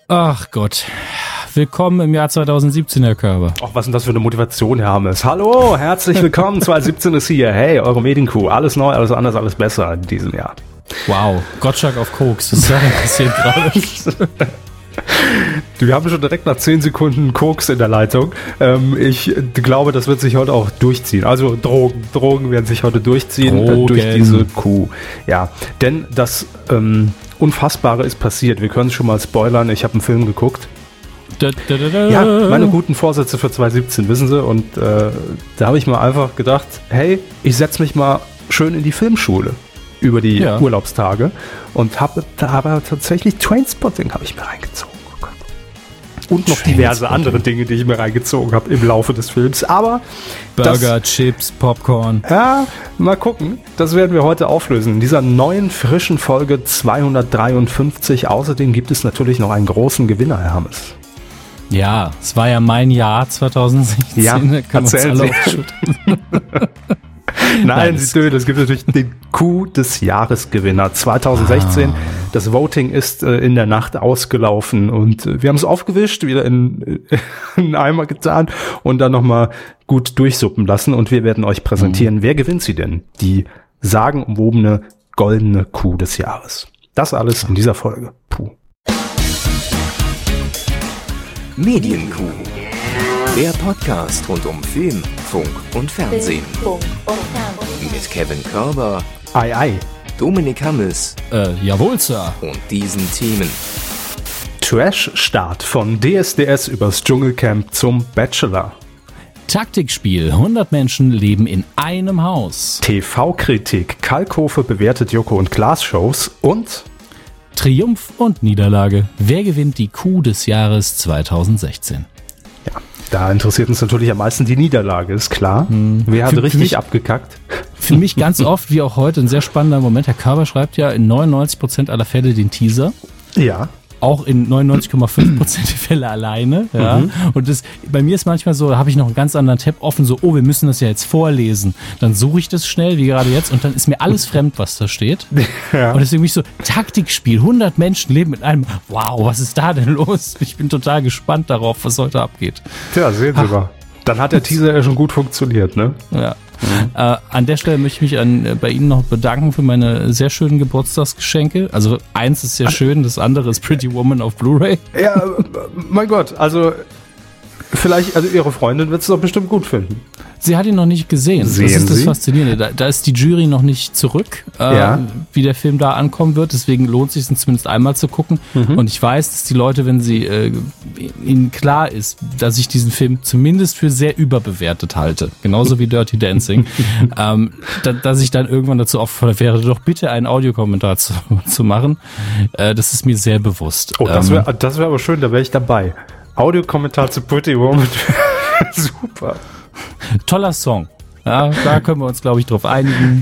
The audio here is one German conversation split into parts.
Ach Gott, willkommen im Jahr 2017, Herr Körber. Ach, was ist denn das für eine Motivation, Herr Hammes? Hallo, herzlich willkommen, 2017 ist hier. Hey, eure Medienkuh, alles neu, alles anders, alles besser in diesem Jahr. Wow, Gottschalk auf Koks, das ist ja passiert gerade. Wir haben schon direkt nach 10 Sekunden Koks in der Leitung. Ich glaube, das wird sich heute auch durchziehen. Also Drogen werden sich heute durchziehen durch diese Kuh. Ja, denn das Unfassbare ist passiert. Wir können es schon mal spoilern. Ich habe einen Film geguckt. Ja, meine guten Vorsätze für 2017, wissen Sie. Und da habe ich mir einfach gedacht, hey, ich setze mich mal schön in die Filmschule über die Urlaubstage und habe tatsächlich Trainspotting habe ich mir reingezogen. Oh Gott. Und noch diverse andere Dinge, die ich mir reingezogen habe im Laufe des Films. Aber Burger, Chips, Popcorn. Ja, mal gucken. Das werden wir heute auflösen. In dieser neuen, frischen Folge 253. Außerdem gibt es natürlich noch einen großen Gewinner, Herr Hammes. Ja, es war ja mein Jahr 2016. Ja, erzählen Sie. Nein, es gibt natürlich den Coup des Jahresgewinner 2016. Das Voting ist in der Nacht ausgelaufen und wir haben es aufgewischt, wieder in einen Eimer getan und dann nochmal gut durchsuppen lassen und wir werden euch präsentieren, wer gewinnt sie denn? Die sagenumwobene goldene Kuh des Jahres. Das alles in dieser Folge. Puh. Medienkuh. Der Podcast rund um Film, Funk und Fernsehen. Mit Kevin Körber, Dominik Hammes, jawohl, Sir. Und diesen Themen. Trash-Start von DSDS übers Dschungelcamp zum Bachelor. Taktikspiel, 100 Menschen leben in einem Haus. TV-Kritik, Kalkofe bewertet Joko und Klaas-Shows und Triumph und Niederlage. Wer gewinnt die Kuh des Jahres 2016? Da interessiert uns natürlich am meisten die Niederlage, ist klar. Wer hat richtig abgekackt? Für mich ganz oft, wie auch heute, ein sehr spannender Moment. Herr Körber schreibt ja in 99% aller Fälle den Teaser. Ja. Auch in 99,5% der Fälle alleine. Ja. Und das, bei mir ist manchmal so, da habe ich noch einen ganz anderen Tab offen, so, wir müssen das ja jetzt vorlesen. Dann suche ich das schnell, wie gerade jetzt, und dann ist mir alles fremd, was da steht. Ja. Und deswegen bin ich so, Taktikspiel, 100 Menschen leben mit einem, wow, was ist da denn los? Ich bin total gespannt darauf, was heute abgeht. Tja, sehen Sie mal. Dann hat der Teaser ja schon gut funktioniert, ne? Ja. An der Stelle möchte ich mich bei Ihnen noch bedanken für meine sehr schönen Geburtstagsgeschenke. Also eins ist sehr schön, das andere ist Pretty Woman auf Blu-ray. Ja, mein Gott, also vielleicht, also Ihre Freundin wird es doch bestimmt gut finden. Sie hat ihn noch nicht gesehen. Sehen das ist das Sie? Faszinierende. Da ist die Jury noch nicht zurück, wie der Film da ankommen wird. Deswegen lohnt es sich, zumindest einmal zu gucken. Und ich weiß, dass die Leute, wenn sie ihnen klar ist, dass ich diesen Film zumindest für sehr überbewertet halte, genauso wie Dirty Dancing, dass ich dann irgendwann dazu aufgefordert wäre, doch bitte einen Audiokommentar zu machen. Das ist mir sehr bewusst. Oh, das wär aber schön, da wäre ich dabei. Audiokommentar zu Pretty Woman. Super. Toller Song. Ja, da können wir uns, glaube ich, drauf einigen.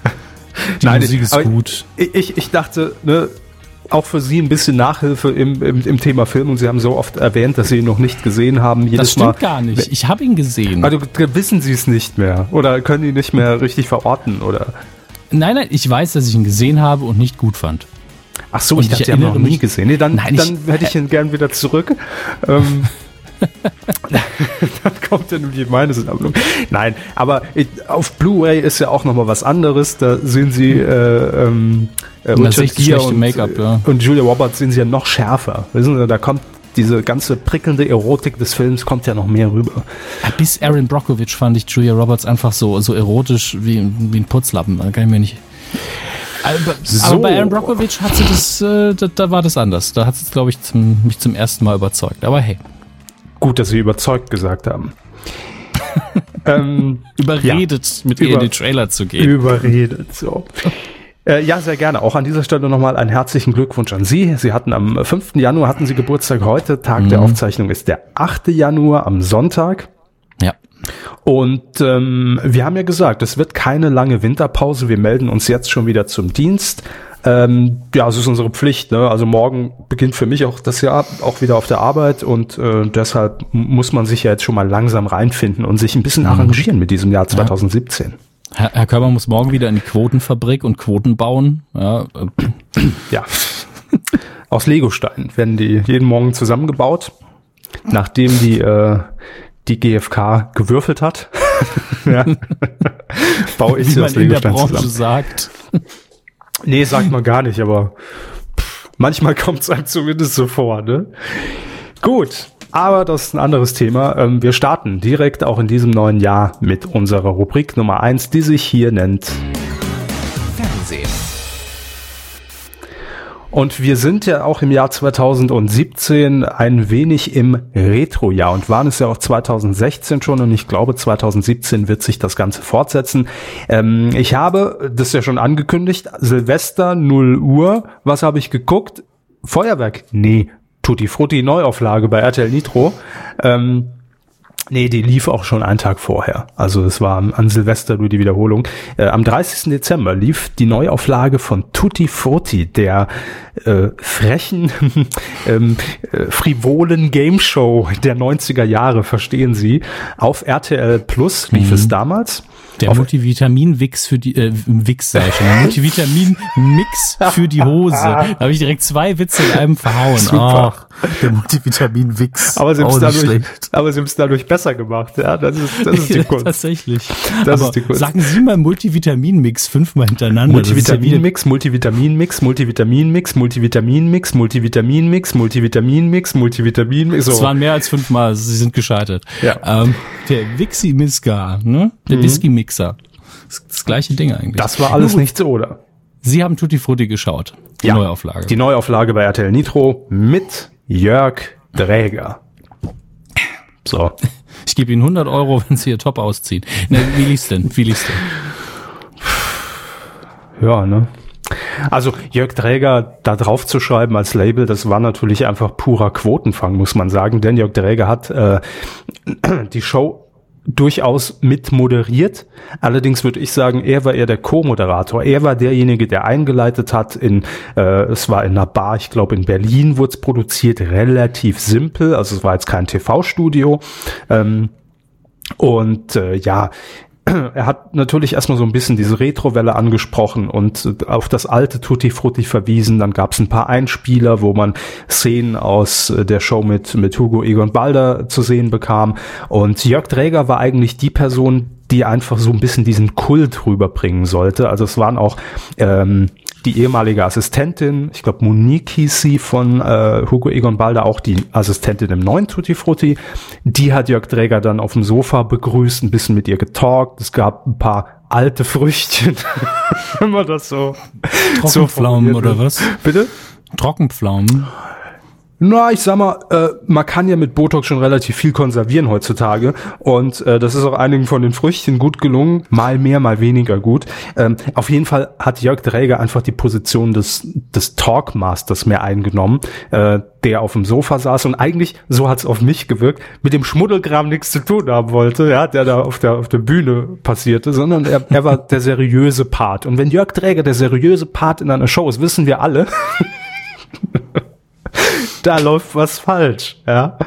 Die Musik ist gut. Ich dachte, ne, auch für Sie ein bisschen Nachhilfe im Thema Film. Und Sie haben so oft erwähnt, dass Sie ihn noch nicht gesehen haben. Das stimmt gar nicht. Ich habe ihn gesehen. Also wissen Sie es nicht mehr? Oder können ihn nicht mehr richtig verorten? Oder? Nein, ich weiß, dass ich ihn gesehen habe und nicht gut fand. Ach so, ich dachte, Sie haben ihn noch nie gesehen. Nee, dann hätte ich ihn gern wieder zurück. Dann kommt ja nun die Meinungssammlung. Nein, aber auf Blu-ray ist ja auch nochmal was anderes. Da sehen Sie Richard Gere und Julia Roberts sehen Sie ja noch schärfer. Wissen Sie, da kommt diese ganze prickelnde Erotik des Films kommt ja noch mehr rüber. Ja, bis Erin Brockovich fand ich Julia Roberts einfach so erotisch wie ein Putzlappen. Da kann ich mir nicht... Aber bei Erin Brockovich hat sie da war das anders. Da hat sie, glaube ich, mich zum ersten Mal überzeugt. Aber hey. Gut, dass Sie überzeugt gesagt haben. Überredet, mit ihr in den Trailer zu gehen. Überredet, so. Ja, sehr gerne. Auch an dieser Stelle nochmal einen herzlichen Glückwunsch an Sie. Sie hatten am 5. Januar hatten Sie Geburtstag. Heute, Tag der Aufzeichnung, ist der 8. Januar am Sonntag. Ja. Und wir haben ja gesagt, es wird keine lange Winterpause. Wir melden uns jetzt schon wieder zum Dienst. Ja, es ist unsere Pflicht, ne? Also morgen beginnt für mich auch das Jahr auch wieder auf der Arbeit und deshalb muss man sich ja jetzt schon mal langsam reinfinden und sich ein bisschen arrangieren mit diesem Jahr 2017. Herr Körber muss morgen wieder in die Quotenfabrik und Quoten bauen. Ja. Ja. Aus Legosteinen werden die jeden Morgen zusammengebaut, nachdem die GfK gewürfelt hat. Ja. Baue ich sie aus Legosteinen zusammen. Wie man in der Branche sagt. Nee, sagt man gar nicht, aber manchmal kommt es einem zumindest so vor, ne? Gut, aber das ist ein anderes Thema. Wir starten direkt auch in diesem neuen Jahr mit unserer Rubrik Nummer 1, die sich hier nennt Fernsehen. Und wir sind ja auch im Jahr 2017 ein wenig im Retro-Jahr und waren es ja auch 2016 schon und ich glaube 2017 wird sich das Ganze fortsetzen. Ich habe, das ist ja schon angekündigt, Silvester 0 Uhr, was habe ich geguckt? Feuerwerk? Nee, Tutti Frutti Neuauflage bei RTL Nitro. Nee, die lief auch schon einen Tag vorher. Also es war an Silvester nur die Wiederholung. Am 30. Dezember lief die Neuauflage von Tutti Frutti, der frechen, frivolen Game-Show der 90er Jahre, verstehen Sie. Auf RTL Plus lief es damals. Der Multivitamin-Wix für die, Multivitamin-Mix für die Hose. Da habe ich direkt 2 Witze in einem verhauen. Super. Ach, der Multivitamin-Wix. Aber sie haben es dadurch besser gemacht. Ja, das ist die Kunst. Tatsächlich. Das ist die Kunst. Sagen Sie mal Multivitamin-Mix 5-mal hintereinander. Multivitamin-Mix, Multivitamin-Mix, Multivitamin-Mix, Multivitamin-Mix, Multivitamin-Mix, Multivitamin-Mix, Multivitamin-Mix. Es waren mehr als 5-mal, Sie sind gescheitert. Ja. Der Wixi-Miska, ne? Der Whisky-Mixer. Das gleiche Ding eigentlich. Das war alles nichts, oder? Sie haben Tutti Frutti geschaut. Die Neuauflage. Die Neuauflage bei RTL Nitro mit Jörg Dräger. So. Ich gebe Ihnen 100 €, wenn Sie Ihr Top ausziehen. Na, wie lief's denn? Ja, ne? Also Jörg Dräger da drauf zu schreiben als Label, das war natürlich einfach purer Quotenfang, muss man sagen. Denn Jörg Dräger hat die Show durchaus mit moderiert. Allerdings würde ich sagen, er war eher der Co-Moderator. Er war derjenige, der eingeleitet hat. Es war in einer Bar, ich glaube in Berlin wurde es produziert, relativ simpel. Also es war jetzt kein TV-Studio. Er hat natürlich erstmal so ein bisschen diese Retro-Welle angesprochen und auf das alte Tutti Frutti verwiesen. Dann gab es ein paar Einspieler, wo man Szenen aus der Show mit Hugo Egon Balder zu sehen bekam. Und Jörg Dräger war eigentlich die Person, die einfach so ein bisschen diesen Kult rüberbringen sollte. Also es waren auch die ehemalige Assistentin, ich glaube Monique hieß sie von Hugo Egon Balder, auch die Assistentin im neuen Tutti Frutti. Die hat Jörg Dräger dann auf dem Sofa begrüßt, ein bisschen mit ihr getalkt. Es gab ein paar alte Früchtchen, wenn man das so... Trockenpflaumen so oder was? Bitte? Trockenpflaumen. Na, ich sag mal, man kann ja mit Botox schon relativ viel konservieren heutzutage und das ist auch einigen von den Früchten gut gelungen, mal mehr, mal weniger gut. Auf jeden Fall hat Jörg Dräger einfach die Position des Talkmasters mehr eingenommen, der auf dem Sofa saß und eigentlich, so hat's auf mich gewirkt, mit dem Schmuddelkram nichts zu tun haben wollte, ja, der da auf der Bühne passierte, sondern er war der seriöse Part. Und wenn Jörg Dräger der seriöse Part in einer Show ist, wissen wir alle, da läuft was falsch, ja.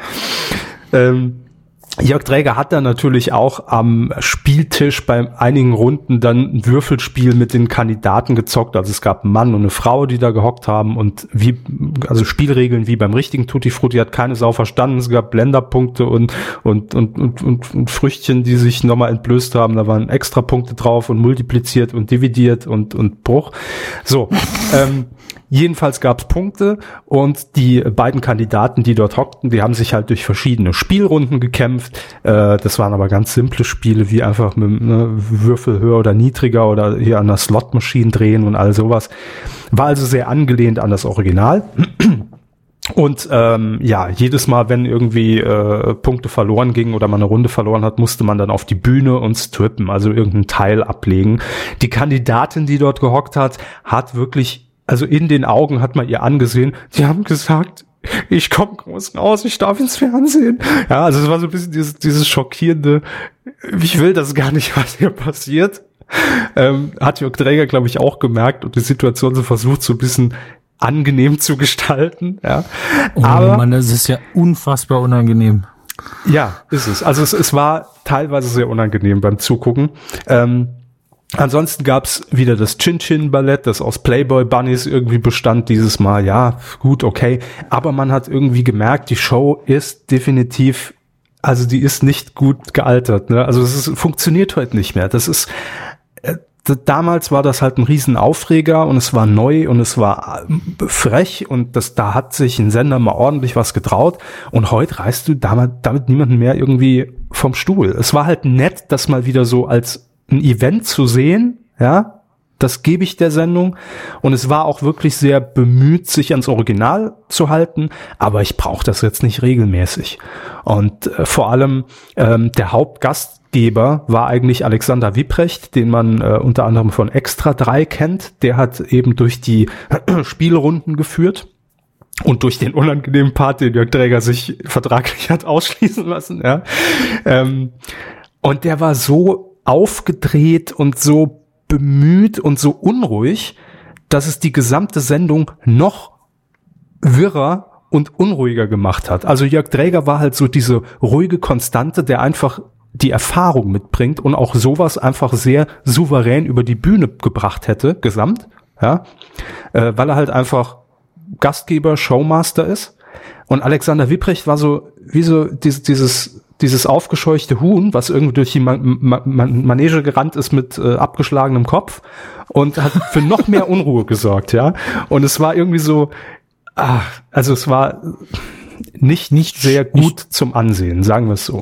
Jörg Dräger hat dann natürlich auch am Spieltisch bei einigen Runden dann ein Würfelspiel mit den Kandidaten gezockt. Also es gab einen Mann und eine Frau, die da gehockt haben und also Spielregeln wie beim richtigen Tutti Frutti hat keine Sau verstanden. Es gab Blenderpunkte und Früchtchen, die sich nochmal entblößt haben. Da waren Extrapunkte drauf und multipliziert und dividiert und Bruch. So, jedenfalls gab es Punkte und die beiden Kandidaten, die dort hockten, die haben sich halt durch verschiedene Spielrunden gekämpft. Das waren aber ganz simple Spiele, wie einfach mit Würfel höher oder niedriger oder hier an der Slot-Maschine drehen und all sowas. War also sehr angelehnt an das Original. Und jedes Mal, wenn irgendwie Punkte verloren gingen oder man eine Runde verloren hat, musste man dann auf die Bühne und strippen, also irgendein Teil ablegen. Die Kandidatin, die dort gehockt hat wirklich, also in den Augen hat man ihr angesehen, die haben gesagt, ich komme groß raus, ich darf ins Fernsehen. Ja, also es war so ein bisschen dieses schockierende, ich will das gar nicht, was hier passiert. Hat Jörg Dräger, glaube ich, auch gemerkt und die Situation so versucht, so ein bisschen angenehm zu gestalten. Ja. Oh aber Mann, das ist ja unfassbar unangenehm. Ja, ist es. Also es war teilweise sehr unangenehm beim Zugucken. Ansonsten gab's wieder das Chin-Chin-Ballett, das aus Playboy-Bunnies irgendwie bestand dieses Mal. Ja, gut, okay. Aber man hat irgendwie gemerkt, die Show ist definitiv, also die ist nicht gut gealtert. Ne? Also funktioniert heute nicht mehr. Das ist... Damals war das halt ein Riesenaufreger und es war neu und es war frech und da hat sich ein Sender mal ordentlich was getraut und heute reißt du damit niemanden mehr irgendwie vom Stuhl. Es war halt nett, das mal wieder so als ein Event zu sehen, ja, das gebe ich der Sendung und es war auch wirklich sehr bemüht, sich ans Original zu halten, aber ich brauche das jetzt nicht regelmäßig und vor allem der Hauptgastgeber war eigentlich Alexander Wieprecht, den man unter anderem von Extra 3 kennt. Der hat eben durch die Spielrunden geführt und durch den unangenehmen Part, den Jörg Dräger sich vertraglich hat ausschließen lassen. Ja. Und der war so aufgedreht und so bemüht und so unruhig, dass es die gesamte Sendung noch wirrer und unruhiger gemacht hat. Also Jörg Dräger war halt so diese ruhige Konstante, der einfach die Erfahrung mitbringt und auch sowas einfach sehr souverän über die Bühne gebracht hätte, gesamt, ja, weil er halt einfach Gastgeber, Showmaster ist. Und Alexander Wieprecht war so, wie so dieses aufgescheuchte Huhn, was irgendwie durch die Manege gerannt ist mit abgeschlagenem Kopf und hat für noch mehr Unruhe gesorgt, ja. Und es war irgendwie so, also es war nicht sehr gut zum Ansehen, sagen wir es so.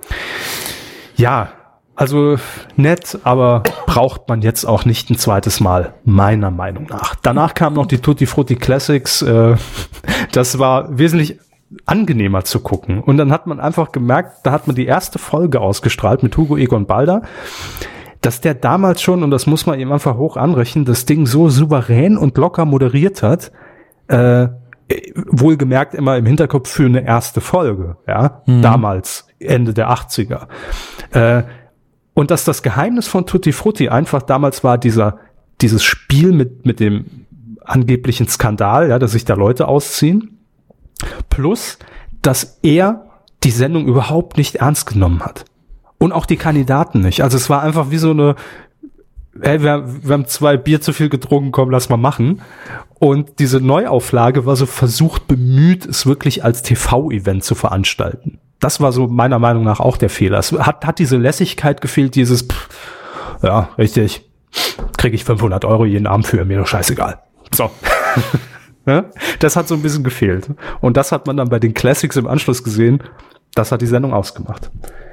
Ja, also nett, aber braucht man jetzt auch nicht ein zweites Mal, meiner Meinung nach. Danach kamen noch die Tutti Frutti Classics. Das war wesentlich angenehmer zu gucken. Und dann hat man einfach gemerkt, da hat man die erste Folge ausgestrahlt mit Hugo Egon Balder, dass der damals schon, und das muss man ihm einfach hoch anrechnen, das Ding so souverän und locker moderiert hat, wohlgemerkt immer im Hinterkopf für eine erste Folge, ja, damals, Ende der 80er. Und dass das Geheimnis von Tutti Frutti einfach damals war dieses Spiel mit dem angeblichen Skandal, ja, dass sich da Leute ausziehen, plus, dass er die Sendung überhaupt nicht ernst genommen hat. Und auch die Kandidaten nicht. Also es war einfach wie so eine, hey, wir haben 2 Bier zu viel getrunken, komm, lass mal machen. Und diese Neuauflage war so versucht bemüht, es wirklich als TV-Event zu veranstalten. Das war so meiner Meinung nach auch der Fehler. Es hat diese Lässigkeit gefehlt, dieses, ja, richtig, kriege ich 500 € jeden Abend für, mir doch scheißegal. So. Das hat so ein bisschen gefehlt. Und das hat man dann bei den Classics im Anschluss gesehen. Das hat die Sendung ausgemacht.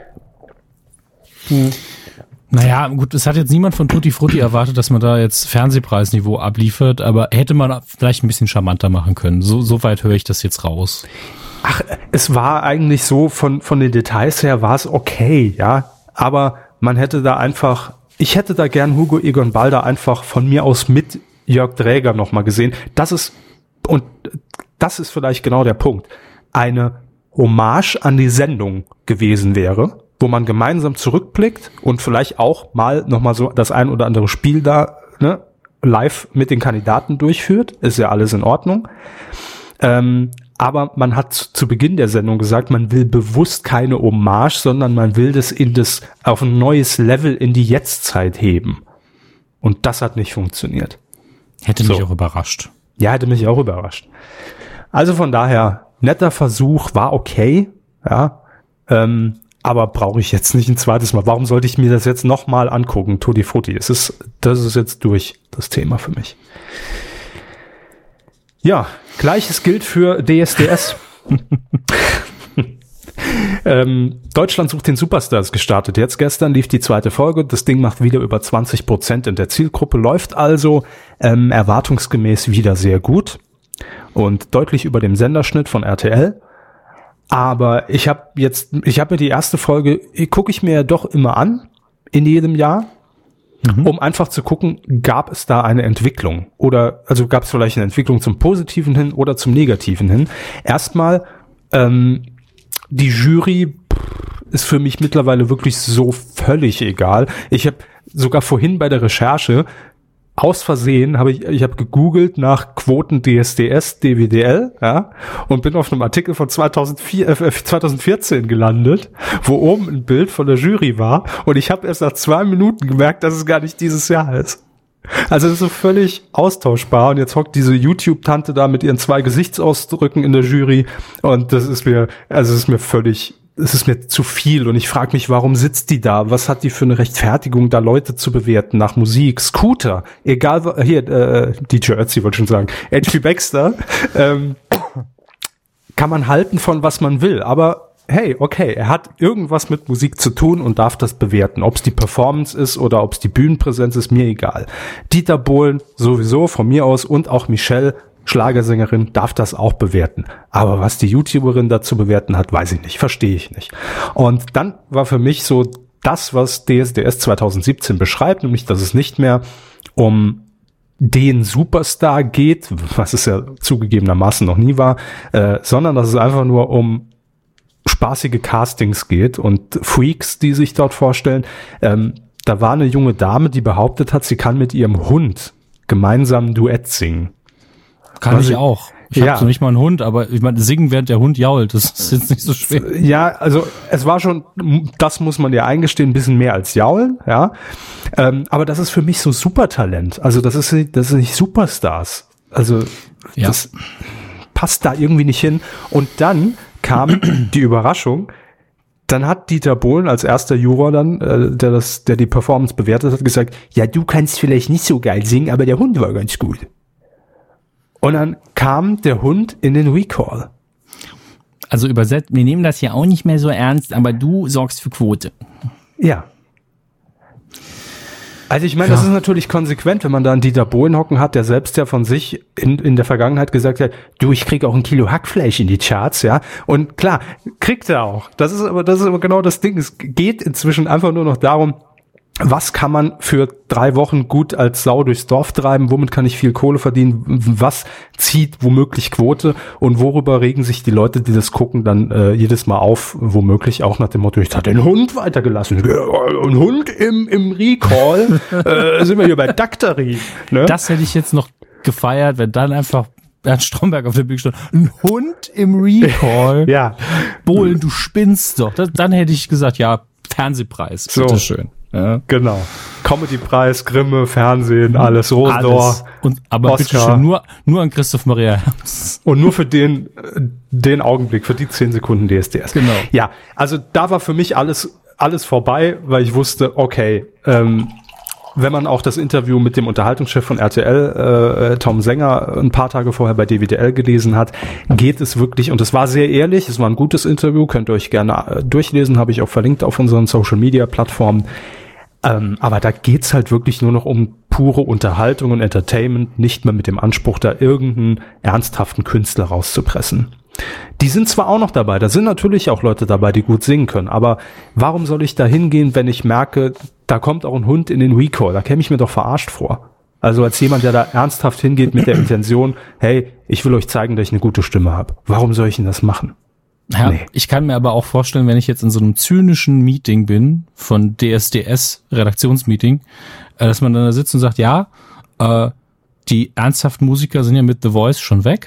Naja, gut, es hat jetzt niemand von Tutti Frutti erwartet, dass man da jetzt Fernsehpreisniveau abliefert, aber hätte man vielleicht ein bisschen charmanter machen können. So weit höre ich das jetzt raus. Ach, es war eigentlich so, von den Details her war es okay, ja. Aber man hätte da einfach, ich hätte da gern Hugo Egon Balder einfach von mir aus mit Jörg Dräger nochmal gesehen. Das ist vielleicht genau der Punkt, eine Hommage an die Sendung gewesen wäre, wo man gemeinsam zurückblickt und vielleicht auch mal nochmal so das ein oder andere Spiel da live mit den Kandidaten durchführt. Ist ja alles in Ordnung. Aber man hat zu Beginn der Sendung gesagt, man will bewusst keine Hommage, sondern man will das auf ein neues Level in die Jetztzeit heben. Und das hat nicht funktioniert. Hätte mich auch überrascht. Ja, hätte mich auch überrascht. Also von daher, netter Versuch, war okay, ja, aber brauche ich jetzt nicht ein zweites Mal. Warum sollte ich mir das jetzt nochmal angucken, Tutti Frutti? Das ist jetzt durch, das Thema für mich. Ja, Gleiches gilt für DSDS. Deutschland sucht den Superstar ist gestartet. Jetzt gestern lief die 2. Folge. Das Ding macht wieder über 20% in der Zielgruppe, läuft also erwartungsgemäß wieder sehr gut und deutlich über dem Senderschnitt von RTL. Aber ich habe mir die erste Folge, gucke ich mir ja doch immer an, in jedem Jahr, um einfach zu gucken, gab es da eine Entwicklung? Oder, also gab es vielleicht eine Entwicklung zum Positiven hin oder zum Negativen hin? Erstmal, die Jury ist für mich mittlerweile wirklich so völlig egal. Ich habe sogar vorhin bei der Recherche aus Versehen habe ich habe gegoogelt nach Quoten DSDS, DWDL, ja, und bin auf einem Artikel von 2014 gelandet, wo oben ein Bild von der Jury war und ich habe erst nach 2 Minuten gemerkt, dass es gar nicht dieses Jahr ist. Also das ist so völlig austauschbar und jetzt hockt diese YouTube-Tante da mit ihren 2 Gesichtsausdrücken in der Jury und es ist mir zu viel und ich frage mich, warum sitzt die da? Was hat die für eine Rechtfertigung, da Leute zu bewerten nach Musik? Scooter, egal, hier, DJ Ötzi wollte schon sagen, H.P. Baxter, kann man halten von was man will, aber hey, okay, er hat irgendwas mit Musik zu tun und darf das bewerten. Ob es die Performance ist oder ob es die Bühnenpräsenz ist, mir egal. Dieter Bohlen sowieso von mir aus und auch Michelle, Schlagersängerin, darf das auch bewerten. Aber was die YouTuberin dazu bewerten hat, weiß ich nicht, verstehe ich nicht. Und dann war für mich so das, was DSDS 2017 beschreibt, nämlich, dass es nicht mehr um den Superstar geht, was es ja zugegebenermaßen noch nie war, sondern dass es einfach nur um spaßige Castings geht und Freaks, die sich dort vorstellen. Da war eine junge Dame, die behauptet hat, sie kann mit ihrem Hund gemeinsam ein Duett singen. Kann ich auch. Ich habe so nicht mal einen Hund, aber ich meine, singen, während der Hund jault, das ist jetzt nicht so schwer. Ja, also es war schon, das muss man ja eingestehen, ein bisschen mehr als jaulen, ja. Aber das ist für mich so Supertalent. Also das ist nicht Superstars. Also das passt da irgendwie nicht hin. Und dann kam die Überraschung, dann hat Dieter Bohlen als erster Juror dann, der die Performance bewertet hat, gesagt, ja, du kannst vielleicht nicht so geil singen, aber der Hund war ganz gut. Und dann kam der Hund in den Recall. Also übersetzt, wir nehmen das ja auch nicht mehr so ernst, aber du sorgst für Quote. Ja. Also ich meine, das ist natürlich konsequent, wenn man da einen Dieter Bohlen hocken hat, der selbst ja von sich in der Vergangenheit gesagt hat, du, ich krieg auch 1 Kilo Hackfleisch in die Charts, ja. Und klar, kriegt er auch. Das ist aber genau das Ding. Es geht inzwischen einfach nur noch darum, was kann man für 3 Wochen gut als Sau durchs Dorf treiben? Womit kann ich viel Kohle verdienen? Was zieht womöglich Quote? Und worüber regen sich die Leute, die das gucken, dann jedes Mal auf? Womöglich auch nach dem Motto, ich habe den Hund weitergelassen. Ein Hund im Recall? Sind wir hier bei Daktari? Ne? Das hätte ich jetzt noch gefeiert, wenn dann einfach Bernd Stromberg auf der Bühne stand. Ein Hund im Recall? Ja. Bohlen, du spinnst doch. Dann hätte ich gesagt, ja, Fernsehpreis. So. Bitteschön. Ja. Genau. Comedy-Preis, Grimme, Fernsehen, alles, Rosendor, aber bitte schön, nur an Christoph Maria Herbst. Und nur für den Augenblick, für die 10 Sekunden DSDS. Genau. Ja, also da war für mich alles vorbei, weil ich wusste, okay, wenn man auch das Interview mit dem Unterhaltungschef von RTL, Tom Sänger, ein paar Tage vorher bei DWDL gelesen hat, geht es wirklich, und es war sehr ehrlich, es war ein gutes Interview, könnt ihr euch gerne durchlesen, habe ich auch verlinkt auf unseren Social-Media-Plattformen. Aber da geht's halt wirklich nur noch um pure Unterhaltung und Entertainment, nicht mehr mit dem Anspruch, da irgendeinen ernsthaften Künstler rauszupressen. Die sind zwar auch noch dabei, da sind natürlich auch Leute dabei, die gut singen können, aber warum soll ich da hingehen, wenn ich merke, da kommt auch ein Hund in den Recall? Da käme ich mir doch verarscht vor. Also als jemand, der da ernsthaft hingeht mit der Intention, hey, ich will euch zeigen, dass ich eine gute Stimme habe. Warum soll ich denn das machen? Ja, nee. Ich kann mir aber auch vorstellen, wenn ich jetzt in so einem zynischen Meeting bin, von DSDS, Redaktionsmeeting, dass man dann da sitzt und sagt, ja, die ernsthaften Musiker sind ja mit The Voice schon weg.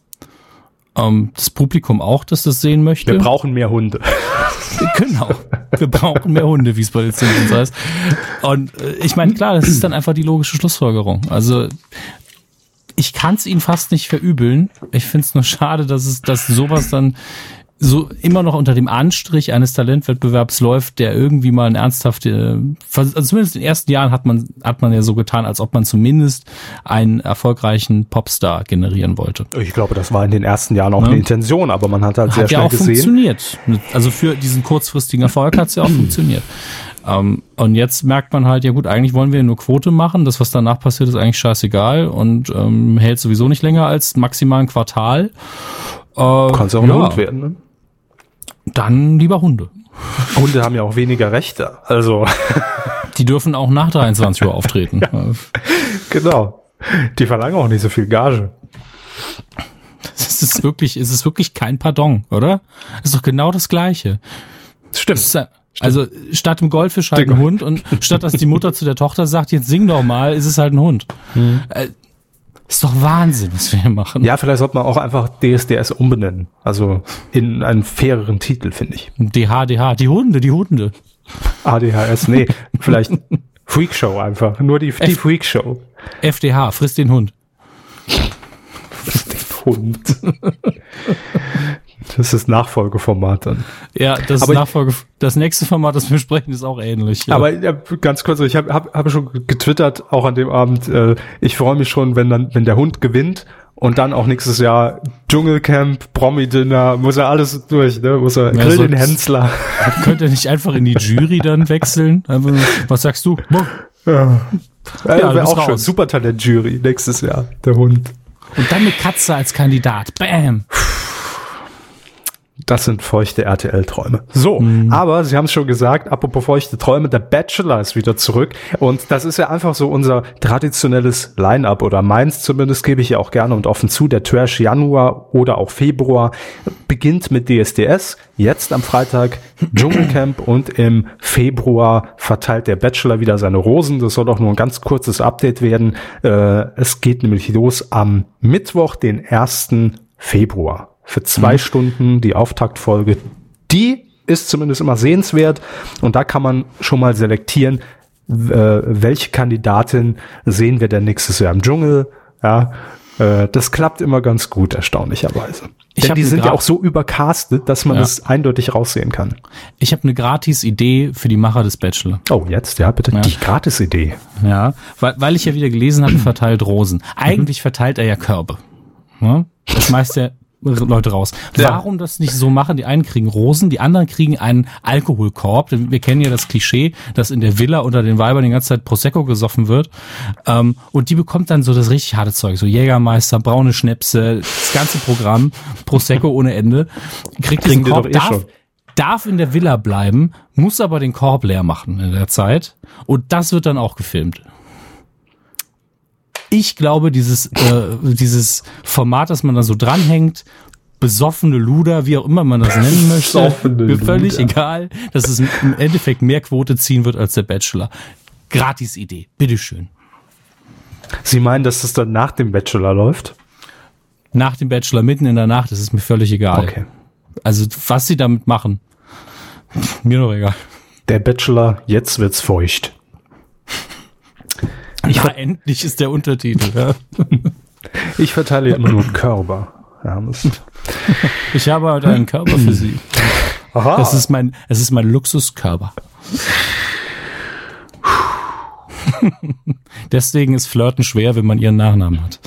Das Publikum auch, das das sehen möchte. Wir brauchen mehr Hunde. Genau. Wir brauchen mehr Hunde, wie es bei den Simpsons heißt. Und ich meine, klar, das ist dann einfach die logische Schlussfolgerung. Also ich kann es ihnen fast nicht verübeln. Ich finde es nur schade, dass sowas dann so immer noch unter dem Anstrich eines Talentwettbewerbs läuft, der irgendwie mal ein ernsthafte, also zumindest in den ersten Jahren hat man ja so getan, als ob man zumindest einen erfolgreichen Popstar generieren wollte. Ich glaube, das war in den ersten Jahren auch eine Intention, aber man hat halt sehr schnell gesehen. Hat ja auch funktioniert. Also für diesen kurzfristigen Erfolg hat es ja auch funktioniert. Und jetzt merkt man halt, ja gut, eigentlich wollen wir nur Quote machen. Das, was danach passiert, ist eigentlich scheißegal und hält sowieso nicht länger als maximal ein Quartal. Kannst auch ein Hund werden, ne? Dann lieber Hunde. Hunde haben ja auch weniger Rechte, also. Die dürfen auch nach 23 Uhr auftreten. Ja, genau. Die verlangen auch nicht so viel Gage. Es ist wirklich kein Pardon, oder? Das ist doch genau das Gleiche. Stimmt. Also statt dem Goldfisch halt ein Hund und statt dass die Mutter zu der Tochter sagt, jetzt sing doch mal, ist es halt ein Hund. Ist doch Wahnsinn, was wir hier machen. Ja, vielleicht sollte man auch einfach DSDS umbenennen. Also in einen faireren Titel, finde ich. DHDH, die Hunde. ADHS, nee, vielleicht Freakshow einfach. Nur die Freakshow. FDH, friss den Hund. Friss den Hund. Das ist das Nachfolgeformat dann. Ja, das nächste Format, das wir sprechen, ist auch ähnlich. Ja. Aber ganz kurz, ich hab schon getwittert, auch an dem Abend, ich freue mich schon, wenn der Hund gewinnt und dann auch nächstes Jahr Dschungelcamp, Promi-Dinner, muss er alles durch, ne? Muss er Grill den Hensler. Könnte er nicht einfach in die Jury dann wechseln? Was sagst du? Ja, wäre auch schön. Supertalent-Jury nächstes Jahr, der Hund. Und dann mit Katze als Kandidat. Bam! Das sind feuchte RTL-Träume. So, aber Sie haben es schon gesagt, apropos feuchte Träume, der Bachelor ist wieder zurück und das ist ja einfach so unser traditionelles Line-Up oder meins zumindest, gebe ich ja auch gerne und offen zu. Der Trash Januar oder auch Februar beginnt mit DSDS, jetzt am Freitag Dschungelcamp und im Februar verteilt der Bachelor wieder seine Rosen. Das soll auch nur ein ganz kurzes Update werden. Es geht nämlich los am Mittwoch, den 1. Februar. Für 2 Stunden die Auftaktfolge. Die ist zumindest immer sehenswert und da kann man schon mal selektieren, welche Kandidatin sehen wir denn nächstes Jahr im Dschungel. Ja, das klappt immer ganz gut, erstaunlicherweise. Denn die sind ja auch so übercastet, dass man es eindeutig raussehen kann. Ich habe eine Gratis-Idee für die Macher des Bachelor. Oh, jetzt? Ja, bitte. Ja. Die Gratis-Idee. Ja, weil ich ja wieder gelesen habe, verteilt Rosen. Eigentlich verteilt er ja Körbe. Ja? Da schmeißt er Leute raus. Warum das nicht so machen? Die einen kriegen Rosen, die anderen kriegen einen Alkoholkorb. Wir kennen ja das Klischee, dass in der Villa unter den Weibern die ganze Zeit Prosecco gesoffen wird. Und die bekommt dann so das richtig harte Zeug. So Jägermeister, braune Schnäpse, das ganze Programm, Prosecco ohne Ende. Kriegt diesen Korb, darf in der Villa bleiben, muss aber den Korb leer machen in der Zeit. Und das wird dann auch gefilmt. Ich glaube, dieses Format, das man da so dranhängt, besoffene Luder, wie auch immer man das nennen möchte, mir völlig egal, dass es im Endeffekt mehr Quote ziehen wird als der Bachelor. Gratis-Idee, bitteschön. Sie meinen, dass das dann nach dem Bachelor läuft? Nach dem Bachelor, mitten in der Nacht, das ist mir völlig egal. Okay. Also, was sie damit machen, mir doch egal. Der Bachelor, jetzt wird's feucht. Endlich ist der Untertitel. Ja. Ich verteile ja immer nur Körper. Ja, ich habe heute einen Körper für Sie. Aha. Es ist mein Luxuskörper. Deswegen ist Flirten schwer, wenn man ihren Nachnamen hat.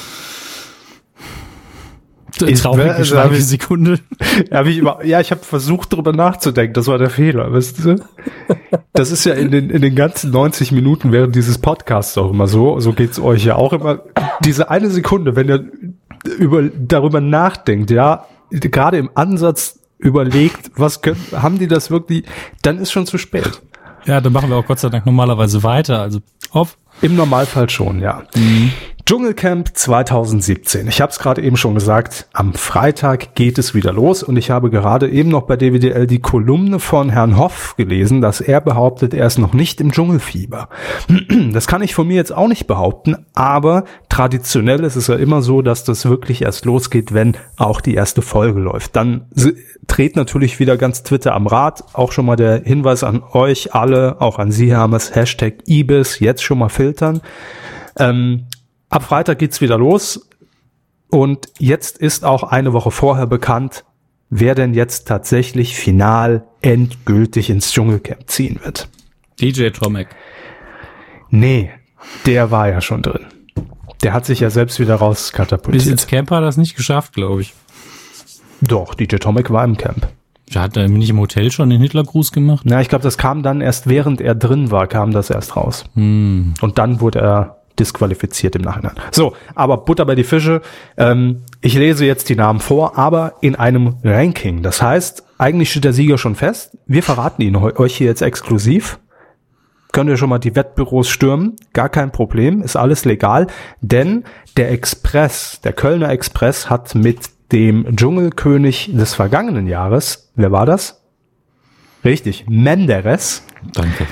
Traurige Schweigesekunde. Ich habe versucht, darüber nachzudenken. Das war der Fehler, weißt du? Das ist ja in den ganzen 90 Minuten während dieses Podcasts auch immer so. So geht's euch ja auch immer. Diese eine Sekunde, wenn ihr darüber nachdenkt, ja, gerade im Ansatz überlegt, haben die das wirklich, dann ist schon zu spät. Ja, dann machen wir auch Gott sei Dank normalerweise weiter. Also hopp. Im Normalfall schon, ja. Dschungelcamp 2017. Ich habe es gerade eben schon gesagt, am Freitag geht es wieder los und ich habe gerade eben noch bei DWDL die Kolumne von Herrn Hoff gelesen, dass er behauptet, er ist noch nicht im Dschungelfieber. Das kann ich von mir jetzt auch nicht behaupten, aber traditionell ist es ja immer so, dass das wirklich erst losgeht, wenn auch die erste Folge läuft. Dann dreht natürlich wieder ganz Twitter am Rad. Auch schon mal der Hinweis an euch alle, auch an Sie, Hermes, #Ibis, jetzt schon mal filtern. Ab Freitag geht's wieder los und jetzt ist auch eine Woche vorher bekannt, wer denn jetzt tatsächlich final endgültig ins Dschungelcamp ziehen wird. DJ Tomek. Nee, der war ja schon drin. Der hat sich ja selbst wieder rauskatapultiert. Bis ins Camp hat er es nicht geschafft, glaube ich. Doch, DJ Tomek war im Camp. Hat er nicht im Hotel schon den Hitlergruß gemacht? Na, ich glaube, das kam dann erst, während er drin war, kam das erst raus. Und dann wurde er disqualifiziert im Nachhinein. So, aber Butter bei die Fische. Ich lese jetzt die Namen vor, aber in einem Ranking. Das heißt, eigentlich steht der Sieger schon fest. Wir verraten ihn euch hier jetzt exklusiv. Könnt ihr schon mal die Wettbüros stürmen. Gar kein Problem, ist alles legal. Denn der Express, der Kölner Express hat mit dem Dschungelkönig des vergangenen Jahres, wer war das? Richtig, Menderes. Danke.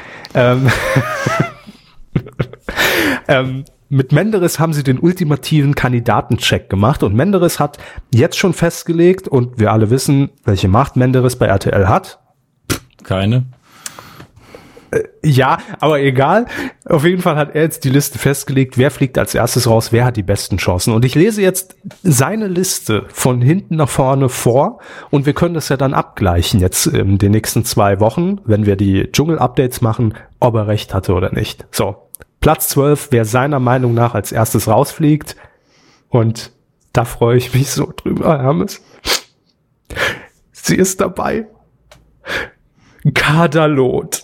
Mit Menderes haben sie den ultimativen Kandidatencheck gemacht und Menderes hat jetzt schon festgelegt und wir alle wissen, welche Macht Menderes bei RTL hat. Keine. Ja, aber egal. Auf jeden Fall hat er jetzt die Liste festgelegt, wer fliegt als erstes raus, wer hat die besten Chancen. Und ich lese jetzt seine Liste von hinten nach vorne vor und wir können das ja dann abgleichen jetzt in den nächsten 2 Wochen, wenn wir die Dschungel-Updates machen, ob er recht hatte oder nicht. So, Platz 12, wer seiner Meinung nach als erstes rausfliegt. Und da freue ich mich so drüber, Hermes. Sie ist dabei. Kader Loth.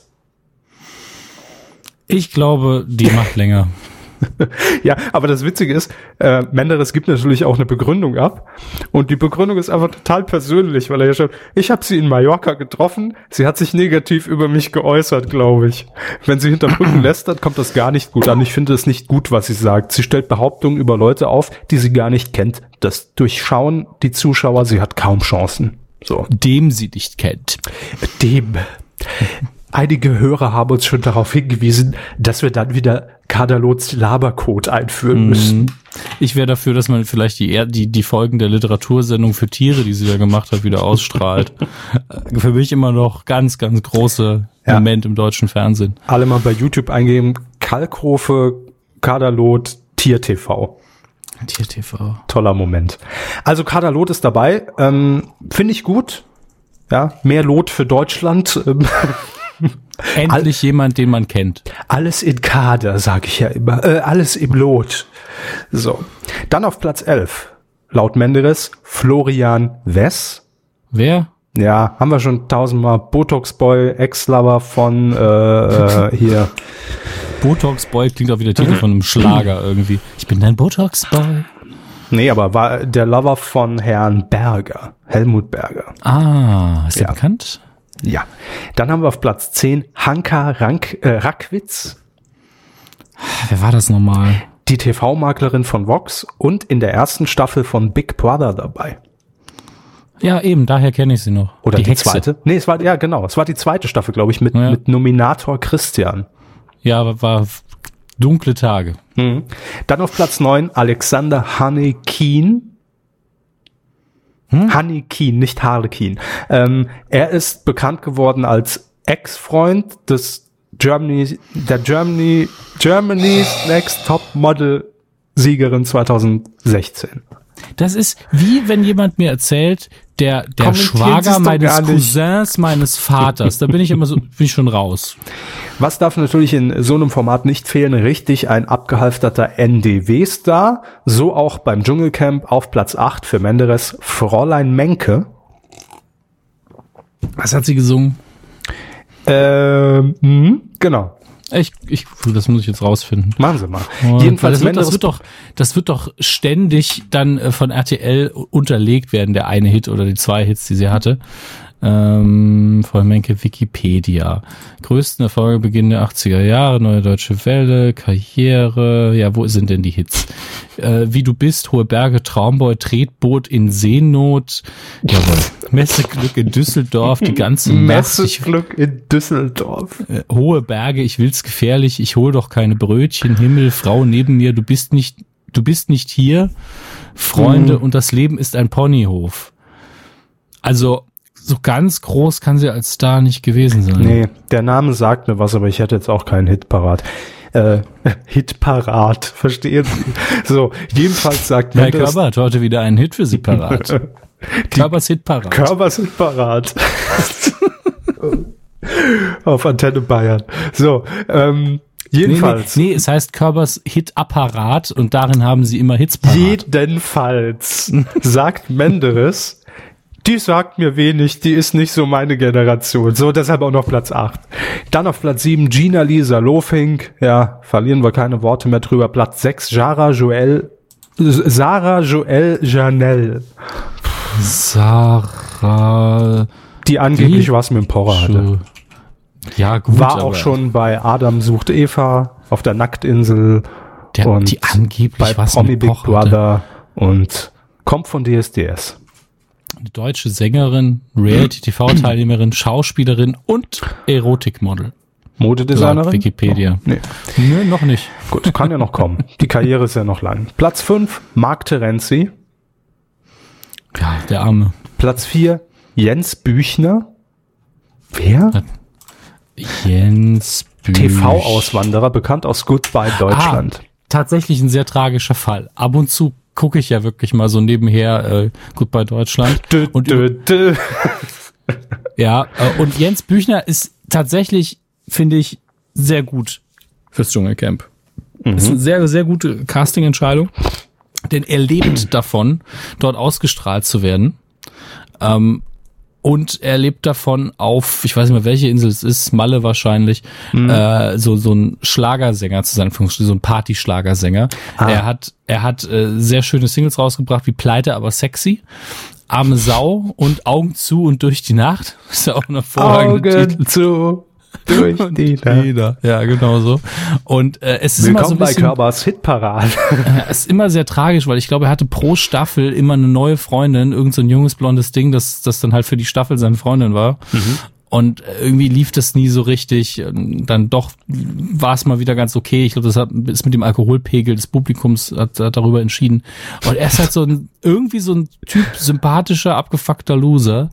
Ich glaube, die macht länger. Ja, aber das Witzige ist, Menderes gibt natürlich auch eine Begründung ab und die Begründung ist einfach total persönlich, weil er ja schreibt, ich habe sie in Mallorca getroffen, sie hat sich negativ über mich geäußert, glaube ich. Wenn sie hinterm Rücken lästert, kommt das gar nicht gut an. Ich finde es nicht gut, was sie sagt. Sie stellt Behauptungen über Leute auf, die sie gar nicht kennt. Das durchschauen die Zuschauer, sie hat kaum Chancen. So. Dem sie nicht kennt. Dem. Einige Hörer haben uns schon darauf hingewiesen, dass wir dann wieder Kader Loths Labercode einführen müssen. Ich wäre dafür, dass man vielleicht die Folgen der Literatursendung für Tiere, die sie da gemacht hat, wieder ausstrahlt. Für mich immer noch ganz, ganz große Moment im deutschen Fernsehen. Alle mal bei YouTube eingeben, Kalkhofe, Kader Loth, Tier TV. Tier TV. Toller Moment. Also Kader Loth ist dabei. Finde ich gut. Ja, mehr Loth für Deutschland. Endlich jemand, den man kennt. Alles in Kader, sage ich ja immer. Alles im Lot. So. Dann auf Platz 11. Laut Menderes Florian Wess. Wer? Ja, haben wir schon 1000-mal. Botox-Boy, Ex-Lover von hier. Botox-Boy klingt auch wie der Titel von einem Schlager irgendwie. Ich bin dein Botox-Boy. Nee, aber war der Lover von Herrn Berger. Helmut Berger. Ah, ist der bekannt? Ja. Dann haben wir auf Platz 10 Hanka Rackwitz. Wer war das nochmal? Die TV-Maklerin von Vox und in der ersten Staffel von Big Brother dabei. Ja, eben, daher kenne ich sie noch. Oder die zweite? Nee, es war die zweite Staffel, glaube ich, mit Nominator Christian. Ja, war dunkle Tage. Mhm. Dann auf Platz 9 Alexander Hanekien. Hanekien, nicht Harlekin. Er ist bekannt geworden als Ex-Freund des Germany's Next Top Model Siegerin 2016. Das ist wie wenn jemand mir erzählt, der Schwager meines Cousins meines Vaters. Da bin ich immer so, bin ich schon raus. Was darf natürlich in so einem Format nicht fehlen? Richtig, ein abgehalfterter NDW-Star. So auch beim Dschungelcamp auf Platz 8 für Menderes Fräulein Menke. Was hat sie gesungen? Genau. Das muss ich jetzt rausfinden. Machen Sie mal. Jedenfalls das wird doch ständig dann von RTL unterlegt werden, der eine Hit oder die 2 Hits, die sie hatte. Frau Menke, Wikipedia. Größten Erfolge Beginn der 80er Jahre, Neue Deutsche Welle, Karriere, ja, wo sind denn die Hits? Wie du bist, Hohe Berge, Traumboy, Tretboot in Seenot, jawohl, Messeglück in Düsseldorf, die ganze Messeglück in Düsseldorf. Hohe Berge, ich will's gefährlich, ich hol doch keine Brötchen, Himmel, Frau neben mir, du bist nicht hier, Freunde und das Leben ist ein Ponyhof. Also, so ganz groß kann sie als Star nicht gewesen sein. Nee, der Name sagt mir was, aber ich hätte jetzt auch keinen Hit parat. Hitparat, verstehen Sie? So, jedenfalls sagt Herr Körber hat heute wieder einen Hit für Sie parat. Körbers Hitparat. Körbers Hitparat. Auf Antenne Bayern. So, jedenfalls. Nee, es heißt Körbers Hitapparat und darin haben Sie immer Hits parat. Jedenfalls sagt Menderes, die sagt mir wenig, die ist nicht so meine Generation. So, deshalb auch noch Platz 8. Dann auf Platz 7 Gina Lisa Lofink. Ja, verlieren wir keine Worte mehr drüber. Platz 6 Sarah Joelle Janelle. Sarah. Die angeblich was mit dem Porra hatte. Ja, gut. War auch schon bei Adam sucht Eva auf der Nacktinsel. Und die angeblich bei was Promi mit Big Poch Brother und kommt von DSDS. Eine deutsche Sängerin, Reality-TV-Teilnehmerin, Schauspielerin und Erotikmodel. Modedesignerin? Laut Wikipedia. Nee, noch nicht. Gut, kann ja noch kommen. Die Karriere ist ja noch lang. Platz 5, Marc Terenzi. Ja, der Arme. Platz 4, Jens Büchner. Wer? Jens Büchner. TV-Auswanderer, bekannt aus Goodbye Deutschland. Tatsächlich ein sehr tragischer Fall. Ab und zu gucke ich ja wirklich mal so nebenher Goodbye Deutschland. Ja, und Jens Büchner ist tatsächlich, finde ich, sehr gut fürs Dschungelcamp. Das ist eine sehr, sehr gute Casting-Entscheidung, denn er lebt davon, dort ausgestrahlt zu werden. Und er lebt davon auf, ich weiß nicht mehr, welche Insel es ist, Malle wahrscheinlich, so ein Schlagersänger zu sein, so ein Partyschlagersänger. Er hat sehr schöne Singles rausgebracht, wie Pleite, aber sexy. Arme Sau und Augen zu und durch die Nacht. Das ist ja auch ein hervorragender Titel. Zu durch die Nacht. Ja, genau so. Und es ist Willkommen immer so ein bisschen, bei Körbers Hitparade. Es ist immer sehr tragisch, weil ich glaube, er hatte pro Staffel immer eine neue Freundin, irgend so ein junges blondes Ding, das dann halt für die Staffel seine Freundin war. Und irgendwie lief das nie so richtig. Dann doch war es mal wieder ganz okay. Ich glaube, das ist mit dem Alkoholpegel des Publikums hat darüber entschieden. Und er ist halt irgendwie so ein Typ sympathischer, abgefuckter Loser.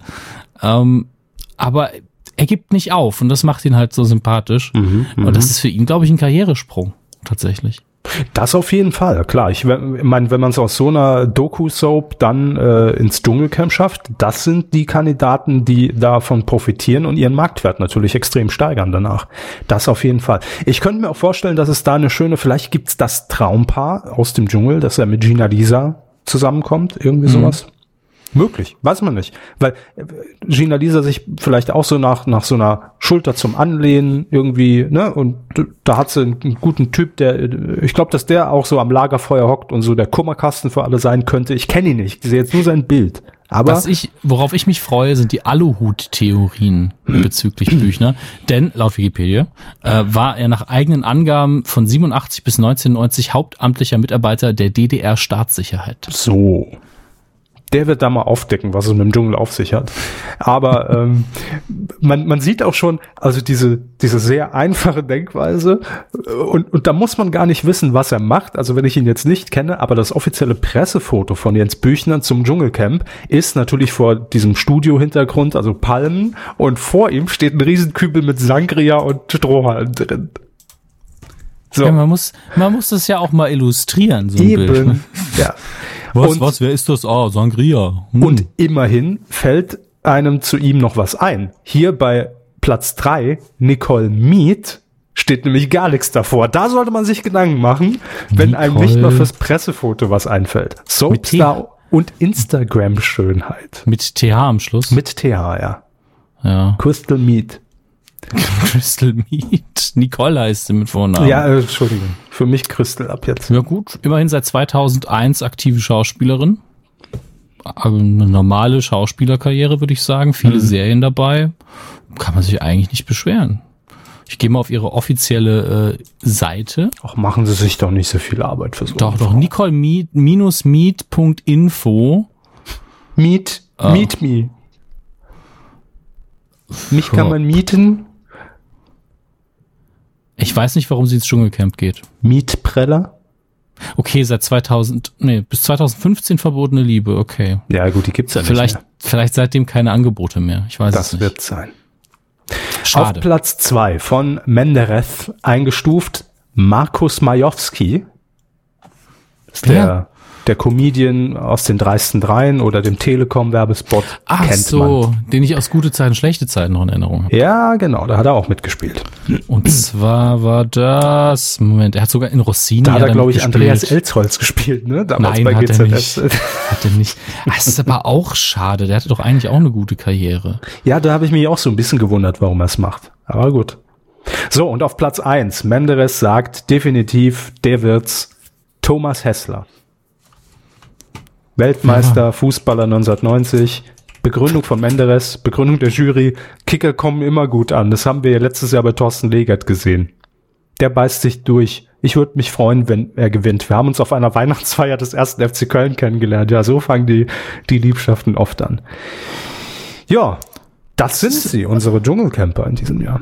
Aber er gibt nicht auf und das macht ihn halt so sympathisch. Und das ist für ihn, glaube ich, ein Karrieresprung tatsächlich. Das auf jeden Fall, klar. Ich meine, wenn man es aus so einer Doku-Soap dann ins Dschungelcamp schafft, das sind die Kandidaten, die davon profitieren und ihren Marktwert natürlich extrem steigern danach. Das auf jeden Fall. Ich könnte mir auch vorstellen, dass es da eine schöne, vielleicht gibt's das Traumpaar aus dem Dschungel, dass er mit Gina Lisa zusammenkommt, irgendwie sowas. Möglich, weiß man nicht. Weil Gina Lisa sich vielleicht auch so nach so einer Schulter zum Anlehnen irgendwie, ne, und da hat sie einen guten Typ, ich glaube, dass der auch so am Lagerfeuer hockt und so der Kummerkasten für alle sein könnte. Ich kenne ihn nicht, ich sehe jetzt nur sein Bild. Aber worauf ich mich freue, sind die Aluhut-Theorien bezüglich Büchner. Denn, laut Wikipedia, war er nach eigenen Angaben von 87 bis 1990 hauptamtlicher Mitarbeiter der DDR-Staatssicherheit. So. Der wird da mal aufdecken, was es mit dem Dschungel auf sich hat. Aber man sieht auch schon, also diese sehr einfache Denkweise und da muss man gar nicht wissen, was er macht. Also wenn ich ihn jetzt nicht kenne, aber das offizielle Pressefoto von Jens Büchner zum Dschungelcamp ist natürlich vor diesem Studio-Hintergrund, also Palmen, und vor ihm steht ein Riesenkübel mit Sangria und Strohhalm drin. So. Ja, man muss das ja auch mal illustrieren, so ein Eben, Bild. Ne? Ja. Was, wer ist das? Sangria. Und immerhin fällt einem zu ihm noch was ein. Hier bei Platz 3, Nicole Mead, steht nämlich gar nichts davor. Da sollte man sich Gedanken machen, wenn einem nicht mal fürs Pressefoto was einfällt. Soapstar und Instagram-Schönheit. Mit TH am Schluss? Mit TH, ja. Crystal Mead. Crystal Mead. Nicole heißt sie mit Vornamen. Ja, Entschuldigung. Für mich Crystal ab jetzt. Ja gut, immerhin seit 2001 aktive Schauspielerin. Also eine normale Schauspielerkarriere, würde ich sagen. Viele Serien dabei. Kann man sich eigentlich nicht beschweren. Ich gehe mal auf ihre offizielle Seite. Ach, machen Sie sich doch nicht so viel Arbeit für so. Doch, Nicole Mead, -mead.info. Meet me. Mich kann man mieten. Ich weiß nicht, warum sie ins Dschungelcamp geht. Mietpreller? Okay, bis 2015 verbotene Liebe, okay. Ja gut, die gibt's ja nicht mehr. Vielleicht seitdem keine Angebote mehr, ich weiß es nicht. Das wird sein. Schade. Auf Platz 2 von Menderes eingestuft, Markus Majowski. Der Comedian aus den dreisten Dreien oder dem Telekom-Werbespot kennt man. Den ich aus gute Zeiten, schlechte Zeiten noch in Erinnerung habe. Ja, genau, da hat er auch mitgespielt. Und zwar war das, Moment, er hat sogar in Rossini da hat er, glaube ich, Andreas Elsholz gespielt, ne? Damals. Nein, bei hat GZS. er nicht. Hat er nicht. Das ist aber auch schade, der hatte doch eigentlich auch eine gute Karriere. Ja, da habe ich mich auch so ein bisschen gewundert, warum er es macht. Aber gut. So, und auf Platz 1, Menderes sagt definitiv, der wird's, Thomas Hässler. Weltmeister, Fußballer 1990, Begründung von Menderes, Begründung der Jury, Kicker kommen immer gut an. Das haben wir ja letztes Jahr bei Thorsten Legert gesehen. Der beißt sich durch Ich würde mich freuen, wenn er gewinnt. Wir haben uns auf einer Weihnachtsfeier des 1. FC Köln kennengelernt. Ja, so fangen die Liebschaften oft an. Ja, das sind sie, unsere Dschungelcamper in diesem Jahr.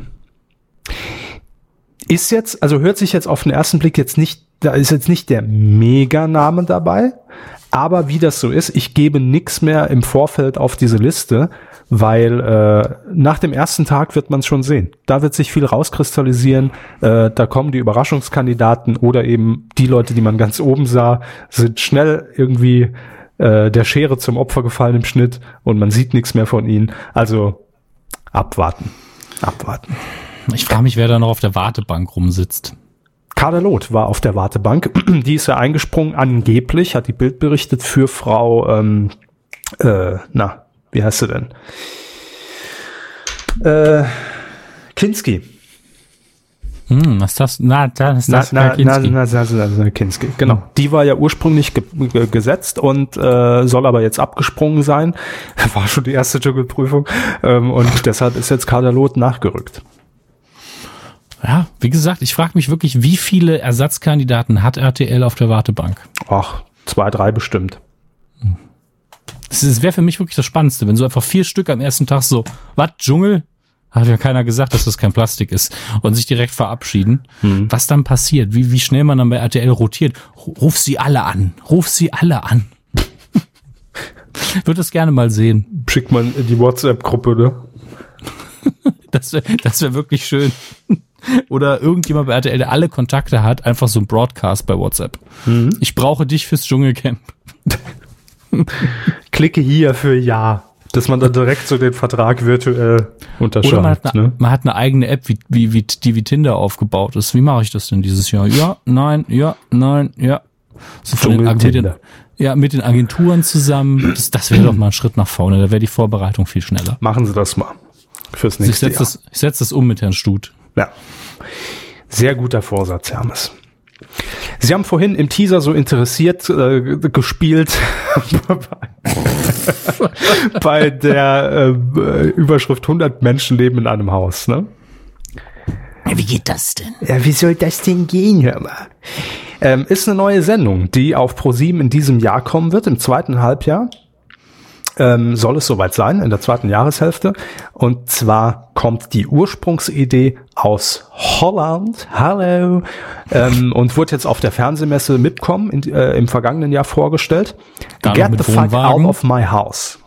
Ist jetzt, also hört sich jetzt auf den ersten Blick jetzt nicht, da ist jetzt nicht der Mega-Name dabei, aber wie das so ist, ich gebe nichts mehr im Vorfeld auf diese Liste, weil nach dem ersten Tag wird man es schon sehen. Da wird sich viel rauskristallisieren, da kommen die Überraschungskandidaten oder eben die Leute, die man ganz oben sah, sind schnell irgendwie der Schere zum Opfer gefallen im Schnitt und man sieht nichts mehr von ihnen. Also abwarten. Ich frage mich, wer da noch auf der Wartebank rumsitzt. Kader Loth war auf der Wartebank. Die ist ja eingesprungen, angeblich, hat die Bild berichtet, für Frau, wie heißt sie denn? Kinski. Was ist das? Kinski. Genau. Die war ja ursprünglich gesetzt und soll aber jetzt abgesprungen sein. War schon die erste Dschungelprüfung. Und deshalb ist jetzt Kader Loth nachgerückt. Ja, wie gesagt, ich frage mich wirklich, wie viele Ersatzkandidaten hat RTL auf der Wartebank? Ach, 2, 3 bestimmt. Das wäre für mich wirklich das Spannendste, wenn so einfach 4 Stück am ersten Tag so, was, Dschungel? Hat ja keiner gesagt, dass das kein Plastik ist und sich direkt verabschieden. Was dann passiert, wie schnell man dann bei RTL rotiert. Ruf sie alle an. Ich würde das gerne mal sehen. Schickt man in die WhatsApp-Gruppe, ne? Das wär wirklich schön. Oder irgendjemand bei RTL, der alle Kontakte hat, einfach so ein Broadcast bei WhatsApp. Ich brauche dich fürs Dschungelcamp. Klicke hier für Ja. Dass man dann direkt so den Vertrag virtuell unterschreibt. Oder man hat eine eigene App, wie Tinder aufgebaut ist. Wie mache ich das denn dieses Jahr? Ja, nein, ja. So von mit den Agenturen zusammen. Das wäre doch mal ein Schritt nach vorne. Da wäre die Vorbereitung viel schneller. Machen Sie das mal. Fürs nächste Jahr. Ich setze das um mit Herrn Stut. Ja. Sehr guter Vorsatz, Hermes. Sie haben vorhin im Teaser so interessiert gespielt bei der Überschrift 100 Menschen leben in einem Haus, ne? Ja, wie geht das denn? Ja, wie soll das denn gehen, hör mal? Ist eine neue Sendung, die auf ProSieben in diesem Jahr kommen wird, im 2. Halbjahr. Soll es soweit sein, in der 2. Jahreshälfte. Und zwar kommt die Ursprungsidee aus Holland, hallo, und wurde jetzt auf der Fernsehmesse mitkommen, im vergangenen Jahr vorgestellt. Get the fuck out of my house.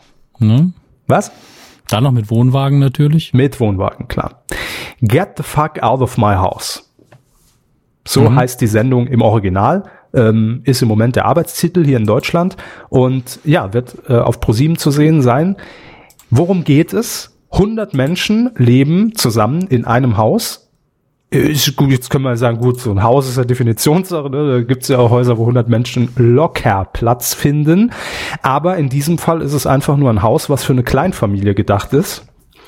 Was? Da noch mit Wohnwagen natürlich. Mit Wohnwagen, klar. Get the fuck out of my house. So heißt die Sendung im Original. Ist im Moment der Arbeitstitel hier in Deutschland und ja, wird auf ProSieben zu sehen sein. Worum geht es? 100 Menschen leben zusammen in einem Haus. Gut, jetzt können wir sagen, gut, so ein Haus ist ja Definitionssache, ne? Da gibt es ja auch Häuser, wo 100 Menschen locker Platz finden. Aber in diesem Fall ist es einfach nur ein Haus, was für eine Kleinfamilie gedacht ist.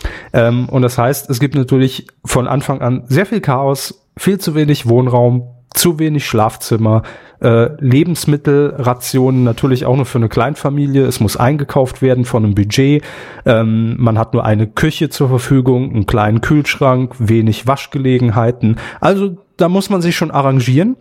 Und das heißt, es gibt natürlich von Anfang an sehr viel Chaos, viel zu wenig Wohnraum, zu wenig Schlafzimmer, Lebensmittelrationen natürlich auch nur für eine Kleinfamilie. Es muss eingekauft werden von einem Budget. Man hat nur eine Küche zur Verfügung, einen kleinen Kühlschrank, wenig Waschgelegenheiten. Also da muss man sich schon arrangieren.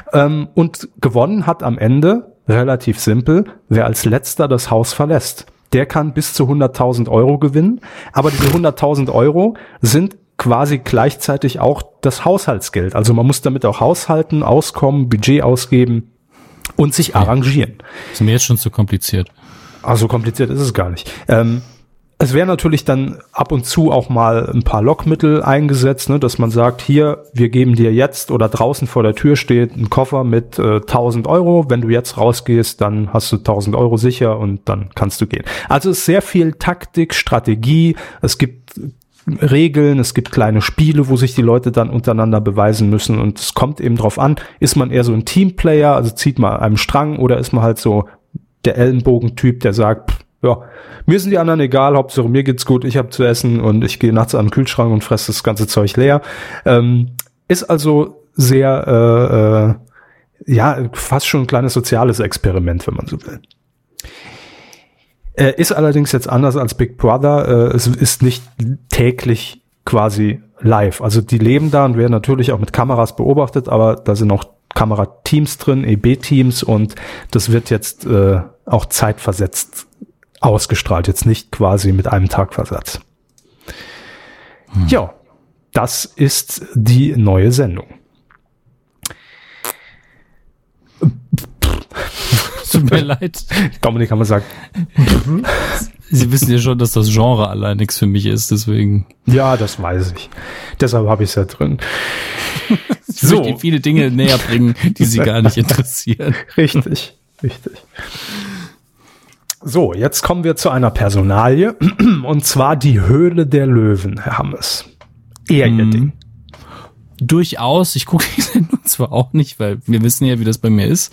Und gewonnen hat am Ende, relativ simpel, wer als letzter das Haus verlässt. Der kann bis zu 100.000 Euro gewinnen. Aber diese 100.000 Euro sind quasi gleichzeitig auch das Haushaltsgeld. Also man muss damit auch haushalten, auskommen, Budget ausgeben und sich arrangieren. Ist mir jetzt schon zu kompliziert. Also kompliziert ist es gar nicht. Es wäre natürlich dann ab und zu auch mal ein paar Lockmittel eingesetzt, ne, dass man sagt, hier, wir geben dir jetzt oder draußen vor der Tür steht ein Koffer mit 1.000 Euro. Wenn du jetzt rausgehst, dann hast du 1.000 Euro sicher und dann kannst du gehen. Also es ist sehr viel Taktik, Strategie. Es gibt Regeln, es gibt kleine Spiele, wo sich die Leute dann untereinander beweisen müssen und es kommt eben drauf an, ist man eher so ein Teamplayer, also zieht man an einem Strang oder ist man halt so der Ellenbogentyp, der sagt, ja, mir sind die anderen egal, Hauptsache mir geht's gut, ich habe zu essen und ich gehe nachts an den Kühlschrank und fresse das ganze Zeug leer. Ist also sehr, fast schon ein kleines soziales Experiment, wenn man so will. Ist allerdings jetzt anders als Big Brother. Es ist nicht täglich quasi live. Also die leben da und werden natürlich auch mit Kameras beobachtet, aber da sind auch Kamerateams drin, EB-Teams, und das wird jetzt auch zeitversetzt ausgestrahlt, jetzt nicht quasi mit einem Tagversatz. Ja, das ist die neue Sendung. Tut mir leid. Dominik haben wir gesagt. Sie wissen ja schon, dass das Genre allein nichts für mich ist, deswegen. Ja, das weiß ich. Deshalb habe ich es ja drin. Ich möchte Ihnen viele Dinge näher bringen, die Sie gar nicht interessieren. Richtig. So, jetzt kommen wir zu einer Personalie, und zwar die Höhle der Löwen, Herr Hammes. Eher Ihr Ding. Durchaus. Ich gucke die Sendung zwar auch nicht, weil wir wissen ja, wie das bei mir ist,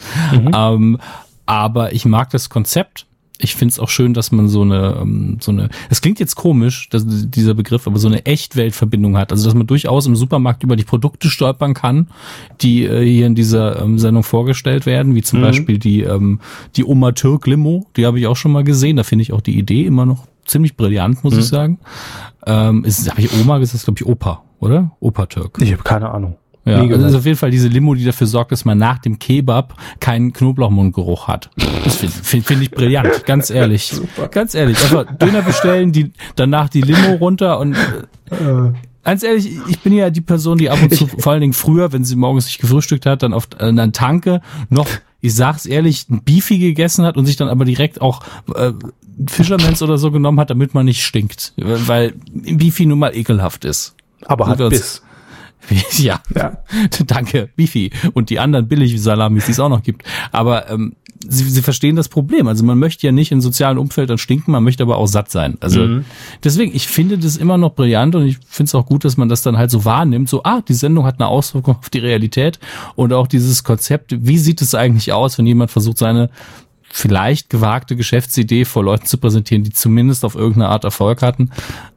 aber ich mag das Konzept. Ich finde es auch schön, dass man so eine, es klingt jetzt komisch, dieser Begriff, aber so eine Echtweltverbindung hat. Also, dass man durchaus im Supermarkt über die Produkte stolpern kann, die hier in dieser Sendung vorgestellt werden, wie zum Beispiel die Oma Türk Limo, die habe ich auch schon mal gesehen. Da finde ich auch die Idee immer noch ziemlich brillant, muss ich sagen. Habe ich Oma gesagt, glaube ich Opa, oder? Opa Türk. Ich habe keine Ahnung. Ja, also das ist auf jeden Fall diese Limo, die dafür sorgt, dass man nach dem Kebab keinen Knoblauchmundgeruch hat. Das finde ich brillant, ganz ehrlich. Super. Ganz ehrlich, einfach Döner bestellen, danach die Limo runter und ganz ehrlich, ich bin ja die Person, die ab und zu, vor allen Dingen früher, wenn sie morgens nicht gefrühstückt hat, dann oft an der Tanke noch, ich sag's ehrlich, ein Beefy gegessen hat und sich dann aber direkt auch Fishermans oder so genommen hat, damit man nicht stinkt. Weil Beefy nun mal ekelhaft ist. Aber hat Biss. Ja, danke, Beefy und die anderen Billig-Salamis, die es auch noch gibt. Aber sie verstehen das Problem. Also man möchte ja nicht in sozialen Umfeldern stinken, man möchte aber auch satt sein. Also deswegen, ich finde das immer noch brillant und ich finde es auch gut, dass man das dann halt so wahrnimmt. So, die Sendung hat eine Auswirkung auf die Realität und auch dieses Konzept, wie sieht es eigentlich aus, wenn jemand versucht, seine vielleicht gewagte Geschäftsidee vor Leuten zu präsentieren, die zumindest auf irgendeine Art Erfolg hatten.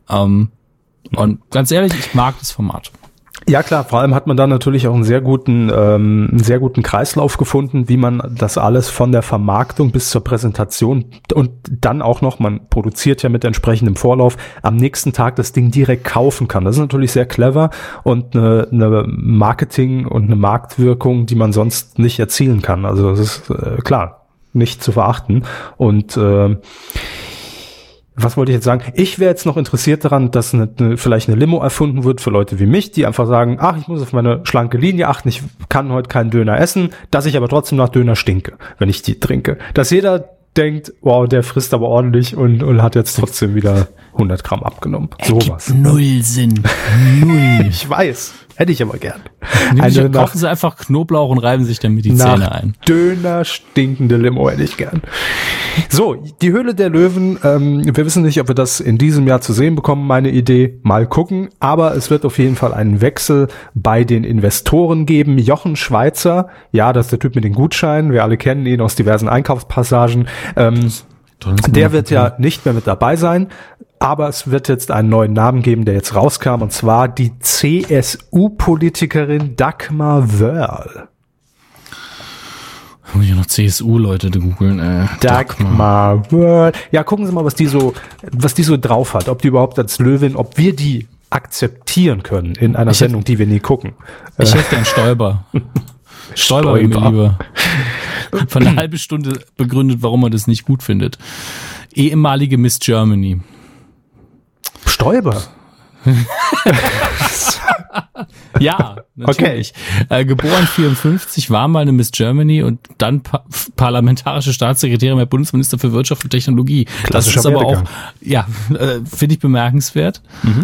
Und ganz ehrlich, ich mag das Format. Ja klar, vor allem hat man da natürlich auch einen sehr guten Kreislauf gefunden, wie man das alles von der Vermarktung bis zur Präsentation und dann auch noch, man produziert ja mit entsprechendem Vorlauf, am nächsten Tag das Ding direkt kaufen kann. Das ist natürlich sehr clever und eine Marketing- und eine Marktwirkung, die man sonst nicht erzielen kann. Also das ist klar, nicht zu verachten. Und was wollte ich jetzt sagen? Ich wäre jetzt noch interessiert daran, dass vielleicht eine Limo erfunden wird für Leute wie mich, die einfach sagen, ich muss auf meine schlanke Linie achten, ich kann heute keinen Döner essen, dass ich aber trotzdem nach Döner stinke, wenn ich die trinke. Dass jeder denkt, wow, der frisst aber ordentlich und hat jetzt trotzdem wieder 100 Gramm abgenommen. Sowas. Null Sinn. Null. Ich weiß. Hätte ich aber gern. Kaufen Sie einfach Knoblauch und reiben sich damit die Zähne ein. Döner stinkende Limo hätte ich gern. So, die Höhle der Löwen. Wir wissen nicht, ob wir das in diesem Jahr zu sehen bekommen, meine Idee. Mal gucken. Aber es wird auf jeden Fall einen Wechsel bei den Investoren geben. Jochen Schweizer, ja, das ist der Typ mit den Gutscheinen. Wir alle kennen ihn aus diversen Einkaufspassagen. Der wird ja nicht mehr mit dabei sein. Aber es wird jetzt einen neuen Namen geben, der jetzt rauskam, und zwar die CSU-Politikerin Dagmar Wörl. Muss ich noch CSU-Leute googeln. Dagmar Wörl. Ja, gucken Sie mal, was die so drauf hat. Ob die überhaupt als Löwin, ob wir die akzeptieren können in einer Sendung, die wir nie gucken. Ich hätte gern Stoiber. Stoiber wäre mir lieber. Von einer halben Stunde begründet, warum man das nicht gut findet. Ehemalige Miss Germany. Stoiber? Ja, natürlich. Okay. Geboren 54, war mal eine Miss Germany und dann parlamentarische Staatssekretärin bei Bundesminister für Wirtschaft und Technologie. Das ist aber auch, finde ich bemerkenswert.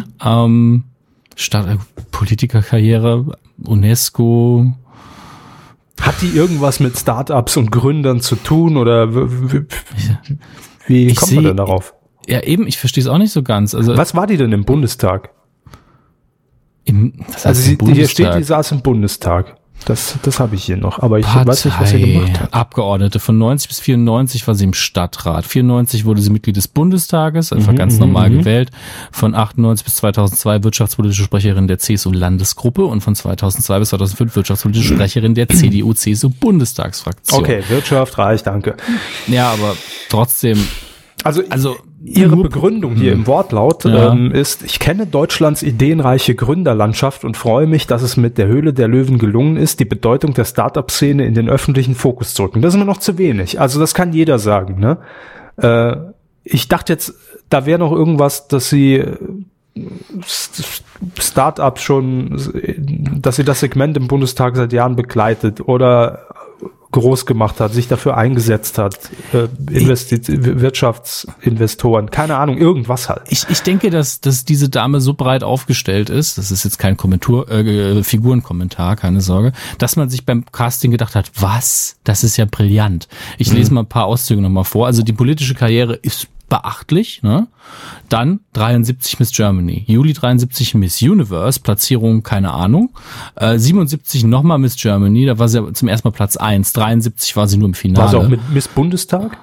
Politikerkarriere, UNESCO. Hat die irgendwas mit Startups und Gründern zu tun oder wie kommt man denn darauf? Ja, eben, ich verstehe es auch nicht so ganz. Also, was war die denn im Bundestag? Hier steht, die saß im Bundestag. Das habe ich hier noch, aber ich weiß nicht, was sie gemacht hat. Abgeordnete. Von 90 bis 94 war sie im Stadtrat. 94 wurde sie Mitglied des Bundestages, einfach ganz normal gewählt. Von 98 bis 2002 wirtschaftspolitische Sprecherin der CSU-Landesgruppe und von 2002 bis 2005 wirtschaftspolitische Sprecherin der CDU-CSU-Bundestagsfraktion. Okay, Wirtschaft reicht, danke. Ja, aber trotzdem... Also ihre Begründung hier im Wortlaut ist: Ich kenne Deutschlands ideenreiche Gründerlandschaft und freue mich, dass es mit der Höhle der Löwen gelungen ist, die Bedeutung der Startup-Szene in den öffentlichen Fokus zu rücken. Das ist mir noch zu wenig. Also das kann jeder sagen, ne? Ich dachte jetzt, da wäre noch irgendwas, dass sie Startups schon, dass sie das Segment im Bundestag seit Jahren begleitet oder groß gemacht hat, sich dafür eingesetzt hat, Wirtschaftsinvestoren, keine Ahnung, irgendwas halt. Ich denke, dass diese Dame so breit aufgestellt ist, das ist jetzt kein Figurenkommentar, keine Sorge, dass man sich beim Casting gedacht hat, was? Das ist ja brillant. Ich lese mal ein paar Auszüge nochmal vor. Also die politische Karriere ist beachtlich, ne? Dann 73 Miss Germany, Juli 73 Miss Universe, Platzierung keine Ahnung, 77 nochmal Miss Germany, da war sie zum ersten Mal Platz 1, 73 war sie nur im Finale. War sie auch mit Miss Bundestag?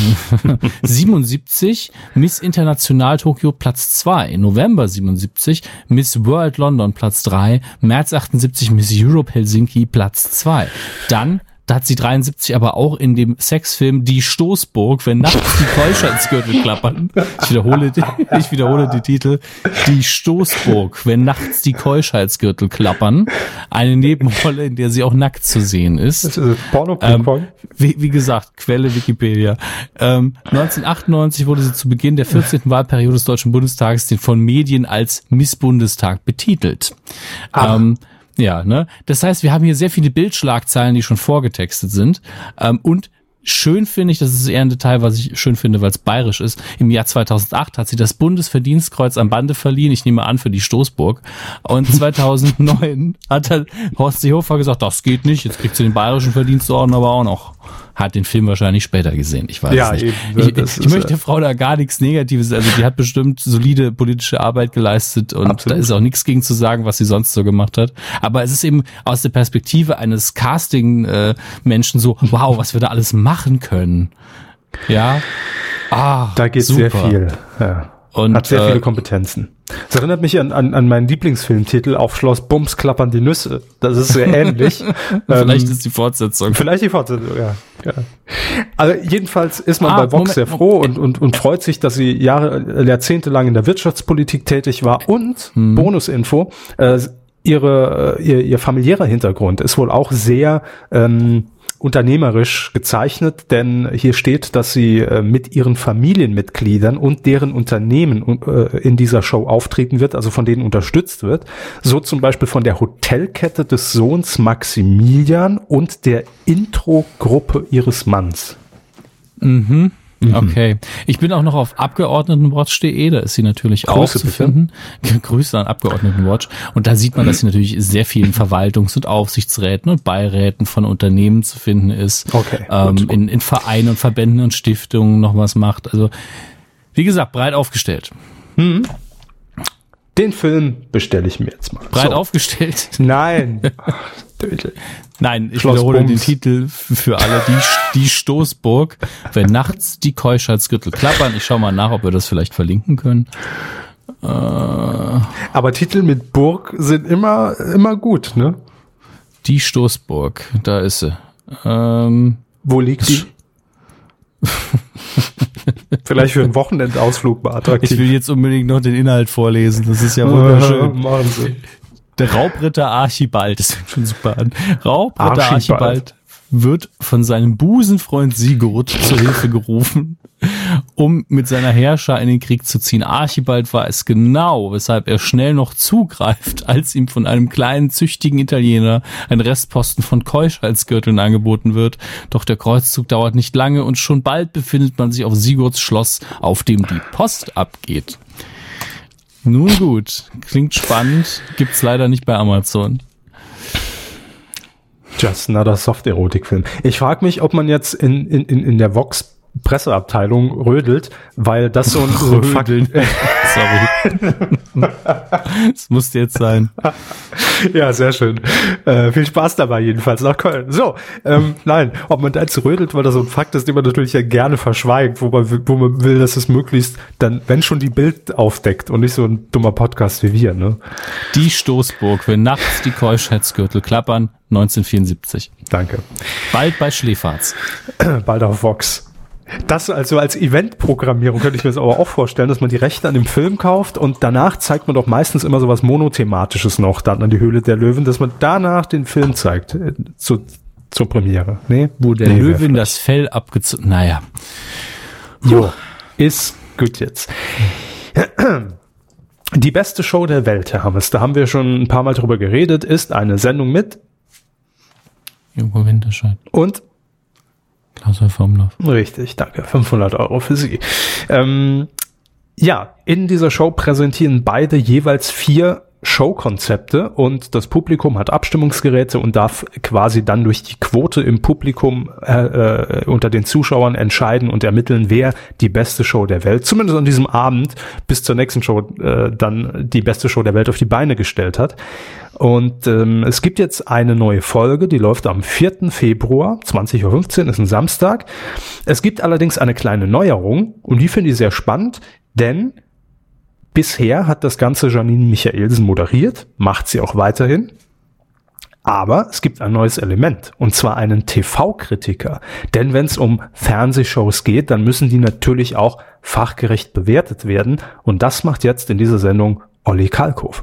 77 Miss International Tokio Platz 2, November 77 Miss World London Platz 3, März 78 Miss Europe Helsinki Platz 2. Dann da hat sie 73 aber auch in dem Sexfilm Die Stoßburg, wenn nachts die Keuschheitsgürtel klappern. Ich wiederhole die Titel. Die Stoßburg, wenn nachts die Keuschheitsgürtel klappern. Eine Nebenrolle, in der sie auch nackt zu sehen ist. Das ist Porno-Ping-Pong. Wie gesagt, Quelle Wikipedia. 1998 wurde sie zu Beginn der 14. Wahlperiode des Deutschen Bundestages von Medien als Miss Bundestag betitelt. Ja, ne? Das heißt, wir haben hier sehr viele Bildschlagzeilen, die schon vorgetextet sind. Und schön finde ich, das ist eher ein Detail, was ich schön finde, weil es bayerisch ist. Im Jahr 2008 hat sie das Bundesverdienstkreuz am Bande verliehen. Ich nehme an, für die Stoßburg. Und 2009 hat dann Horst Seehofer gesagt, das geht nicht. Jetzt kriegt sie den bayerischen Verdienstorden aber auch noch. Hat den Film wahrscheinlich später gesehen. Ich weiß es nicht. Ich möchte der Frau da gar nichts Negatives. Also die hat bestimmt solide politische Arbeit geleistet und absolut. Da ist auch nichts gegen zu sagen, was sie sonst so gemacht hat. Aber es ist eben aus der Perspektive eines Casting-Menschen so, wow, was wir da alles machen können. Ja. Da geht sehr viel. Ja. Und hat sehr viele Kompetenzen. Das erinnert mich an meinen Lieblingsfilmtitel, Auf Schloss Bums klappern die Nüsse. Das ist sehr ähnlich. Vielleicht ist die Fortsetzung. Ja. Also jedenfalls ist man bei Vox sehr froh und freut sich, dass sie jahrzehntelang in der Wirtschaftspolitik tätig war. Und, Bonusinfo, ihr familiärer Hintergrund ist wohl auch sehr unternehmerisch gezeichnet, denn hier steht, dass sie mit ihren Familienmitgliedern und deren Unternehmen in dieser Show auftreten wird, also von denen unterstützt wird. So zum Beispiel von der Hotelkette des Sohns Maximilian und der Intro-Gruppe ihres Manns. Okay. Ich bin auch noch auf Abgeordnetenwatch.de, da ist sie natürlich Grüße auch zu finden. Grüße an Abgeordnetenwatch. Und da sieht man, dass sie natürlich sehr vielen Verwaltungs- und Aufsichtsräten und Beiräten von Unternehmen zu finden ist. Okay. In Vereinen und Verbänden und Stiftungen noch was macht. Also, wie gesagt, breit aufgestellt. Den Film bestelle ich mir jetzt mal. Breit aufgestellt? Nein. Nein, ich wiederhole den Titel für alle. Die Stoßburg, wenn nachts die Keuschheitsgürtel klappern. Ich schaue mal nach, ob wir das vielleicht verlinken können. Aber Titel mit Burg sind immer gut, ne? Die Stoßburg, da ist sie. Wo liegt die? Vielleicht für einen Wochenendausflug mal attraktiv. Ich will jetzt unbedingt noch den Inhalt vorlesen. Das ist ja wunderschön. Machen Sie. Der Raubritter Archibald, das fängt schon super an. Raubritter Archibald wird von seinem Busenfreund Sigurd zur Hilfe gerufen, um mit seiner Heerschar in den Krieg zu ziehen. Archibald weiß genau, weshalb er schnell noch zugreift, als ihm von einem kleinen, züchtigen Italiener ein Restposten von Keuschheitsgürteln angeboten wird. Doch der Kreuzzug dauert nicht lange und schon bald befindet man sich auf Sigurds Schloss, auf dem die Post abgeht. Nun gut, klingt spannend, gibt's leider nicht bei Amazon. Just another Soft-Erotik-Film. Ich frage mich, ob man jetzt in der Vox Presseabteilung rödelt, weil das so ein Fakt. Sorry. Das musste jetzt sein. Ja, sehr schön. Viel Spaß dabei jedenfalls nach Köln. So, nein, ob man da jetzt rödelt, weil das so ein Fakt ist, den man natürlich ja gerne verschweigt, wo man will, dass es möglichst dann, wenn schon die Bild aufdeckt und nicht so ein dummer Podcast wie wir, ne? Die Stoßburg, wenn nachts die Keuschheitsgürtel klappern, 1974. Danke. Bald bei Schläferz. Bald auf Vox. Das also als Eventprogrammierung könnte ich mir das aber auch vorstellen, dass man die Rechte an dem Film kauft und danach zeigt man doch meistens immer so was Monothematisches noch, dann an die Höhle der Löwen, dass man danach den Film zeigt, zur Premiere. Nee? Wo der Löwin das Fell abgezogen, naja. Jo, ist gut jetzt. Die beste Show der Welt, Herr Hammes, da haben wir schon ein paar Mal drüber geredet, ist eine Sendung mit Joko Winterscheid und Klaus Vormlauf. Richtig, danke. 500 € für Sie. Ja, in dieser Show präsentieren beide jeweils 4 Showkonzepte und das Publikum hat Abstimmungsgeräte und darf quasi dann durch die Quote im Publikum unter den Zuschauern entscheiden und ermitteln, wer die beste Show der Welt, zumindest an diesem Abend bis zur nächsten Show, dann die beste Show der Welt auf die Beine gestellt hat. Und es gibt jetzt eine neue Folge, die läuft am 4. Februar, 20:15 Uhr, ist ein Samstag. Es gibt allerdings eine kleine Neuerung und die finde ich sehr spannend, denn bisher hat das Ganze Janine Michaelsen moderiert, macht sie auch weiterhin. Aber es gibt ein neues Element, und zwar einen TV-Kritiker. Denn wenn es um Fernsehshows geht, dann müssen die natürlich auch fachgerecht bewertet werden. Und das macht jetzt in dieser Sendung Olli Kalkofe.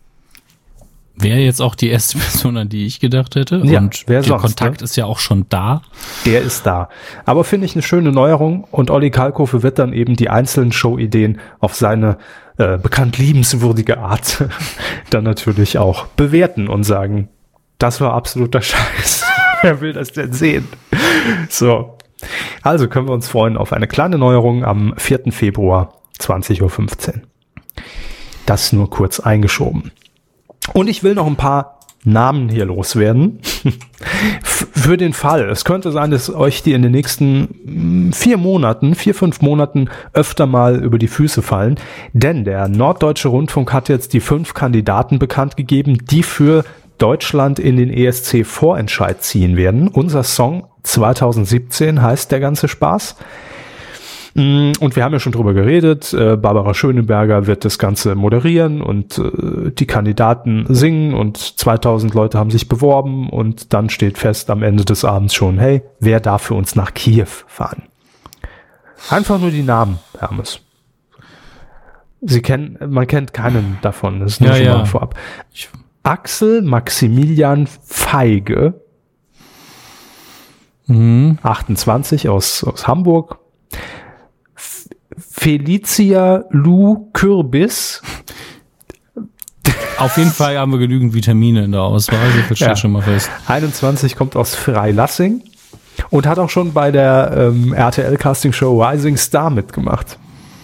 Wäre jetzt auch die erste Person, an die ich gedacht hätte. Ja, und der Kontakt ist ja auch schon da. Der ist da. Aber finde ich eine schöne Neuerung. Und Olli Kalkofe wird dann eben die einzelnen Show-Ideen auf seine bekannt liebenswürdige Art dann natürlich auch bewerten und sagen, das war absoluter Scheiß. Wer will das denn sehen? So. Also können wir uns freuen auf eine kleine Neuerung am 4. Februar, 20:15 Uhr. Das nur kurz eingeschoben. Und ich will noch ein paar Namen hier loswerden. Für den Fall. Es könnte sein, dass euch die in den nächsten 4-5 Monaten öfter mal über die Füße fallen. Denn der Norddeutsche Rundfunk hat jetzt die 5 Kandidaten bekannt gegeben, die für Deutschland in den ESC-Vorentscheid ziehen werden. Unser Song 2017 heißt der ganze Spaß. Und wir haben ja schon drüber geredet, Barbara Schöneberger wird das Ganze moderieren und die Kandidaten singen und 2000 Leute haben sich beworben und dann steht fest am Ende des Abends schon, hey, wer darf für uns nach Kiew fahren? Einfach nur die Namen, Hermes. Man kennt keinen davon, das ist nur schon mal vorab. Axel Maximilian Feige, 28 aus Hamburg. Felicia Lou Kürbis. Auf jeden Fall haben wir genügend Vitamine in der Auswahl, das steht schon mal fest. 21 kommt aus Freilassing und hat auch schon bei der RTL-Casting-Show Rising Star mitgemacht.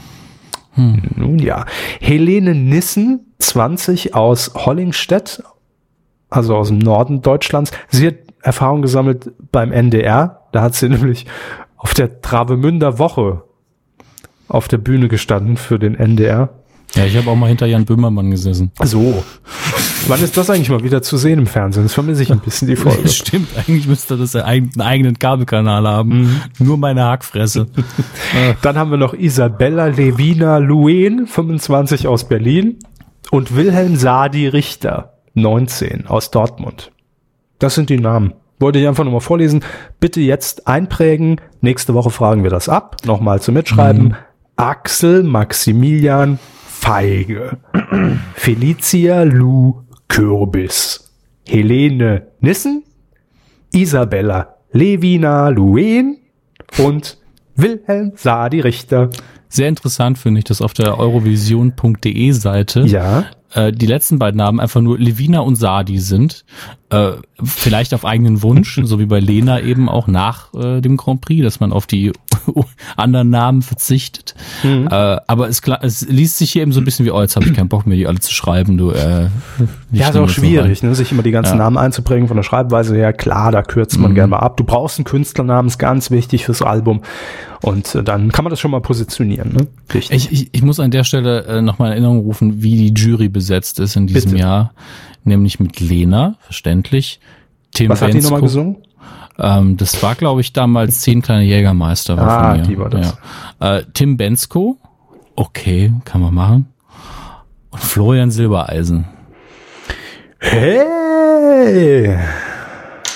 Nun ja. Helene Nissen, 20 aus Hollingstedt, also aus dem Norden Deutschlands. Sie hat Erfahrung gesammelt beim NDR. Da hat sie nämlich auf der Travemünder Woche auf der Bühne gestanden für den NDR. Ja, ich habe auch mal hinter Jan Böhmermann gesessen. So. Wann ist das eigentlich mal wieder zu sehen im Fernsehen? Das vermisse ich ein bisschen, die Folge. Das stimmt, eigentlich müsste das einen eigenen Kabelkanal haben. Nur meine Hackfresse. Dann haben wir noch Isabella Levina Luen, 25 aus Berlin. Und Wilhelm Sadi Richter, 19 aus Dortmund. Das sind die Namen. Wollte ich einfach nochmal vorlesen. Bitte jetzt einprägen. Nächste Woche fragen wir das ab. Nochmal zum Mitschreiben. Axel Maximilian Feige. Felicia Lou Kürbis. Helene Nissen. Isabella Levina Luen. Und Wilhelm Sadi Richter. Sehr interessant finde ich, dass auf der eurovision.de Seite die letzten beiden Namen einfach nur Levina und Sadi sind. Vielleicht auf eigenen Wunsch, so wie bei Lena eben auch nach dem Grand Prix, dass man auf die anderen Namen verzichtet. Aber es liest sich hier eben so ein bisschen wie, jetzt habe ich keinen Bock mehr, die alle zu schreiben. Ja, ist auch schwierig, ne, sich immer die ganzen Namen einzubringen von der Schreibweise her. Klar, da kürzt man gerne mal ab. Du brauchst einen Künstlernamen, ist ganz wichtig fürs Album. Und dann kann man das schon mal positionieren. Ne? Richtig. Ich muss an der Stelle nochmal in Erinnerung rufen, wie die Jury besetzt ist in diesem Jahr. Nämlich mit Lena, verständlich. Tim Was Bensko. hat die nochmal gesungen? Das war, glaube ich, damals 10 kleine Jägermeister. Von mir. Die war das. Ja. Tim Bensko. Okay, kann man machen. Und Florian Silbereisen. Hey!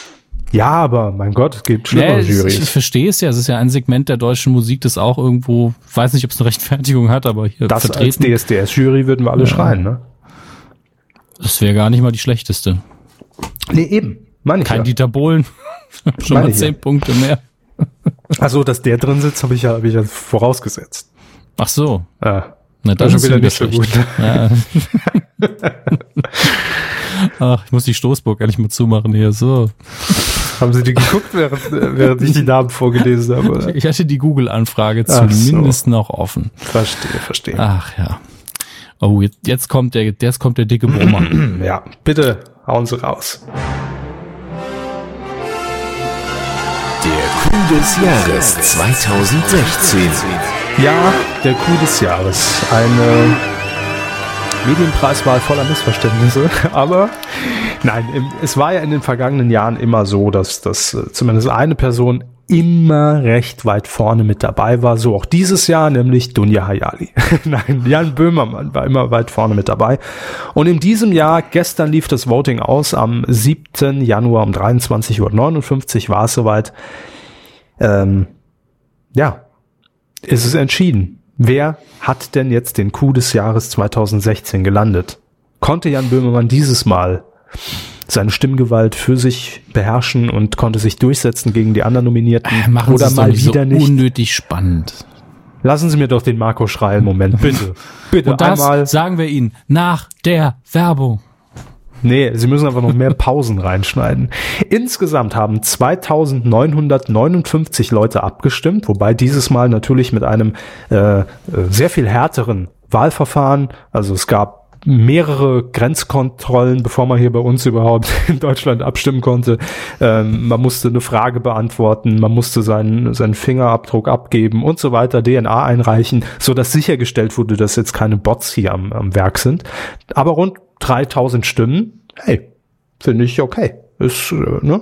Ja, aber mein Gott, es gibt schlimmere Jurys. Ich verstehe es ja. Es ist ja ein Segment der deutschen Musik, das auch irgendwo, weiß nicht, ob es eine Rechtfertigung hat, aber hier das vertreten. Als DSDS-Jury würden wir alle schreien, ne? Das wäre gar nicht mal die schlechteste. Nee, eben. Kein Dieter Bohlen. Schon mal 10 Punkte mehr. Also, dass der drin sitzt, habe ich ja vorausgesetzt. Ach so. Ja. Na, das ist wieder nicht so gut. Ja. Ach, ich muss die Stoßburg ehrlich mal zumachen hier. So. Haben Sie die geguckt, während ich die Namen vorgelesen habe? Oder? Ich hatte die Google-Anfrage zumindest noch offen. Verstehe. Ach ja. Oh, jetzt kommt der dicke Brummer. Ja, bitte hauen Sie raus. Der Coup des Jahres 2016. Ja, der Coup des Jahres. Eine Medienpreiswahl voller Missverständnisse, aber nein, es war ja in den vergangenen Jahren immer so, dass zumindest eine Person immer recht weit vorne mit dabei war, so auch dieses Jahr, nämlich Dunja Hayali. Nein, Jan Böhmermann war immer weit vorne mit dabei. Und in diesem Jahr, gestern lief das Voting aus, am 7. Januar um 23:59 Uhr war es soweit. Es ist entschieden. Wer hat denn jetzt den Coup des Jahres 2016 gelandet? Konnte Jan Böhmermann dieses Mal seine Stimmgewalt für sich beherrschen und konnte sich durchsetzen gegen die anderen Nominierten? Machen oder mal wieder so nicht? Unnötig spannend. Lassen Sie mir doch den Marco Schreil-Moment, bitte. Bitte und das einmal. Sagen wir Ihnen nach der Werbung. Nee, Sie müssen einfach noch mehr Pausen reinschneiden. Insgesamt haben 2959 Leute abgestimmt, wobei dieses Mal natürlich mit einem sehr viel härteren Wahlverfahren. Also es gab mehrere Grenzkontrollen, bevor man hier bei uns überhaupt in Deutschland abstimmen konnte. Man musste eine Frage beantworten, man musste seinen Fingerabdruck abgeben und so weiter, DNA einreichen, so dass sichergestellt wurde, dass jetzt keine Bots hier am Werk sind. Aber rund 3000 Stimmen, hey, finde ich okay. Ist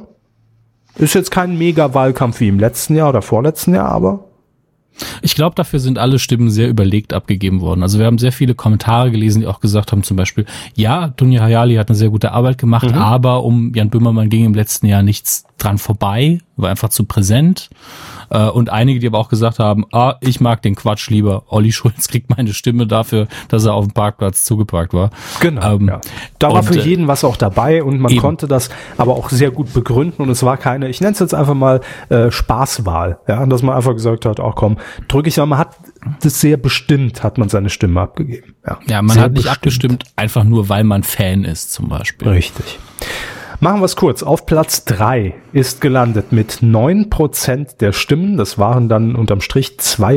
jetzt kein Mega-Wahlkampf wie im letzten Jahr oder vorletzten Jahr, aber ich glaube, dafür sind alle Stimmen sehr überlegt abgegeben worden. Also wir haben sehr viele Kommentare gelesen, die auch gesagt haben, zum Beispiel, ja, Dunja Hayali hat eine sehr gute Arbeit gemacht, aber um Jan Böhmermann ging im letzten Jahr nichts dran vorbei, war einfach zu präsent. Und einige, die aber auch gesagt haben, ich mag den Quatsch lieber. Olli Schulz kriegt meine Stimme dafür, dass er auf dem Parkplatz zugeparkt war. Genau. Da war für jeden was auch dabei und man konnte das aber auch sehr gut begründen und es war keine, ich nenne es jetzt einfach mal Spaßwahl, ja, dass man einfach gesagt hat, ach komm, drücke ich mal, man hat das sehr bestimmt, hat man seine Stimme abgegeben. Ja, man hat nicht abgestimmt, einfach nur, weil man Fan ist zum Beispiel. Richtig. Machen wir es kurz. Auf Platz 3 ist gelandet mit 9% der Stimmen. Das waren dann unterm Strich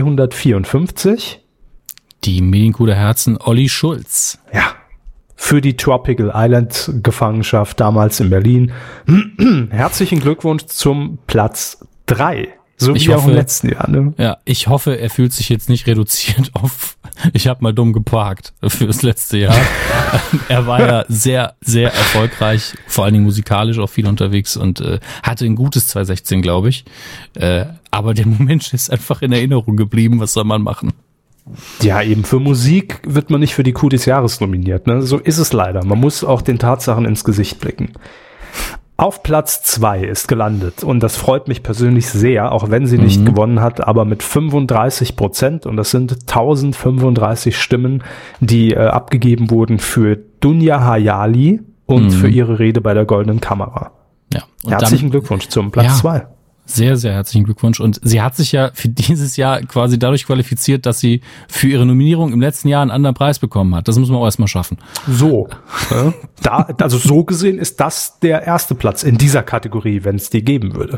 254. Die Medienkuh der Herzen, Olli Schulz. Ja, für die Tropical Island Gefangenschaft damals in Berlin. Herzlichen Glückwunsch zum Platz 3. So wie auch im letzten Jahr, ne? Ja, ich hoffe, er fühlt sich jetzt nicht reduziert auf, ich habe mal dumm geparkt fürs letzte Jahr. Er war ja sehr, sehr erfolgreich, vor allen Dingen musikalisch auch viel unterwegs und hatte ein gutes 2016, glaube ich. Aber der Moment ist einfach in Erinnerung geblieben, was soll man machen? Ja, eben für Musik wird man nicht für die Coup des Jahres nominiert, ne? So ist es leider. Man muss auch den Tatsachen ins Gesicht blicken. Auf Platz 2 ist gelandet und das freut mich persönlich sehr, auch wenn sie nicht gewonnen hat, aber mit 35% und das sind 1035 Stimmen, die abgegeben wurden für Dunja Hayali und für ihre Rede bei der Goldenen Kamera. Ja. Und herzlichen Glückwunsch zum Platz 2. Sehr, sehr herzlichen Glückwunsch. Und sie hat sich ja für dieses Jahr quasi dadurch qualifiziert, dass sie für ihre Nominierung im letzten Jahr einen anderen Preis bekommen hat. Das muss man auch erstmal schaffen. So. Also so gesehen ist das der erste Platz in dieser Kategorie, wenn es die geben würde.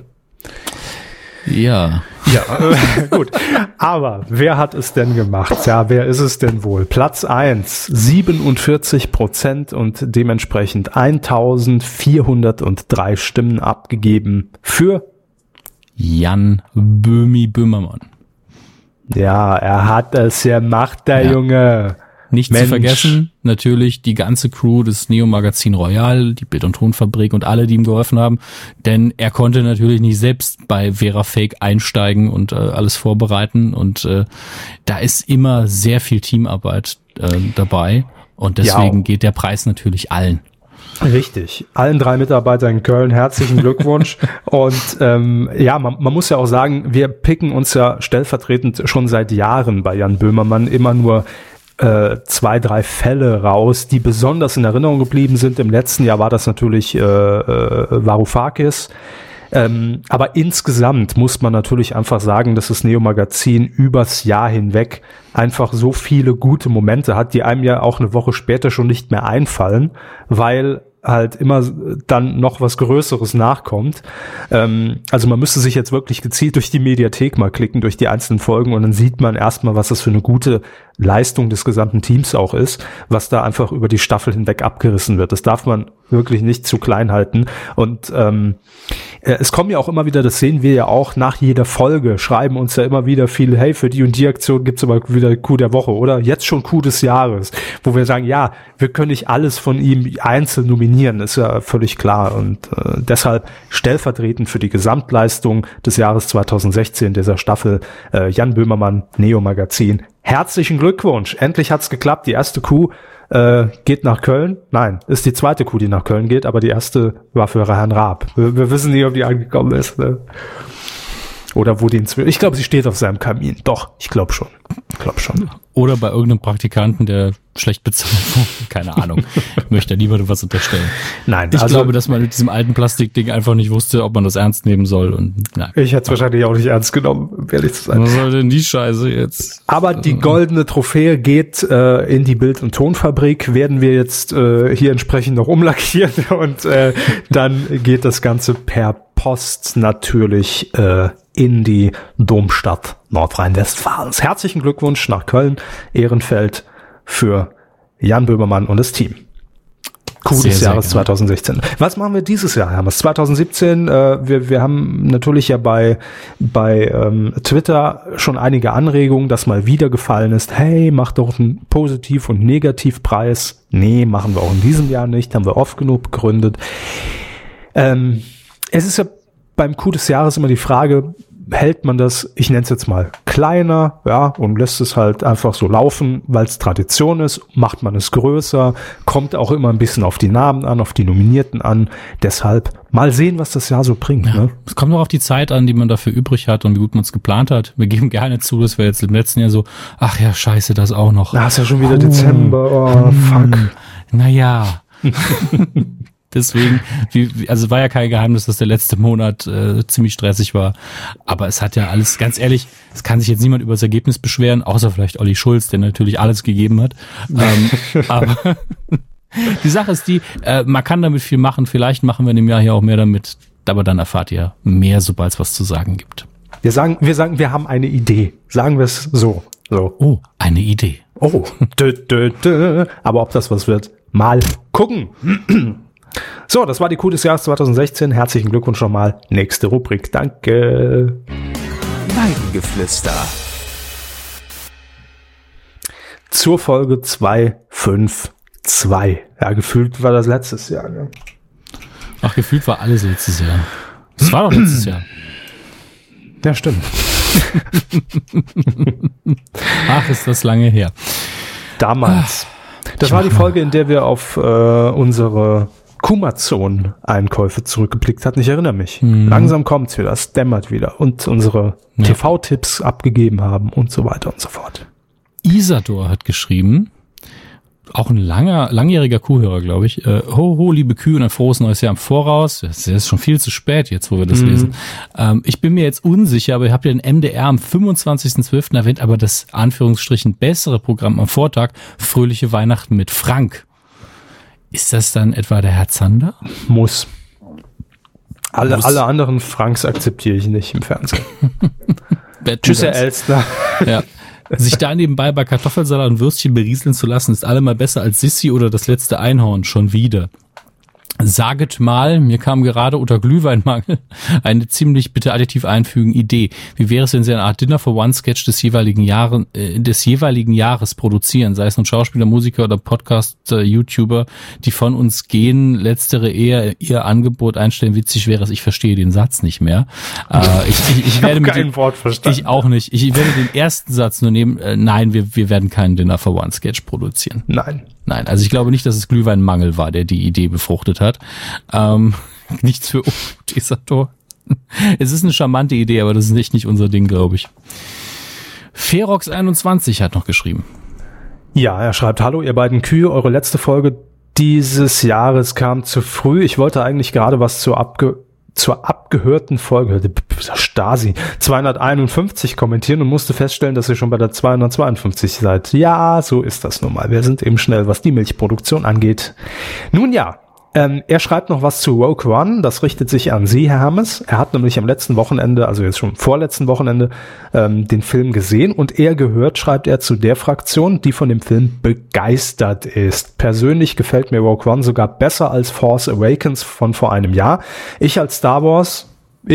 Ja. Ja, gut. Aber wer hat es denn gemacht? Ja, wer ist es denn wohl? Platz 1, 47% und dementsprechend 1403 Stimmen abgegeben für Jan Böhmermann. Ja, er hat es gemacht, der Junge. Nicht zu vergessen, natürlich die ganze Crew des Neo-Magazin Royal, die Bild- und Tonfabrik und alle, die ihm geholfen haben. Denn er konnte natürlich nicht selbst bei Vera Fake einsteigen und alles vorbereiten. Und da ist immer sehr viel Teamarbeit dabei. Und deswegen geht der Preis natürlich allen. Richtig. Allen 3 Mitarbeitern in Köln herzlichen Glückwunsch. Und man muss ja auch sagen, wir picken uns ja stellvertretend schon seit Jahren bei Jan Böhmermann immer nur 2, 3 Fälle raus, die besonders in Erinnerung geblieben sind. Im letzten Jahr war das natürlich Varoufakis. Aber insgesamt muss man natürlich einfach sagen, dass das Neo-Magazin übers Jahr hinweg einfach so viele gute Momente hat, die einem ja auch eine Woche später schon nicht mehr einfallen, weil halt immer dann noch was Größeres nachkommt. Also man müsste sich jetzt wirklich gezielt durch die Mediathek mal klicken, durch die einzelnen Folgen, und dann sieht man erstmal, was das für eine gute Leistung des gesamten Teams auch ist, was da einfach über die Staffel hinweg abgerissen wird. Das darf man wirklich nicht zu klein halten. Und es kommen ja auch immer wieder, das sehen wir ja auch nach jeder Folge, schreiben uns ja immer wieder viele, hey, für die und die Aktion gibt's aber wieder Coup der Woche oder jetzt schon Coup des Jahres, wo wir sagen, ja, wir können nicht alles von ihm einzeln nominieren, ist ja völlig klar. Und deshalb stellvertretend für die Gesamtleistung des Jahres 2016 dieser Staffel Jan Böhmermann, Neo-Magazin. Herzlichen Glückwunsch, endlich hat's geklappt, die erste Coup geht nach Köln. Nein, ist die zweite Coup, die nach Köln geht, aber die erste war für Herrn Raab. Wir wissen nicht, ob die angekommen ist. Ne? Oder wo die inzwischen... Ich glaube, sie steht auf seinem Kamin. Doch, ich glaube schon. Oder bei irgendeinem Praktikanten, der schlecht bezahlt wurde. Keine Ahnung. Ich möchte niemandem was unterstellen. Nein. Ich glaube, dass man mit diesem alten Plastikding einfach nicht wusste, ob man das ernst nehmen soll. Und nein. Ich hätte es wahrscheinlich auch nicht ernst genommen, um ehrlich zu sein. Was soll denn die Scheiße jetzt? Aber die goldene Trophäe geht in die Bild- und Tonfabrik. Werden wir jetzt hier entsprechend noch umlackieren. Und dann geht das Ganze per Post natürlich in die Domstadt Nordrhein-Westfalens. Herzlichen Glückwunsch nach Köln, Ehrenfeld für Jan Böhmermann und das Team. Coup des Jahres 2016. Was machen wir dieses Jahr, Hermes? 2017, wir haben natürlich ja bei Twitter schon einige Anregungen, dass mal wieder gefallen ist, hey, mach doch einen Positiv- und Negativpreis. Nee, machen wir auch in diesem Jahr nicht, haben wir oft genug begründet. Es ist ja beim Coup des Jahres immer die Frage, hält man das, ich nenne es jetzt mal kleiner, ja, und lässt es halt einfach so laufen, weil es Tradition ist, macht man es größer, kommt auch immer ein bisschen auf die Namen an, auf die Nominierten an, deshalb mal sehen, was das Jahr so bringt. Ja, ne? Es kommt auch auf die Zeit an, die man dafür übrig hat und wie gut man es geplant hat. Wir geben gerne zu, dass wir jetzt im letzten Jahr so, ach ja, scheiße, das auch noch. Da ist ja schon wieder Dezember, oh, fuck. Naja. Deswegen, also war ja kein Geheimnis, dass der letzte Monat ziemlich stressig war. Aber es hat ja alles, ganz ehrlich, es kann sich jetzt niemand über das Ergebnis beschweren, außer vielleicht Olli Schulz, der natürlich alles gegeben hat. Aber die Sache ist die, man kann damit viel machen. Vielleicht machen wir in dem Jahr hier auch mehr damit. Aber dann erfahrt ihr mehr, sobald es was zu sagen gibt. Wir sagen, wir haben eine Idee. Sagen wir es so. Oh, eine Idee. Oh. Aber ob das was wird, mal gucken. So, das war die Coup des Jahres 2016. Herzlichen Glückwunsch nochmal. Nächste Rubrik. Danke. Weidengeflüster. Zur Folge 252. Ja, gefühlt war das letztes Jahr. Ne? Ach, gefühlt war alles letztes Jahr. Das war doch letztes Jahr. Ja, stimmt. Ach, ist das lange her. Damals. Das war die Folge, in der wir auf unsere Kumazon-Einkäufe zurückgeblickt hatten. Ich erinnere mich. Langsam kommt's wieder, es dämmert wieder. Und unsere TV-Tipps abgegeben haben und so weiter und so fort. Isador hat geschrieben, auch ein langjähriger Kuhhörer, glaube ich. Ho, liebe Kühe und ein frohes neues Jahr im Voraus. Das ist schon viel zu spät jetzt, wo wir das lesen. Ich bin mir jetzt unsicher, aber ihr habt ja den MDR am 25.12. erwähnt, aber das Anführungsstrichen bessere Programm am Vortag, Fröhliche Weihnachten mit Frank. Ist das dann etwa der Herr Zander? Muss. Alle anderen Franks akzeptiere ich nicht im Fernsehen. Tschüss, Herr Elstner. Ja. Sich da nebenbei bei Kartoffelsalat und Würstchen berieseln zu lassen, ist allemal besser als Sissi oder das letzte Einhorn, schon wieder. Saget mal, mir kam gerade unter Glühweinmangel eine ziemlich bitte additiv einfügen Idee. Wie wäre es, wenn Sie eine Art Dinner for One Sketch des jeweiligen Jahres produzieren, sei es nun Schauspieler, Musiker oder Podcast-YouTuber, die von uns gehen, letztere eher ihr Angebot einstellen. Witzig wäre es, ich verstehe den Satz nicht mehr. Ich werde mit kein Wort verstanden. Ich auch nicht. Ich werde den ersten Satz nur nehmen. Nein, wir werden keinen Dinner for One Sketch produzieren. Nein. Nein, also ich glaube nicht, dass es Glühweinmangel war, der die Idee befruchtet hat. Nichts für Desator. Es ist eine charmante Idee, aber das ist echt nicht unser Ding, glaube ich. Ferox21 hat noch geschrieben. Ja, er schreibt, hallo ihr beiden Kühe, eure letzte Folge dieses Jahres kam zu früh. Ich wollte eigentlich gerade was zur abgehörten Folge, Stasi, 251 kommentieren und musste feststellen, dass ihr schon bei der 252 seid. Ja, so ist das nun mal. Wir sind eben schnell, was die Milchproduktion angeht. Nun ja. Er schreibt noch was zu Rogue One, das richtet sich an Sie, Herr Hammes. Er hat nämlich am letzten Wochenende, also jetzt schon vorletzten Wochenende, den Film gesehen und er gehört, schreibt er, zu der Fraktion, die von dem Film begeistert ist. Persönlich gefällt mir Rogue One sogar besser als Force Awakens von vor einem Jahr. Ich als Star Wars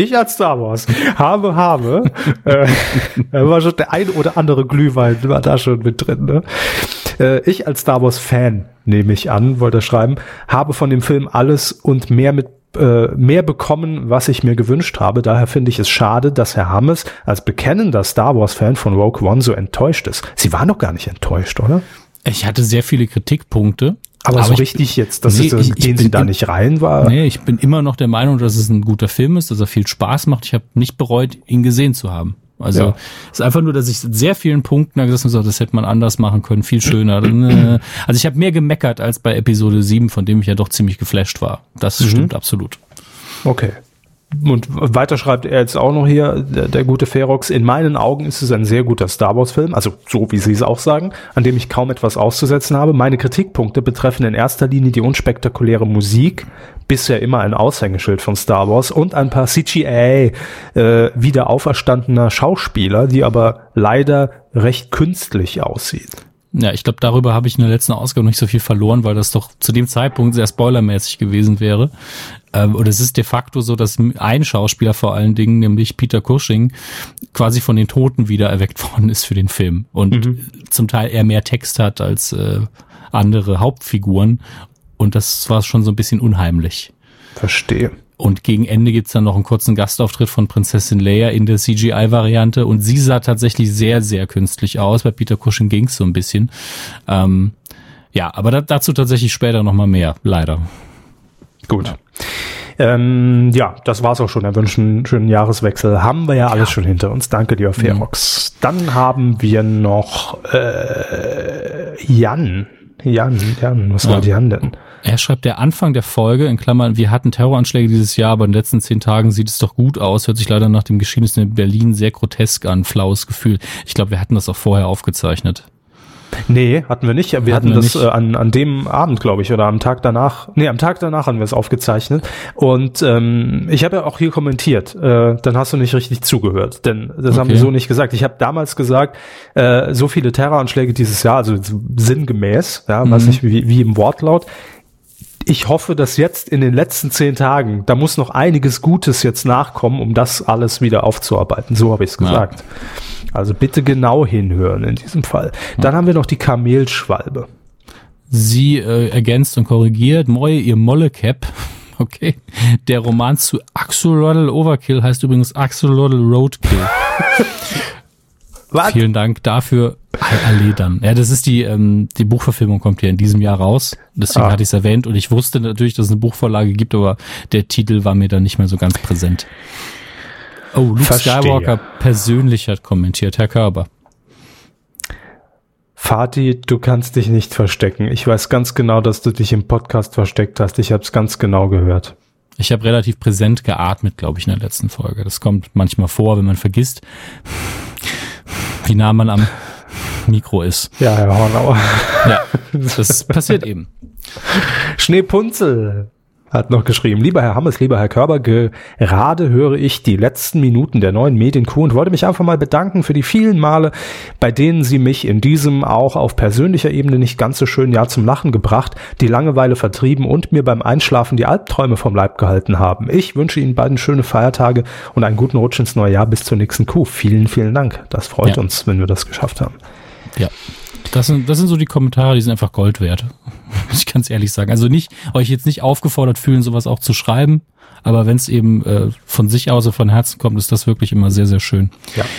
habe, war schon der ein oder andere Glühwein, war da schon mit drin, ne? Ich als Star Wars Fan, nehme ich an, wollte er schreiben, habe von dem Film alles und mehr bekommen, was ich mir gewünscht habe. Daher finde ich es schade, dass Herr Hammes als bekennender Star Wars Fan von Rogue One so enttäuscht ist. Sie waren doch gar nicht enttäuscht, oder? Ich hatte sehr viele Kritikpunkte. Aber so richtig jetzt, dass gehen Sie da nicht rein war? Nee, ich bin immer noch der Meinung, dass es ein guter Film ist, dass er viel Spaß macht. Ich habe nicht bereut, ihn gesehen zu haben. Also es ist einfach nur, dass ich in sehr vielen Punkten da gesessen habe, das hätte man anders machen können, viel schöner. Also ich habe mehr gemeckert als bei Episode 7, von dem ich ja doch ziemlich geflasht war. Das stimmt absolut. Okay. Und weiter schreibt er jetzt auch noch hier, der gute Ferox, in meinen Augen ist es ein sehr guter Star Wars Film, also so wie Sie es auch sagen, an dem ich kaum etwas auszusetzen habe. Meine Kritikpunkte betreffen in erster Linie die unspektakuläre Musik, bisher immer ein Aushängeschild von Star Wars, und ein paar CGI wieder auferstandener Schauspieler, die aber leider recht künstlich aussieht. Ja, ich glaube, darüber habe ich in der letzten Ausgabe noch nicht so viel verloren, weil das doch zu dem Zeitpunkt sehr spoilermäßig gewesen wäre. Und es ist de facto so, dass ein Schauspieler vor allen Dingen, nämlich Peter Cushing, quasi von den Toten wieder erweckt worden ist für den Film. Und zum Teil eher mehr Text hat als andere Hauptfiguren. Und das war schon so ein bisschen unheimlich. Verstehe. Und gegen Ende gibt's dann noch einen kurzen Gastauftritt von Prinzessin Leia in der CGI-Variante. Und sie sah tatsächlich sehr, sehr künstlich aus. Bei Peter Cushing ging's so ein bisschen. Ja, aber dazu tatsächlich später nochmal mehr, leider. Gut. Ja, das war's auch schon. Er wünscht einen schönen Jahreswechsel. Haben wir ja alles schon hinter uns. Danke dir, Ferox. Dann haben wir noch Jan. Was war Jan denn? Er schreibt, der Anfang der Folge, in Klammern, wir hatten Terroranschläge dieses Jahr, aber in den letzten 10 Tagen sieht es doch gut aus. Hört sich leider nach dem Geschehnissen in Berlin sehr grotesk an, flaues Gefühl. Ich glaube, wir hatten das auch vorher aufgezeichnet. Nee, hatten wir nicht. Wir hatten das an dem Abend, glaube ich, oder am Tag danach. Nee, am Tag danach haben wir es aufgezeichnet. Und ich habe ja auch hier kommentiert. Dann hast du nicht richtig zugehört, denn das haben wir so nicht gesagt. Ich habe damals gesagt, so viele Terroranschläge dieses Jahr, also sinngemäß, ja, weiß nicht wie im Wortlaut. Ich hoffe, dass jetzt in den letzten 10 Tagen, da muss noch einiges Gutes jetzt nachkommen, um das alles wieder aufzuarbeiten. So habe ich es gesagt. Ja. Also bitte genau hinhören in diesem Fall. Dann haben wir noch die Kamelschwalbe. Sie ergänzt und korrigiert. Moje, ihr Molle-Cap. Okay. Der Roman zu Axolotl Overkill heißt übrigens Axolotl Roadkill. Was? Vielen Dank dafür. Allee dann. Ja, das ist die Buchverfilmung kommt ja in diesem Jahr raus. Deswegen hatte ich es erwähnt und ich wusste natürlich, dass es eine Buchvorlage gibt, aber der Titel war mir dann nicht mehr so ganz präsent. Oh, Luke Skywalker persönlich hat kommentiert, Herr Körber. Fatih, du kannst dich nicht verstecken. Ich weiß ganz genau, dass du dich im Podcast versteckt hast. Ich habe es ganz genau gehört. Ich habe relativ präsent geatmet, glaube ich, in der letzten Folge. Das kommt manchmal vor, wenn man vergisst, wie nah man am Mikro ist. Ja, Herr Hornauer. Ja, das passiert eben. Schneepunzel hat noch geschrieben, lieber Herr Hammes, lieber Herr Körber, gerade höre ich die letzten Minuten der neuen Medienkuh und wollte mich einfach mal bedanken für die vielen Male, bei denen Sie mich in diesem auch auf persönlicher Ebene nicht ganz so schönen Jahr zum Lachen gebracht, die Langeweile vertrieben und mir beim Einschlafen die Albträume vom Leib gehalten haben. Ich wünsche Ihnen beiden schöne Feiertage und einen guten Rutsch ins neue Jahr bis zur nächsten Kuh. Vielen, vielen Dank. Das freut uns, wenn wir das geschafft haben. Ja. Das sind so die Kommentare, die sind einfach Gold wert. Muss ich ganz ehrlich sagen. Also euch jetzt nicht aufgefordert fühlen, sowas auch zu schreiben, aber wenn es eben von sich aus und von Herzen kommt, ist das wirklich immer sehr, sehr schön. Ja.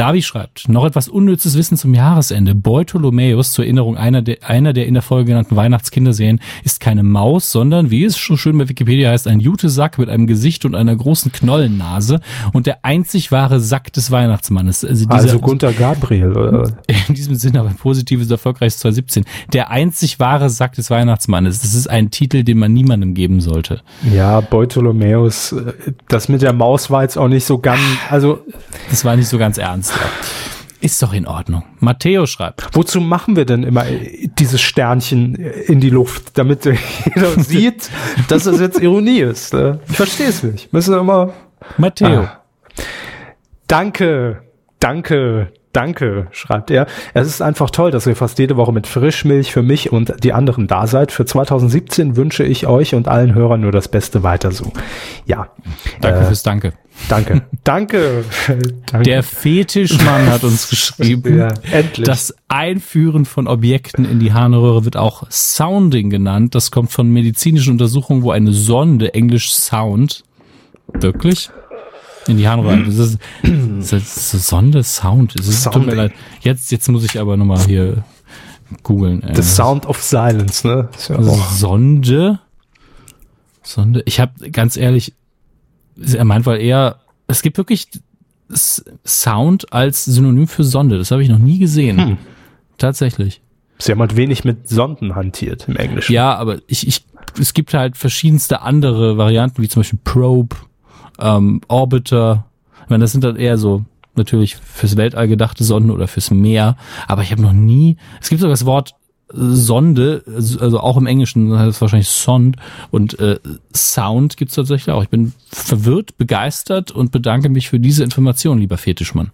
Davi schreibt, noch etwas unnützes Wissen zum Jahresende. Beutolomäus, zur Erinnerung, einer der in der Folge genannten Weihnachtskinderserien, ist keine Maus, sondern, wie es schon schön bei Wikipedia heißt, ein Jutesack mit einem Gesicht und einer großen Knollennase und der einzig wahre Sack des Weihnachtsmannes. Also Gunter Gabriel, oder? In diesem Sinne aber ein positives, erfolgreiches 2017. Der einzig wahre Sack des Weihnachtsmannes. Das ist ein Titel, den man niemandem geben sollte. Ja, Beutolomäus, das mit der Maus war jetzt auch nicht so ganz, also... Das war nicht so ganz ernst. Ja. Ist doch in Ordnung. Matteo schreibt. Wozu machen wir denn immer dieses Sternchen in die Luft, damit jeder sieht, dass das jetzt Ironie ist? Ne? Ich verstehe es nicht. Müssen wir immer... Matteo. Danke, schreibt er. Es ist einfach toll, dass ihr fast jede Woche mit Frischmilch für mich und die anderen da seid. Für 2017 wünsche ich euch und allen Hörern nur das Beste weiter so. Ja. Danke fürs Danke. Danke. Der Fetischmann hat uns geschrieben, ja, endlich. Das Einführen von Objekten in die Harnröhre wird auch Sounding genannt. Das kommt von medizinischen Untersuchungen, wo eine Sonde, englisch Sound, wirklich? In die Harnröhre. Das ist Sonde, Sound. Tut mir leid. Jetzt muss ich aber nochmal hier googeln. The Sound of Silence, ne? Ist ja Sonde. Ich habe ganz ehrlich, er meint wohl eher, es gibt wirklich Sound als Synonym für Sonde. Das habe ich noch nie gesehen. Tatsächlich. Sie haben halt wenig mit Sonden hantiert im Englischen. Ja, aber es gibt halt verschiedenste andere Varianten, wie zum Beispiel Probe, Orbiter. Ich meine, das sind dann eher so natürlich fürs Weltall gedachte Sonden oder fürs Meer. Aber ich habe noch nie, es gibt sogar das Wort Sonde, also auch im Englischen heißt es wahrscheinlich Sond und Sound gibt's tatsächlich auch. Ich bin verwirrt, begeistert und bedanke mich für diese Information, lieber Fetischmann.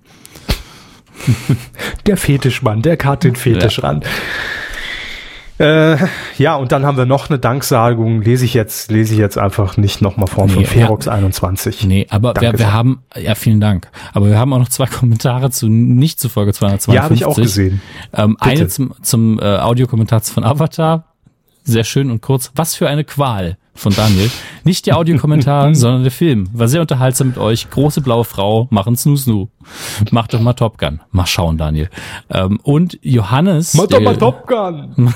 Der Fetischmann, der hat den Fetisch ran. Ja, und dann haben wir noch eine Danksagung, lese ich jetzt einfach nicht nochmal vor von Ferox21. Nee, aber wir haben, ja, vielen Dank, aber wir haben auch noch 2 Kommentare nicht zu Folge 252. Ja, habe ich auch gesehen. Eine zum Audiokommentar von Avatar, sehr schön und kurz. Was für eine Qual von Daniel. Nicht der Audiokommentar, sondern der Film. War sehr unterhaltsam mit euch. Große blaue Frau, machen Snoo. Macht doch mal Top Gun. Mal schauen, Daniel. Und Johannes. Mach doch mal Top Gun.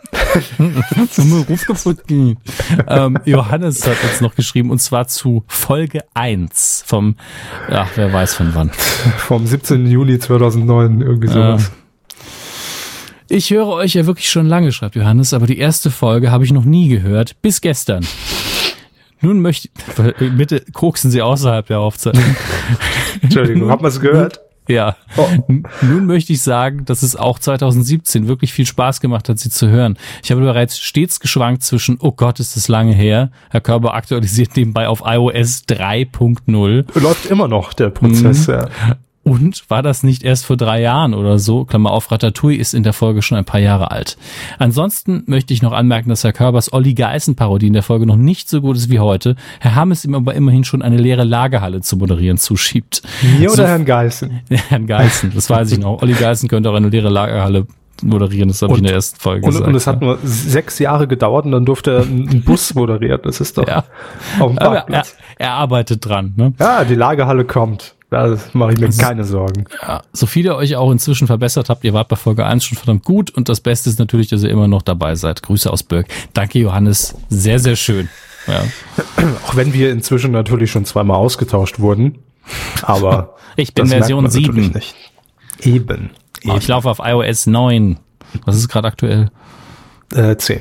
Johannes hat uns noch geschrieben, und zwar zu Folge 1 vom, wer weiß von wann. Vom 17. Juli 2009, irgendwie sowas. Ich höre euch ja wirklich schon lange, schreibt Johannes, aber die erste Folge habe ich noch nie gehört, bis gestern. Nun bitte koksen Sie außerhalb der Aufzeichnung. Entschuldigung, hat man es gehört? Ja. Oh. Nun möchte ich sagen, dass es auch 2017 wirklich viel Spaß gemacht hat, sie zu hören. Ich habe bereits stets geschwankt zwischen, oh Gott, ist das lange her. Herr Körber aktualisiert nebenbei auf iOS 3.0. Läuft immer noch der Prozess, ja. Und war das nicht erst vor 3 Jahren oder so? Klammer auf, Ratatouille ist in der Folge schon ein paar Jahre alt. Ansonsten möchte ich noch anmerken, dass Herr Körbers Olli Geißen-Parodie in der Folge noch nicht so gut ist wie heute. Herr Hammes ihm aber immerhin schon eine leere Lagerhalle zu moderieren zuschiebt. Mir oder Herrn Geißen? Herrn Geißen, das weiß ich noch. Olli Geißen könnte auch eine leere Lagerhalle moderieren, das habe ich in der ersten Folge gesagt. Und es hat nur 6 Jahre gedauert und dann durfte er einen Bus moderieren. Das ist doch auf dem Parkplatz. Er arbeitet dran, ne? Ja, die Lagerhalle kommt. Da mache ich mir keine Sorgen. Ja, so viel ihr euch auch inzwischen verbessert habt, ihr wart bei Folge 1 schon verdammt gut und das Beste ist natürlich, dass ihr immer noch dabei seid. Grüße aus Birk. Danke, Johannes. Sehr, sehr schön. Ja. Auch wenn wir inzwischen natürlich schon 2-mal ausgetauscht wurden. Aber ich bin Version 7. Nicht. Eben. Ich laufe auf iOS 9. Was ist gerade aktuell? 10.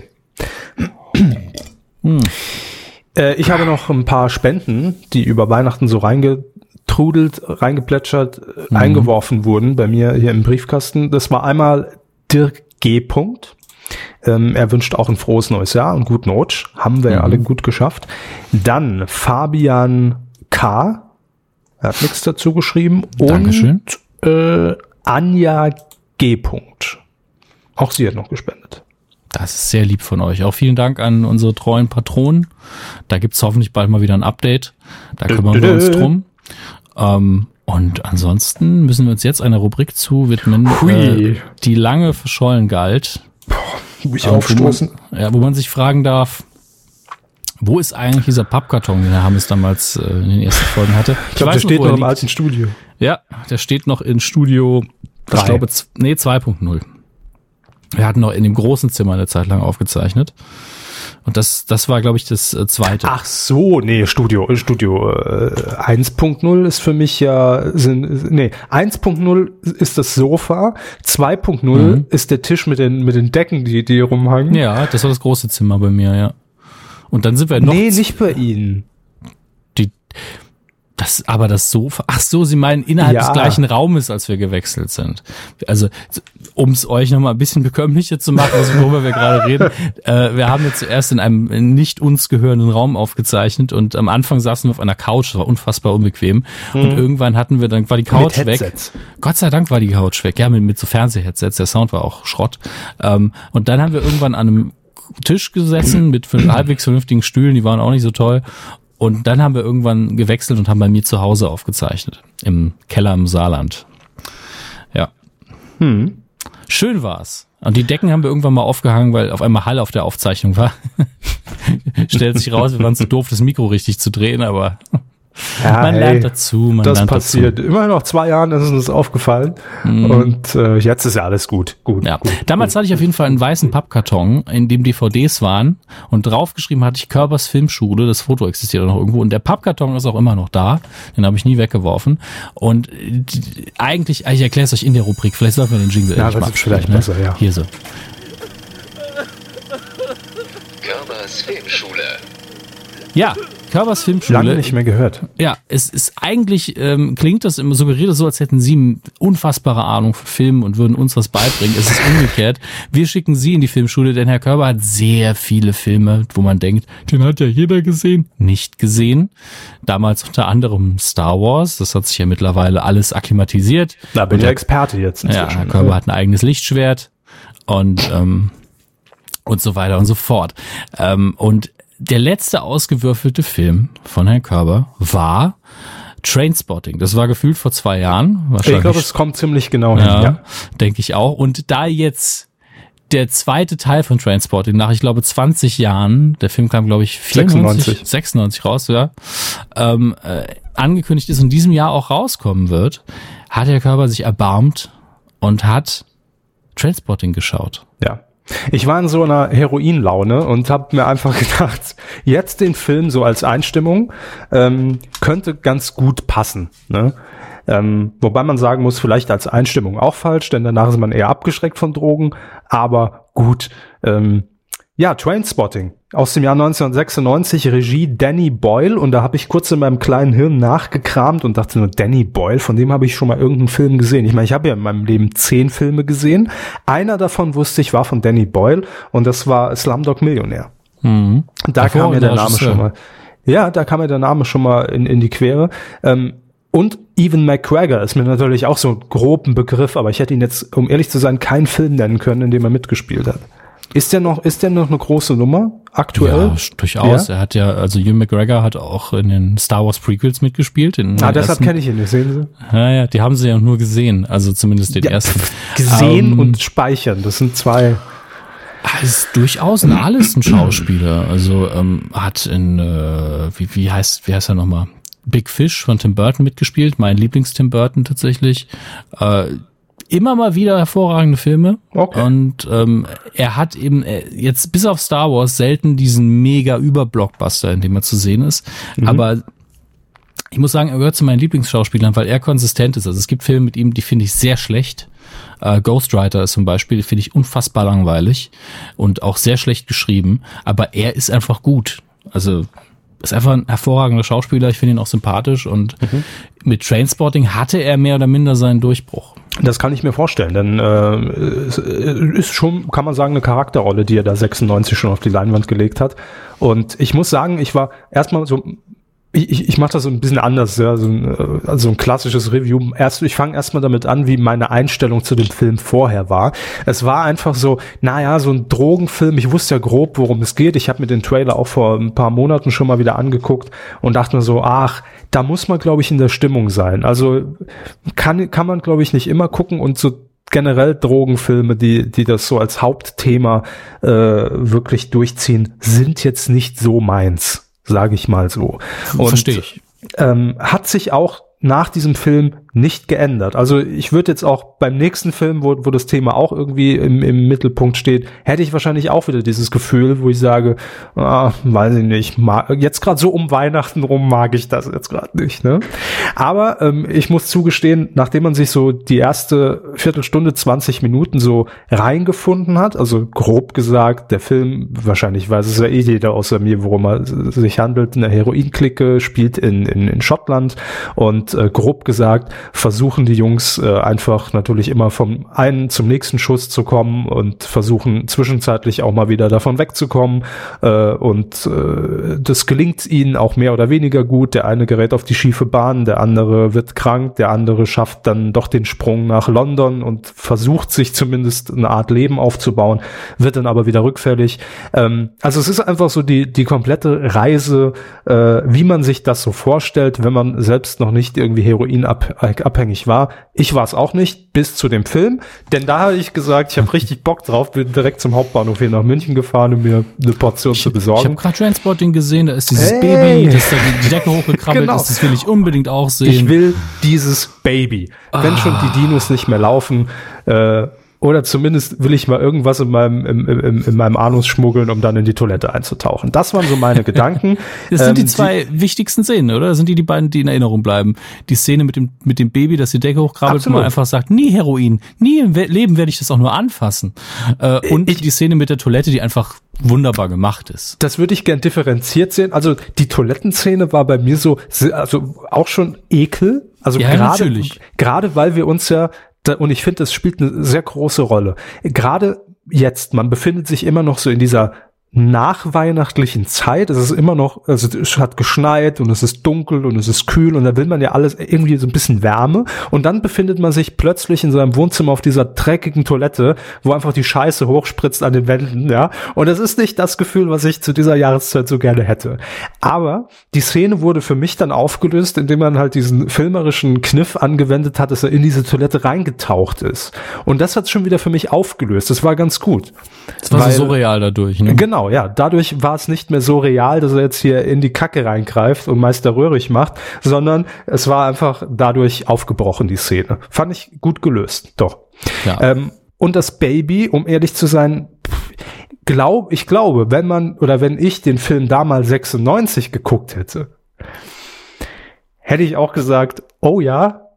Ich habe noch ein paar Spenden, die über Weihnachten so reingeplätschert, eingeworfen wurden bei mir hier im Briefkasten. Das war einmal Dirk G. Er wünscht auch ein frohes neues Jahr und guten Rutsch. Haben wir ja alle gut geschafft. Dann Fabian K. Er hat nichts dazu geschrieben. Dankeschön. Und Anja G. Auch sie hat noch gespendet. Das ist sehr lieb von euch. Auch vielen Dank an unsere treuen Patronen. Da gibt's hoffentlich bald mal wieder ein Update. Da kümmern wir uns drum. Und ansonsten müssen wir uns jetzt einer Rubrik zuwidmen, die lange verschollen galt. Aufstoßen. Wo man sich fragen darf, Wo ist eigentlich dieser Pappkarton, den Herr Hammes damals in den ersten Folgen hatte? Ich glaube, der steht noch im alten Studio. Ja, der steht noch in Studio 3. Ich glaube, 2.0. Wir hatten noch in dem großen Zimmer eine Zeit lang aufgezeichnet. Und das war, glaube ich, das zweite. Ach so, nee, Studio 1.0 ist für mich 1.0 ist das Sofa, 2.0 ist der Tisch mit den Decken, die rumhangen. Ja, das war das große Zimmer bei mir, ja. Und dann sind wir noch... Nee, nicht bei Ihnen. Aber das Sofa, ach so, Sie meinen innerhalb des gleichen Raumes, als wir gewechselt sind. Also, um es euch nochmal ein bisschen bekömmlicher zu machen, worüber wir gerade reden. Wir haben jetzt zuerst in einem nicht uns gehörenden Raum aufgezeichnet und am Anfang saßen wir auf einer Couch, das war unfassbar unbequem. Und irgendwann war die Couch weg. Gott sei Dank war die Couch weg. Ja, mit so Fernsehheadsets, der Sound war auch Schrott. Und dann haben wir irgendwann an einem Tisch gesessen mit halbwegs vernünftigen Stühlen, die waren auch nicht so toll. Und dann haben wir irgendwann gewechselt und haben bei mir zu Hause aufgezeichnet. Im Keller im Saarland. Ja. Schön war's. Und die Decken haben wir irgendwann mal aufgehangen, weil auf einmal Hall auf der Aufzeichnung war. Stellt sich raus, wir waren zu doof, das Mikro richtig zu drehen, aber man lernt dazu. Das passiert. Immerhin nach 2 Jahren ist uns aufgefallen. Und jetzt ist ja alles gut. Gut. Damals hatte ich auf jeden Fall einen weißen Pappkarton, in dem DVDs waren. Und draufgeschrieben hatte ich Körbers Filmschule. Das Foto existiert auch noch irgendwo. Und der Pappkarton ist auch immer noch da. Den habe ich nie weggeworfen. Und eigentlich, ich erkläre es euch in der Rubrik. Vielleicht sollten wir den Jingle endlich machen. Vielleicht besser, ja. Hier so. Körbers Filmschule. Ja, Körbers Filmschule. Lange nicht mehr gehört. Ja, es ist eigentlich, klingt das immer, suggeriert es so, als hätten Sie unfassbare Ahnung von Filmen und würden uns was beibringen. Es ist umgekehrt. Wir schicken Sie in die Filmschule, denn Herr Körber hat sehr viele Filme, wo man denkt, den hat ja jeder gesehen. Nicht gesehen. Damals unter anderem Star Wars. Das hat sich ja mittlerweile alles akklimatisiert. Da bin ich Experte jetzt. Ja, Herr Körber hat ein eigenes Lichtschwert und so weiter und so fort. Und der letzte ausgewürfelte Film von Herrn Körber war Trainspotting. Das war gefühlt vor 2 Jahren. Ich glaube, es kommt ziemlich genau hin. Ja, denke ich auch. Und da jetzt der zweite Teil von Trainspotting nach, ich glaube, 20 Jahren, der Film kam, glaube ich, 96 raus, ja, angekündigt ist und in diesem Jahr auch rauskommen wird, hat Herr Körber sich erbarmt und hat Trainspotting geschaut. Ja. Ich war in so einer Heroinlaune und habe mir einfach gedacht, jetzt den Film so als Einstimmung könnte ganz gut passen. Ne? Wobei man sagen muss, vielleicht als Einstimmung auch falsch, denn danach ist man eher abgeschreckt von Drogen, aber gut. Trainspotting aus dem Jahr 1996, Regie Danny Boyle, und da habe ich kurz in meinem kleinen Hirn nachgekramt und dachte nur, Danny Boyle, von dem habe ich schon mal irgendeinen Film gesehen. Ich meine, ich habe ja in meinem Leben 10 Filme gesehen. Einer davon wusste ich, war von Danny Boyle und das war Slumdog Millionär. Da kam mir der Name schon mal. Ja, da kam mir der Name schon mal in die Quere. Und Ewan McGregor ist mir natürlich auch so grob ein Begriff, aber ich hätte ihn jetzt, um ehrlich zu sein, keinen Film nennen können, in dem er mitgespielt hat. Ist der noch eine große Nummer aktuell? Ja, durchaus. Ja? Er hat ja, also Ewan McGregor hat auch in den Star Wars Prequels mitgespielt. Deshalb kenne ich ihn nicht, sehen Sie? Ja, die haben sie ja nur gesehen, also zumindest den ersten. Gesehen und speichern, das sind 2. Ist durchaus ein Schauspieler. Also hat in, wie heißt er nochmal? Big Fish von Tim Burton mitgespielt, mein Lieblings-Tim Burton tatsächlich. Immer mal wieder hervorragende Filme. Okay. Und er hat eben jetzt bis auf Star Wars selten diesen mega Überblockbuster, in dem er zu sehen ist. Aber ich muss sagen, er gehört zu meinen Lieblingsschauspielern, weil er konsistent ist. Also es gibt Filme mit ihm, die finde ich sehr schlecht. Ghostwriter ist zum Beispiel, finde ich unfassbar langweilig und auch sehr schlecht geschrieben. Aber er ist einfach gut. Also ist einfach ein hervorragender Schauspieler. Ich finde ihn auch sympathisch und mit Trainspotting hatte er mehr oder minder seinen Durchbruch. Das kann ich mir vorstellen, denn ist schon, kann man sagen, eine Charakterrolle, die er da 96 schon auf die Leinwand gelegt hat. Und ich muss sagen, ich war erstmal so, ich mache das so ein bisschen anders, ja, so ein klassisches Review. Ich fange erstmal damit an, wie meine Einstellung zu dem Film vorher war. Es war einfach so, so ein Drogenfilm. Ich wusste ja grob, worum es geht. Ich habe mir den Trailer auch vor ein paar Monaten schon mal wieder angeguckt und dachte mir so, da muss man, glaube ich, in der Stimmung sein. Also kann man, glaube ich, nicht immer gucken und so generell Drogenfilme, die das so als Hauptthema wirklich durchziehen, sind jetzt nicht so meins, sage ich mal so. Und verstehe ich. Hat sich auch nach diesem Film nicht geändert. Also ich würde jetzt auch beim nächsten Film, wo das Thema auch irgendwie im Mittelpunkt steht, hätte ich wahrscheinlich auch wieder dieses Gefühl, wo ich sage, weiß ich nicht, jetzt gerade so um Weihnachten rum mag ich das jetzt gerade nicht. Ne? Aber ich muss zugestehen, nachdem man sich so die erste Viertelstunde, 20 Minuten so reingefunden hat, also grob gesagt, der Film, wahrscheinlich weiß es ja eh jeder außer mir, worum er sich handelt, eine Heroinklicke spielt in Schottland und grob gesagt versuchen die Jungs einfach natürlich immer vom einen zum nächsten Schuss zu kommen und versuchen zwischenzeitlich auch mal wieder davon wegzukommen und das gelingt ihnen auch mehr oder weniger gut. Der eine gerät auf die schiefe Bahn, der andere wird krank, der andere schafft dann doch den Sprung nach London und versucht sich zumindest eine Art Leben aufzubauen, wird dann aber wieder rückfällig. Also es ist einfach so die komplette Reise, wie man sich das so vorstellt, wenn man selbst noch nicht irgendwie heroinabhängig war. Ich war es auch nicht, bis zu dem Film, denn da habe ich gesagt, ich habe richtig Bock drauf, bin direkt zum Hauptbahnhof hier nach München gefahren, um mir eine Portion zu besorgen. Ich habe gerade Transporting gesehen, da ist dieses Baby, das da die Decke hochgekrabbelt ist, das will ich unbedingt auch sehen. Ich will dieses Baby. Wenn schon die Dinos nicht mehr laufen, oder zumindest will ich mal irgendwas in meinem Anus schmuggeln, um dann in die Toilette einzutauchen. Das waren so meine Gedanken. Das sind die zwei wichtigsten Szenen, oder? Das sind die beiden, die in Erinnerung bleiben. Die Szene mit dem Baby, das die Decke hochkrabbelt, absolut, wo man einfach sagt, nie Heroin, nie im Leben werde ich das auch nur anfassen. Und die Szene mit der Toilette, die einfach wunderbar gemacht ist. Das würde ich gern differenziert sehen. Also die Toilettenszene war bei mir so, also auch schon Ekel. Also ja, gerade weil wir uns ja, und ich finde, das spielt eine sehr große Rolle. Gerade jetzt, man befindet sich immer noch so in dieser nachweihnachtlichen Zeit. Es ist immer noch, also es hat geschneit und es ist dunkel und es ist kühl und da will man ja alles irgendwie so ein bisschen Wärme und dann befindet man sich plötzlich in seinem Wohnzimmer auf dieser dreckigen Toilette, wo einfach die Scheiße hochspritzt an den Wänden, ja. Und das ist nicht das Gefühl, was ich zu dieser Jahreszeit so gerne hätte. Aber die Szene wurde für mich dann aufgelöst, indem man halt diesen filmerischen Kniff angewendet hat, dass er in diese Toilette reingetaucht ist. Und das hat schon wieder für mich aufgelöst. Das war ganz gut. Das war so surreal dadurch, ne? Genau. Ja, dadurch war es nicht mehr so real, dass er jetzt hier in die Kacke reingreift und Meister Röhrig macht, sondern es war einfach dadurch aufgebrochen, die Szene. Fand ich gut gelöst, doch. Ja. Und das Baby, um ehrlich zu sein, ich glaube, wenn ich den Film damals 96 geguckt hätte, hätte ich auch gesagt, oh ja,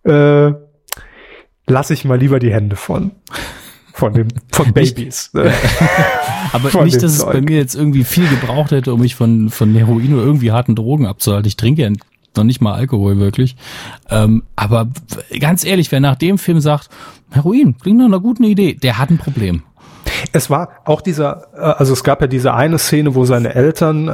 lass ich mal lieber die Hände von Babys. Aber nicht, dass es bei mir jetzt irgendwie viel gebraucht hätte, um mich von Heroin oder irgendwie harten Drogen abzuhalten. Ich trinke ja noch nicht mal Alkohol wirklich. Aber ganz ehrlich, wer nach dem Film sagt, Heroin, klingt nach einer guten Idee, der hat ein Problem. Es war auch es gab ja diese eine Szene, wo seine Eltern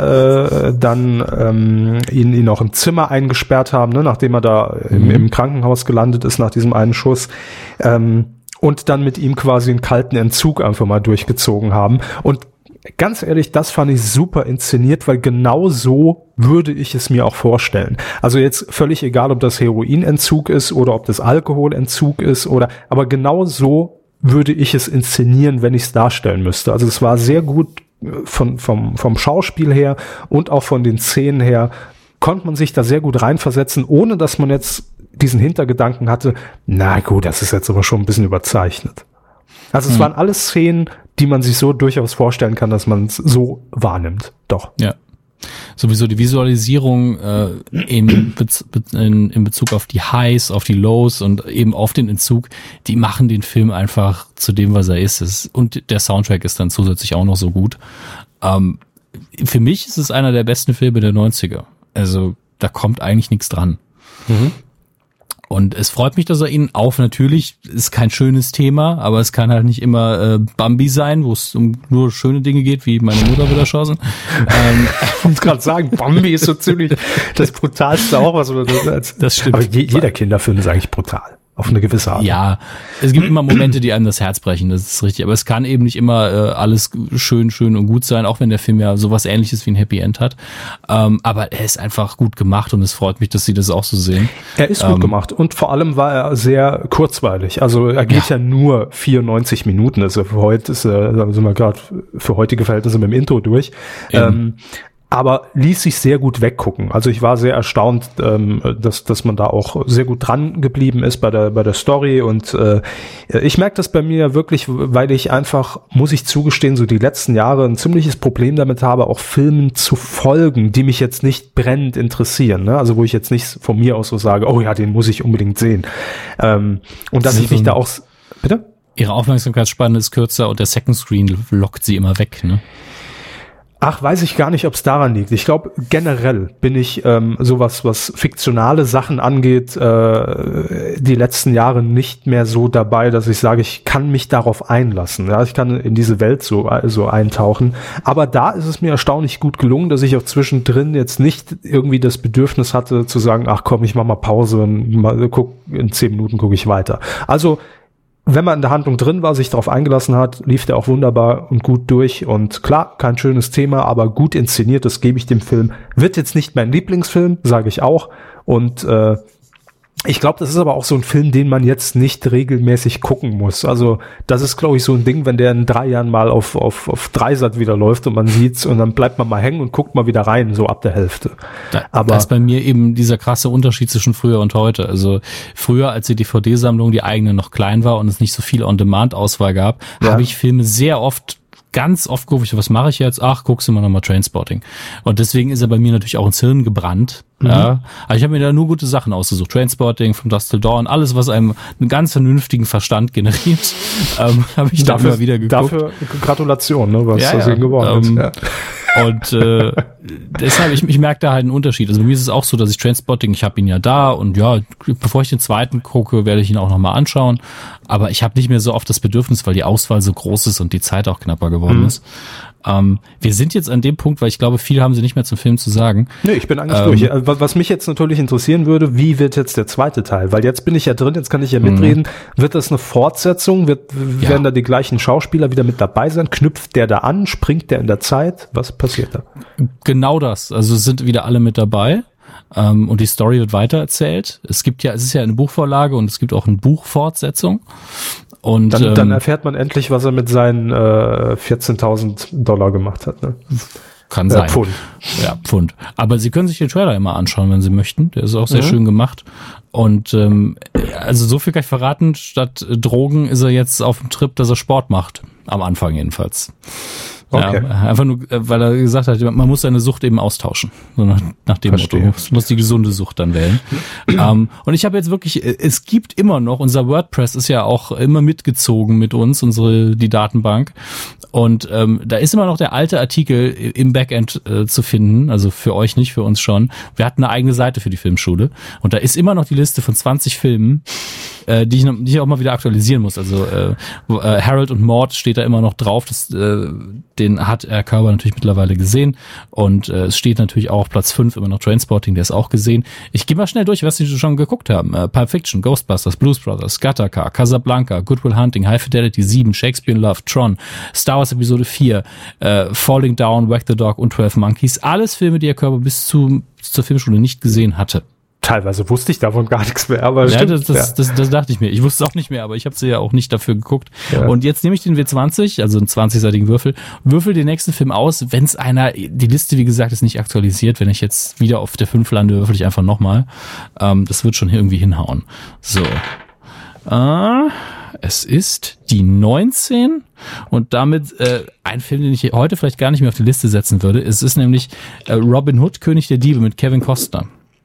dann ihn auch im Zimmer eingesperrt haben, ne, nachdem er da im Krankenhaus gelandet ist nach diesem einen Schuss. Und dann mit ihm quasi einen kalten Entzug einfach mal durchgezogen haben. Und ganz ehrlich, das fand ich super inszeniert, weil genau so würde ich es mir auch vorstellen. Also jetzt völlig egal, ob das Heroinentzug ist oder ob das Alkoholentzug ist aber genau so würde ich es inszenieren, wenn ich es darstellen müsste. Also es war sehr gut vom Schauspiel her und auch von den Szenen her, konnte man sich da sehr gut reinversetzen, ohne dass man jetzt diesen Hintergedanken hatte, na gut, das ist jetzt aber schon ein bisschen überzeichnet. Also es waren alles Szenen, die man sich so durchaus vorstellen kann, dass man es so wahrnimmt. Doch. Ja. Sowieso die Visualisierung in Bezug auf die Highs, auf die Lows und eben auf den Entzug, die machen den Film einfach zu dem, was er ist. Und der Soundtrack ist dann zusätzlich auch noch so gut. Für mich ist es einer der besten Filme der 90er. Also da kommt eigentlich nichts dran. Mhm. Und es freut mich, dass er ihn natürlich, ist kein schönes Thema, aber es kann halt nicht immer Bambi sein, wo es um nur schöne Dinge geht, wie meine Mutter wieder schossen. Ich muss gerade sagen, Bambi ist so ziemlich das Brutalste auch, was man das stimmt. Aber jeder Kinderfilm ist eigentlich brutal. Auf eine gewisse Art. Ja, es gibt immer Momente, die einem das Herz brechen, das ist richtig. Aber es kann eben nicht immer alles schön und gut sein, auch wenn der Film ja sowas Ähnliches wie ein Happy End hat. Aber er ist einfach gut gemacht und es freut mich, dass Sie das auch so sehen. Er ist gut gemacht und vor allem war er sehr kurzweilig. Also er geht ja nur 94 Minuten. Also für heute ist sind wir gerade für heutige Verhältnisse mit dem Intro durch. Aber ließ sich sehr gut weggucken. Also ich war sehr erstaunt, dass man da auch sehr gut dran geblieben ist bei der Story und ich merke das bei mir wirklich, weil ich einfach, muss ich zugestehen, so die letzten Jahre ein ziemliches Problem damit habe, auch Filmen zu folgen, die mich jetzt nicht brennend interessieren, ne? Also wo ich jetzt nicht von mir aus so sage, oh ja, den muss ich unbedingt sehen. Und dass ich mich da auch... Bitte? Ihre Aufmerksamkeitsspanne ist kürzer und der Second Screen lockt Sie immer weg, ne? Ach, weiß ich gar nicht, ob es daran liegt. Ich glaube, generell bin ich sowas, was fiktionale Sachen angeht, die letzten Jahre nicht mehr so dabei, dass ich sage, ich kann mich darauf einlassen. Ja, ich kann in diese Welt so eintauchen. Aber da ist es mir erstaunlich gut gelungen, dass ich auch zwischendrin jetzt nicht irgendwie das Bedürfnis hatte, zu sagen, ach komm, ich mach mal Pause und in 10 Minuten gucke ich weiter. Also wenn man in der Handlung drin war, sich darauf eingelassen hat, lief der auch wunderbar und gut durch. Und klar, kein schönes Thema, aber gut inszeniert, das gebe ich dem Film. Wird jetzt nicht mein Lieblingsfilm, sage ich auch. Und ich glaube, das ist aber auch so ein Film, den man jetzt nicht regelmäßig gucken muss. Also das ist, glaube ich, so ein Ding, wenn der in 3 Jahren mal auf Dreisat wieder läuft und man sieht's und dann bleibt man mal hängen und guckt mal wieder rein, so ab der Hälfte. Aber das ist bei mir eben dieser krasse Unterschied zwischen früher und heute. Also früher, als die DVD-Sammlung, die eigene, noch klein war und es nicht so viel On-Demand-Auswahl gab, habe ich Filme ganz oft geguckt, was mache ich jetzt? Ach, guckst du mal nochmal Trainspotting. Und deswegen ist er bei mir natürlich auch ins Hirn gebrannt. Ja. Aber ich habe mir da nur gute Sachen ausgesucht. Trainspotting, From Dusk Till Dawn, alles, was einem einen ganz vernünftigen Verstand generiert, habe ich dafür wieder geguckt. Dafür Gratulation, ne, was aus ihm geworden ist. Ja. Und deshalb, ich merke da halt einen Unterschied. Also bei mir ist es auch so, dass ich Trainspotting, ich habe ihn ja da und ja, bevor ich den zweiten gucke, werde ich ihn auch nochmal anschauen. Aber ich habe nicht mehr so oft das Bedürfnis, weil die Auswahl so groß ist und die Zeit auch knapper geworden ist. Wir sind jetzt an dem Punkt, weil ich glaube, viel haben sie nicht mehr zum Film zu sagen. Nee, ich bin eigentlich durch. Was mich jetzt natürlich interessieren würde, wie wird jetzt der zweite Teil? Weil jetzt bin ich ja drin, jetzt kann ich ja mitreden. Wird das eine Fortsetzung? Werden da die gleichen Schauspieler wieder mit dabei sein? Knüpft der da an? Springt der in der Zeit? Was passiert da? Genau das. Also sind wieder alle mit dabei. Und die Story wird weitererzählt. Es ist ja eine Buchvorlage und es gibt auch eine Buchfortsetzung. Und dann erfährt man endlich, was er mit seinen $14.000 gemacht hat. Ne? Kann sein. Pfund. Ja, Pfund. Aber Sie können sich den Trailer immer anschauen, wenn Sie möchten. Der ist auch sehr schön gemacht. Und also so viel kann ich verraten, statt Drogen ist er jetzt auf dem Trip, dass er Sport macht. Am Anfang jedenfalls. Okay. Ja, einfach nur, weil er gesagt hat, man muss seine Sucht eben austauschen. So nach dem Motto. Man muss die gesunde Sucht dann wählen. Und ich habe jetzt wirklich, es gibt immer noch, unser WordPress ist ja auch immer mitgezogen mit uns, die Datenbank. Und da ist immer noch der alte Artikel im Backend zu finden, also für euch nicht, für uns schon. Wir hatten eine eigene Seite für die Filmschule und da ist immer noch die Liste von 20 Filmen, die ich auch mal wieder aktualisieren muss. Also Harold und Maude steht da immer noch drauf, den hat Herr Körber natürlich mittlerweile gesehen und es steht natürlich auch auf Platz 5 immer noch Trainspotting, der ist auch gesehen. Ich gehe mal schnell durch, was Sie schon geguckt haben. Pulp Fiction, Ghostbusters, Blues Brothers, Gattaca, Casablanca, Good Will Hunting, High Fidelity 7, Shakespeare in Love, Tron, Star Wars Episode 4, Falling Down, Whack the Dog und 12 Monkeys. Alles Filme, die Herr Körber bis zur Filmschule nicht gesehen hatte. Teilweise wusste ich davon gar nichts mehr, aber ja, das dachte ich mir. Ich wusste es auch nicht mehr, aber ich habe sie ja auch nicht dafür geguckt. Ja. Und jetzt nehme ich den W20, also einen 20-seitigen würfel den nächsten Film aus. Wenn es die Liste, wie gesagt, ist nicht aktualisiert. Wenn ich jetzt wieder auf der 5 lande, würfel ich einfach nochmal. Das wird schon irgendwie hinhauen. So. Es ist die 19 und damit ein Film, den ich heute vielleicht gar nicht mehr auf die Liste setzen würde. Es ist nämlich Robin Hood, König der Diebe mit Kevin Costner.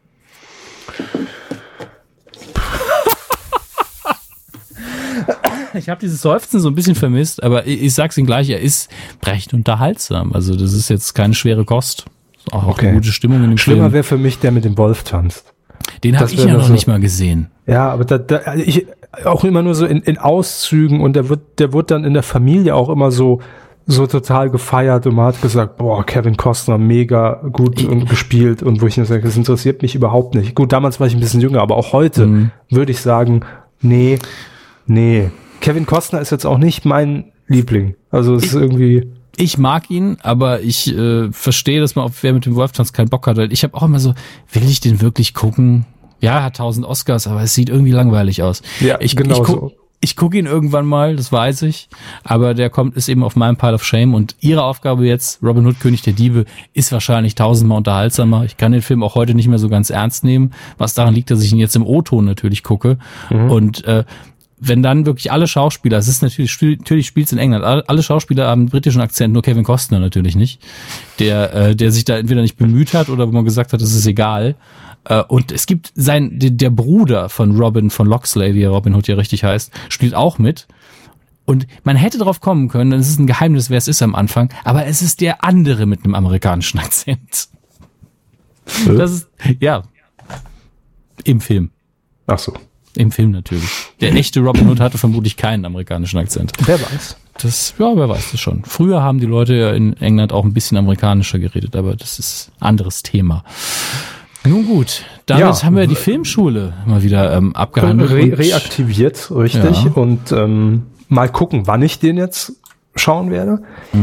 Ich habe dieses Seufzen so ein bisschen vermisst, aber ich sag's Ihnen gleich, er ist brechend unterhaltsam. Also das ist jetzt keine schwere Kost. Auch eine gute Stimmung in dem Film. Schlimmer wäre für mich der mit dem Wolf tanzt. Den habe ich ja noch nicht mal gesehen. Ja, aber ich auch immer nur so in Auszügen und der wird dann in der Familie auch immer so total gefeiert und man hat gesagt, boah, Kevin Costner, mega gut und gespielt und wo ich mir sage, das interessiert mich überhaupt nicht. Gut, damals war ich ein bisschen jünger, aber auch heute würde ich sagen, Nee. Kevin Costner ist jetzt auch nicht mein Liebling. Also es ist irgendwie... Ich mag ihn, aber ich verstehe, dass man auf Wer mit dem Wolf tanzt keinen Bock hat. Ich habe auch immer so, will ich den wirklich gucken? Ja, er hat 1000 Oscars, aber es sieht irgendwie langweilig aus. Ja, Ich gucke ihn irgendwann mal, das weiß ich, aber der ist eben auf meinem Pile of Shame und ihre Aufgabe jetzt, Robin Hood, König der Diebe, ist wahrscheinlich 1000-mal unterhaltsamer. Ich kann den Film auch heute nicht mehr so ganz ernst nehmen, was daran liegt, dass ich ihn jetzt im O-Ton natürlich gucke. Und wenn dann wirklich alle Schauspieler, es ist natürlich spielt's in England, alle Schauspieler haben einen britischen Akzent, nur Kevin Costner natürlich nicht, der sich da entweder nicht bemüht hat oder wo man gesagt hat, es ist egal. Und es gibt der Bruder von Robin von Locksley, wie er Robin Hood ja richtig heißt, spielt auch mit. Und man hätte drauf kommen können, es ist ein Geheimnis, wer es ist am Anfang, aber es ist der andere mit einem amerikanischen Akzent. Das ist, ja, im Film. Ach so. Im Film natürlich. Der echte Robin Hood hatte vermutlich keinen amerikanischen Akzent. Wer weiß. Wer weiß das schon. Früher haben die Leute ja in England auch ein bisschen amerikanischer geredet, aber das ist ein anderes Thema. Nun gut, damit haben wir die Filmschule mal wieder abgehandelt. Reaktiviert, richtig. Ja. Und mal gucken, wann ich den jetzt schauen werde.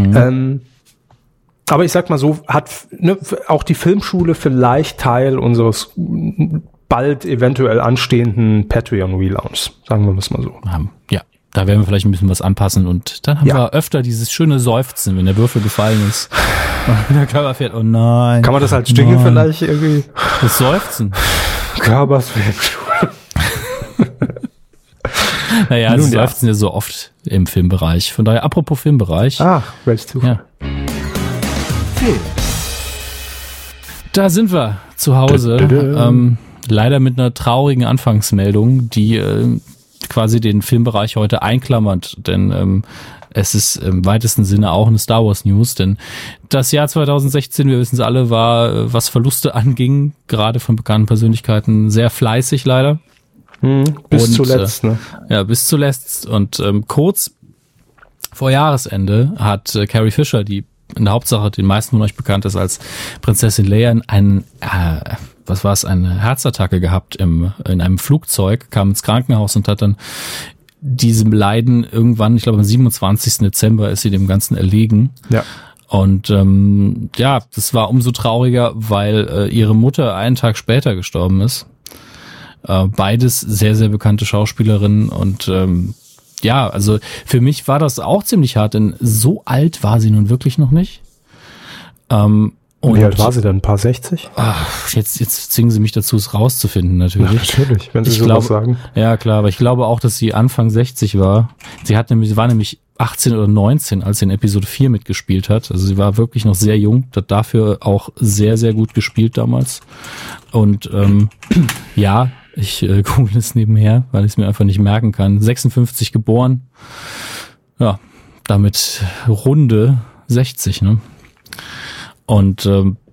Aber ich sag mal so, hat auch die Filmschule vielleicht Teil unseres bald eventuell anstehenden Patreon-Relaunch. Sagen wir es mal so. Ja, da werden wir vielleicht ein bisschen was anpassen und dann haben wir öfter dieses schöne Seufzen, wenn der Würfel gefallen ist. Und der Körper fährt, oh nein. Kann man das als Jingle vielleicht irgendwie? Das Seufzen. Körpers Filmschule. Naja, das Seufzen ja so oft im Filmbereich. Von daher, apropos Filmbereich. Welches Zufall. Ja. Film. Da sind wir zu Hause. Leider mit einer traurigen Anfangsmeldung, die quasi den Filmbereich heute einklammert, denn es ist im weitesten Sinne auch eine Star Wars News, denn das Jahr 2016, wir wissen es alle, war, was Verluste anging, gerade von bekannten Persönlichkeiten, sehr fleißig leider. Bis zuletzt, ne? Ja, bis zuletzt. Und kurz vor Jahresende hat Carrie Fisher, die in der Hauptsache den meisten von euch bekannt ist als Prinzessin Leia, eine Herzattacke gehabt in einem Flugzeug, kam ins Krankenhaus und hat dann diesem Leiden irgendwann, ich glaube am 27. Dezember ist sie dem Ganzen erlegen. Ja. Und das war umso trauriger, weil ihre Mutter einen Tag später gestorben ist. Beides sehr, sehr bekannte Schauspielerinnen und also für mich war das auch ziemlich hart, denn so alt war sie nun wirklich noch nicht. Wie alt war sie denn? Ein paar 60? Jetzt zwingen sie mich dazu, es rauszufinden, natürlich. Ja, natürlich, wenn sie sowas sagen. Ja, klar, aber ich glaube auch, dass sie Anfang 60 war. Sie war nämlich 18 oder 19, als sie in Episode 4 mitgespielt hat. Also sie war wirklich noch sehr jung, hat dafür auch sehr, sehr gut gespielt damals. Und ich google es nebenher, weil ich es mir einfach nicht merken kann. 56 geboren. Ja, damit runde 60, ne? Und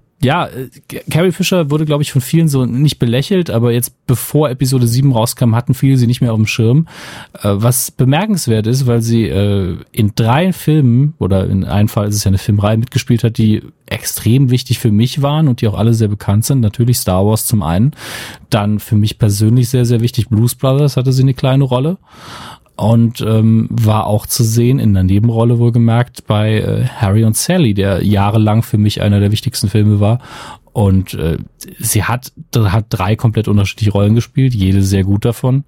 Carrie Fisher wurde, glaube ich, von vielen so nicht belächelt, aber jetzt, bevor Episode 7 rauskam, hatten viele sie nicht mehr auf dem Schirm. Was bemerkenswert ist, weil sie in 3 Filmen, oder in einem Fall ist es ja eine Filmreihe, mitgespielt hat, die extrem wichtig für mich waren und die auch alle sehr bekannt sind. Natürlich Star Wars zum einen. Dann für mich persönlich sehr, sehr wichtig, Blues Brothers hatte sie eine kleine Rolle. Und war auch zu sehen in der Nebenrolle wohlgemerkt bei Harry und Sally, der jahrelang für mich einer der wichtigsten Filme war. Und sie hat 3 komplett unterschiedliche Rollen gespielt, jede sehr gut davon.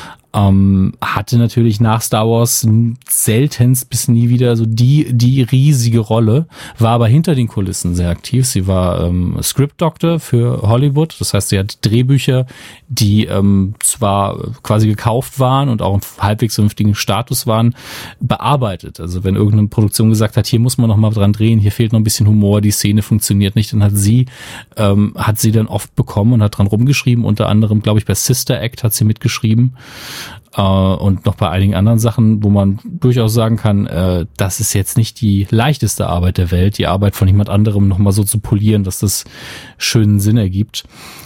Hatte natürlich nach Star Wars seltenst bis nie wieder so die riesige Rolle, war aber hinter den Kulissen sehr aktiv. Sie war Script Doctor für Hollywood, das heißt, sie hat Drehbücher, die zwar quasi gekauft waren und auch im halbwegs vernünftigen Status waren, bearbeitet. Also wenn irgendeine Produktion gesagt hat, hier muss man noch mal dran drehen, hier fehlt noch ein bisschen Humor, die Szene funktioniert nicht, dann hat sie dann oft bekommen und hat dran rumgeschrieben, unter anderem, glaube ich, bei Sister Act hat sie mitgeschrieben. Und noch bei einigen anderen Sachen, wo man durchaus sagen kann, das ist jetzt nicht die leichteste Arbeit der Welt, die Arbeit von jemand anderem nochmal so zu polieren, dass das schönen Sinn ergibt.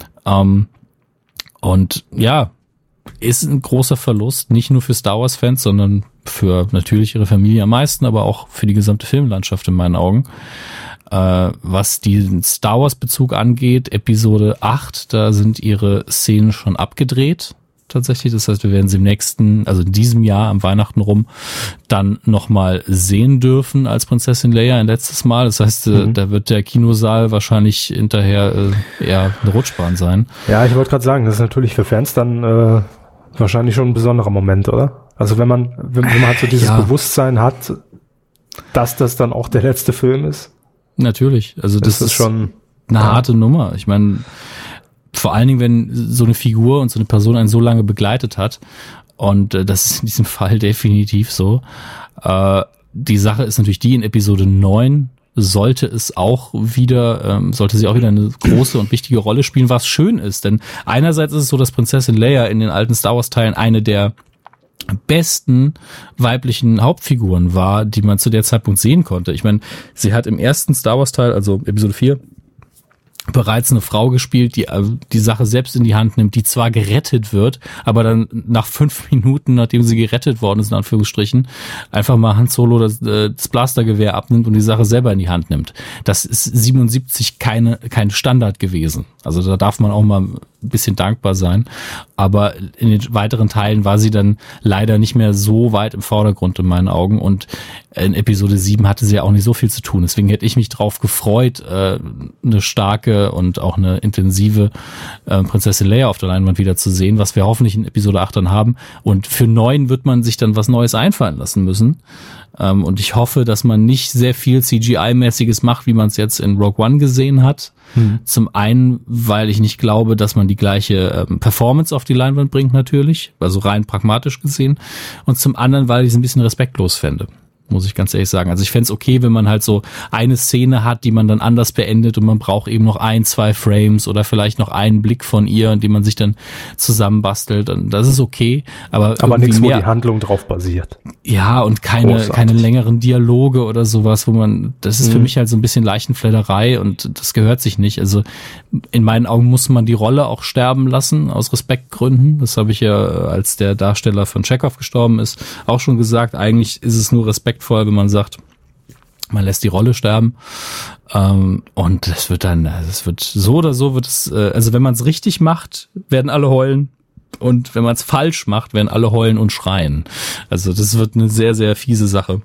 Und ja, ist ein großer Verlust, nicht nur für Star Wars Fans, sondern für natürlich ihre Familie am meisten, aber auch für die gesamte Filmlandschaft in meinen Augen. Was den Star Wars Bezug angeht, Episode 8, da sind ihre Szenen schon abgedreht. tatsächlich. Das heißt, wir werden sie im nächsten, also in diesem Jahr, am Weihnachten rum, dann nochmal sehen dürfen als Prinzessin Leia ein letztes Mal. Das heißt, da wird der Kinosaal wahrscheinlich hinterher eher eine Rutschbahn sein. Ja, ich wollte gerade sagen, das ist natürlich für Fans dann wahrscheinlich schon ein besonderer Moment, oder? Also wenn man halt so dieses Bewusstsein hat, dass das dann auch der letzte Film ist. Natürlich. Also das ist schon eine harte Nummer. Ich meine, vor allen Dingen, wenn so eine Figur und so eine Person einen so lange begleitet hat, und das ist in diesem Fall definitiv so. Die Sache ist natürlich die, in Episode 9 sollte sie auch wieder eine große und wichtige Rolle spielen, was schön ist. Denn einerseits ist es so, dass Prinzessin Leia in den alten Star Wars Teilen eine der besten weiblichen Hauptfiguren war, die man zu der Zeitpunkt sehen konnte. Ich meine, sie hat im ersten Star Wars Teil, also Episode 4, bereits eine Frau gespielt, die die Sache selbst in die Hand nimmt, die zwar gerettet wird, aber dann nach 5 Minuten, nachdem sie gerettet worden ist, in Anführungsstrichen, einfach mal Han Solo das Blastergewehr abnimmt und die Sache selber in die Hand nimmt. Das ist 77 kein Standard gewesen. Also da darf man auch mal ein bisschen dankbar sein. Aber in den weiteren Teilen war sie dann leider nicht mehr so weit im Vordergrund in meinen Augen, und in Episode 7 hatte sie ja auch nicht so viel zu tun. Deswegen hätte ich mich drauf gefreut, eine starke und auch eine intensive Prinzessin Leia auf der Leinwand wieder zu sehen, was wir hoffentlich in Episode 8 dann haben. Und für 9 wird man sich dann was Neues einfallen lassen müssen. Und ich hoffe, dass man nicht sehr viel CGI-mäßiges macht, wie man es jetzt in Rogue One gesehen hat. Zum einen, weil ich nicht glaube, dass man die gleiche Performance auf die Leinwand bringt natürlich, also rein pragmatisch gesehen. Und zum anderen, weil ich es ein bisschen respektlos fände, muss ich ganz ehrlich sagen. Also ich fände es okay, wenn man halt so eine Szene hat, die man dann anders beendet, und man braucht eben noch 1-2 Frames oder vielleicht noch einen Blick von ihr, in dem man sich dann zusammenbastelt. Und das ist okay. Aber nichts, wo die Handlung drauf basiert. Ja, und keine längeren Dialoge oder sowas, das ist für mich halt so ein bisschen Leichenfledderei, und das gehört sich nicht. Also in meinen Augen muss man die Rolle auch sterben lassen, aus Respektgründen. Das habe ich ja, als der Darsteller von Chekhov gestorben ist, auch schon gesagt. Eigentlich ist es nur respektvoll, wenn man sagt, man lässt die Rolle sterben. Und das wird so oder so wird es, also wenn man es richtig macht, werden alle heulen. Und wenn man es falsch macht, werden alle heulen und schreien. Also das wird eine sehr, sehr fiese Sache.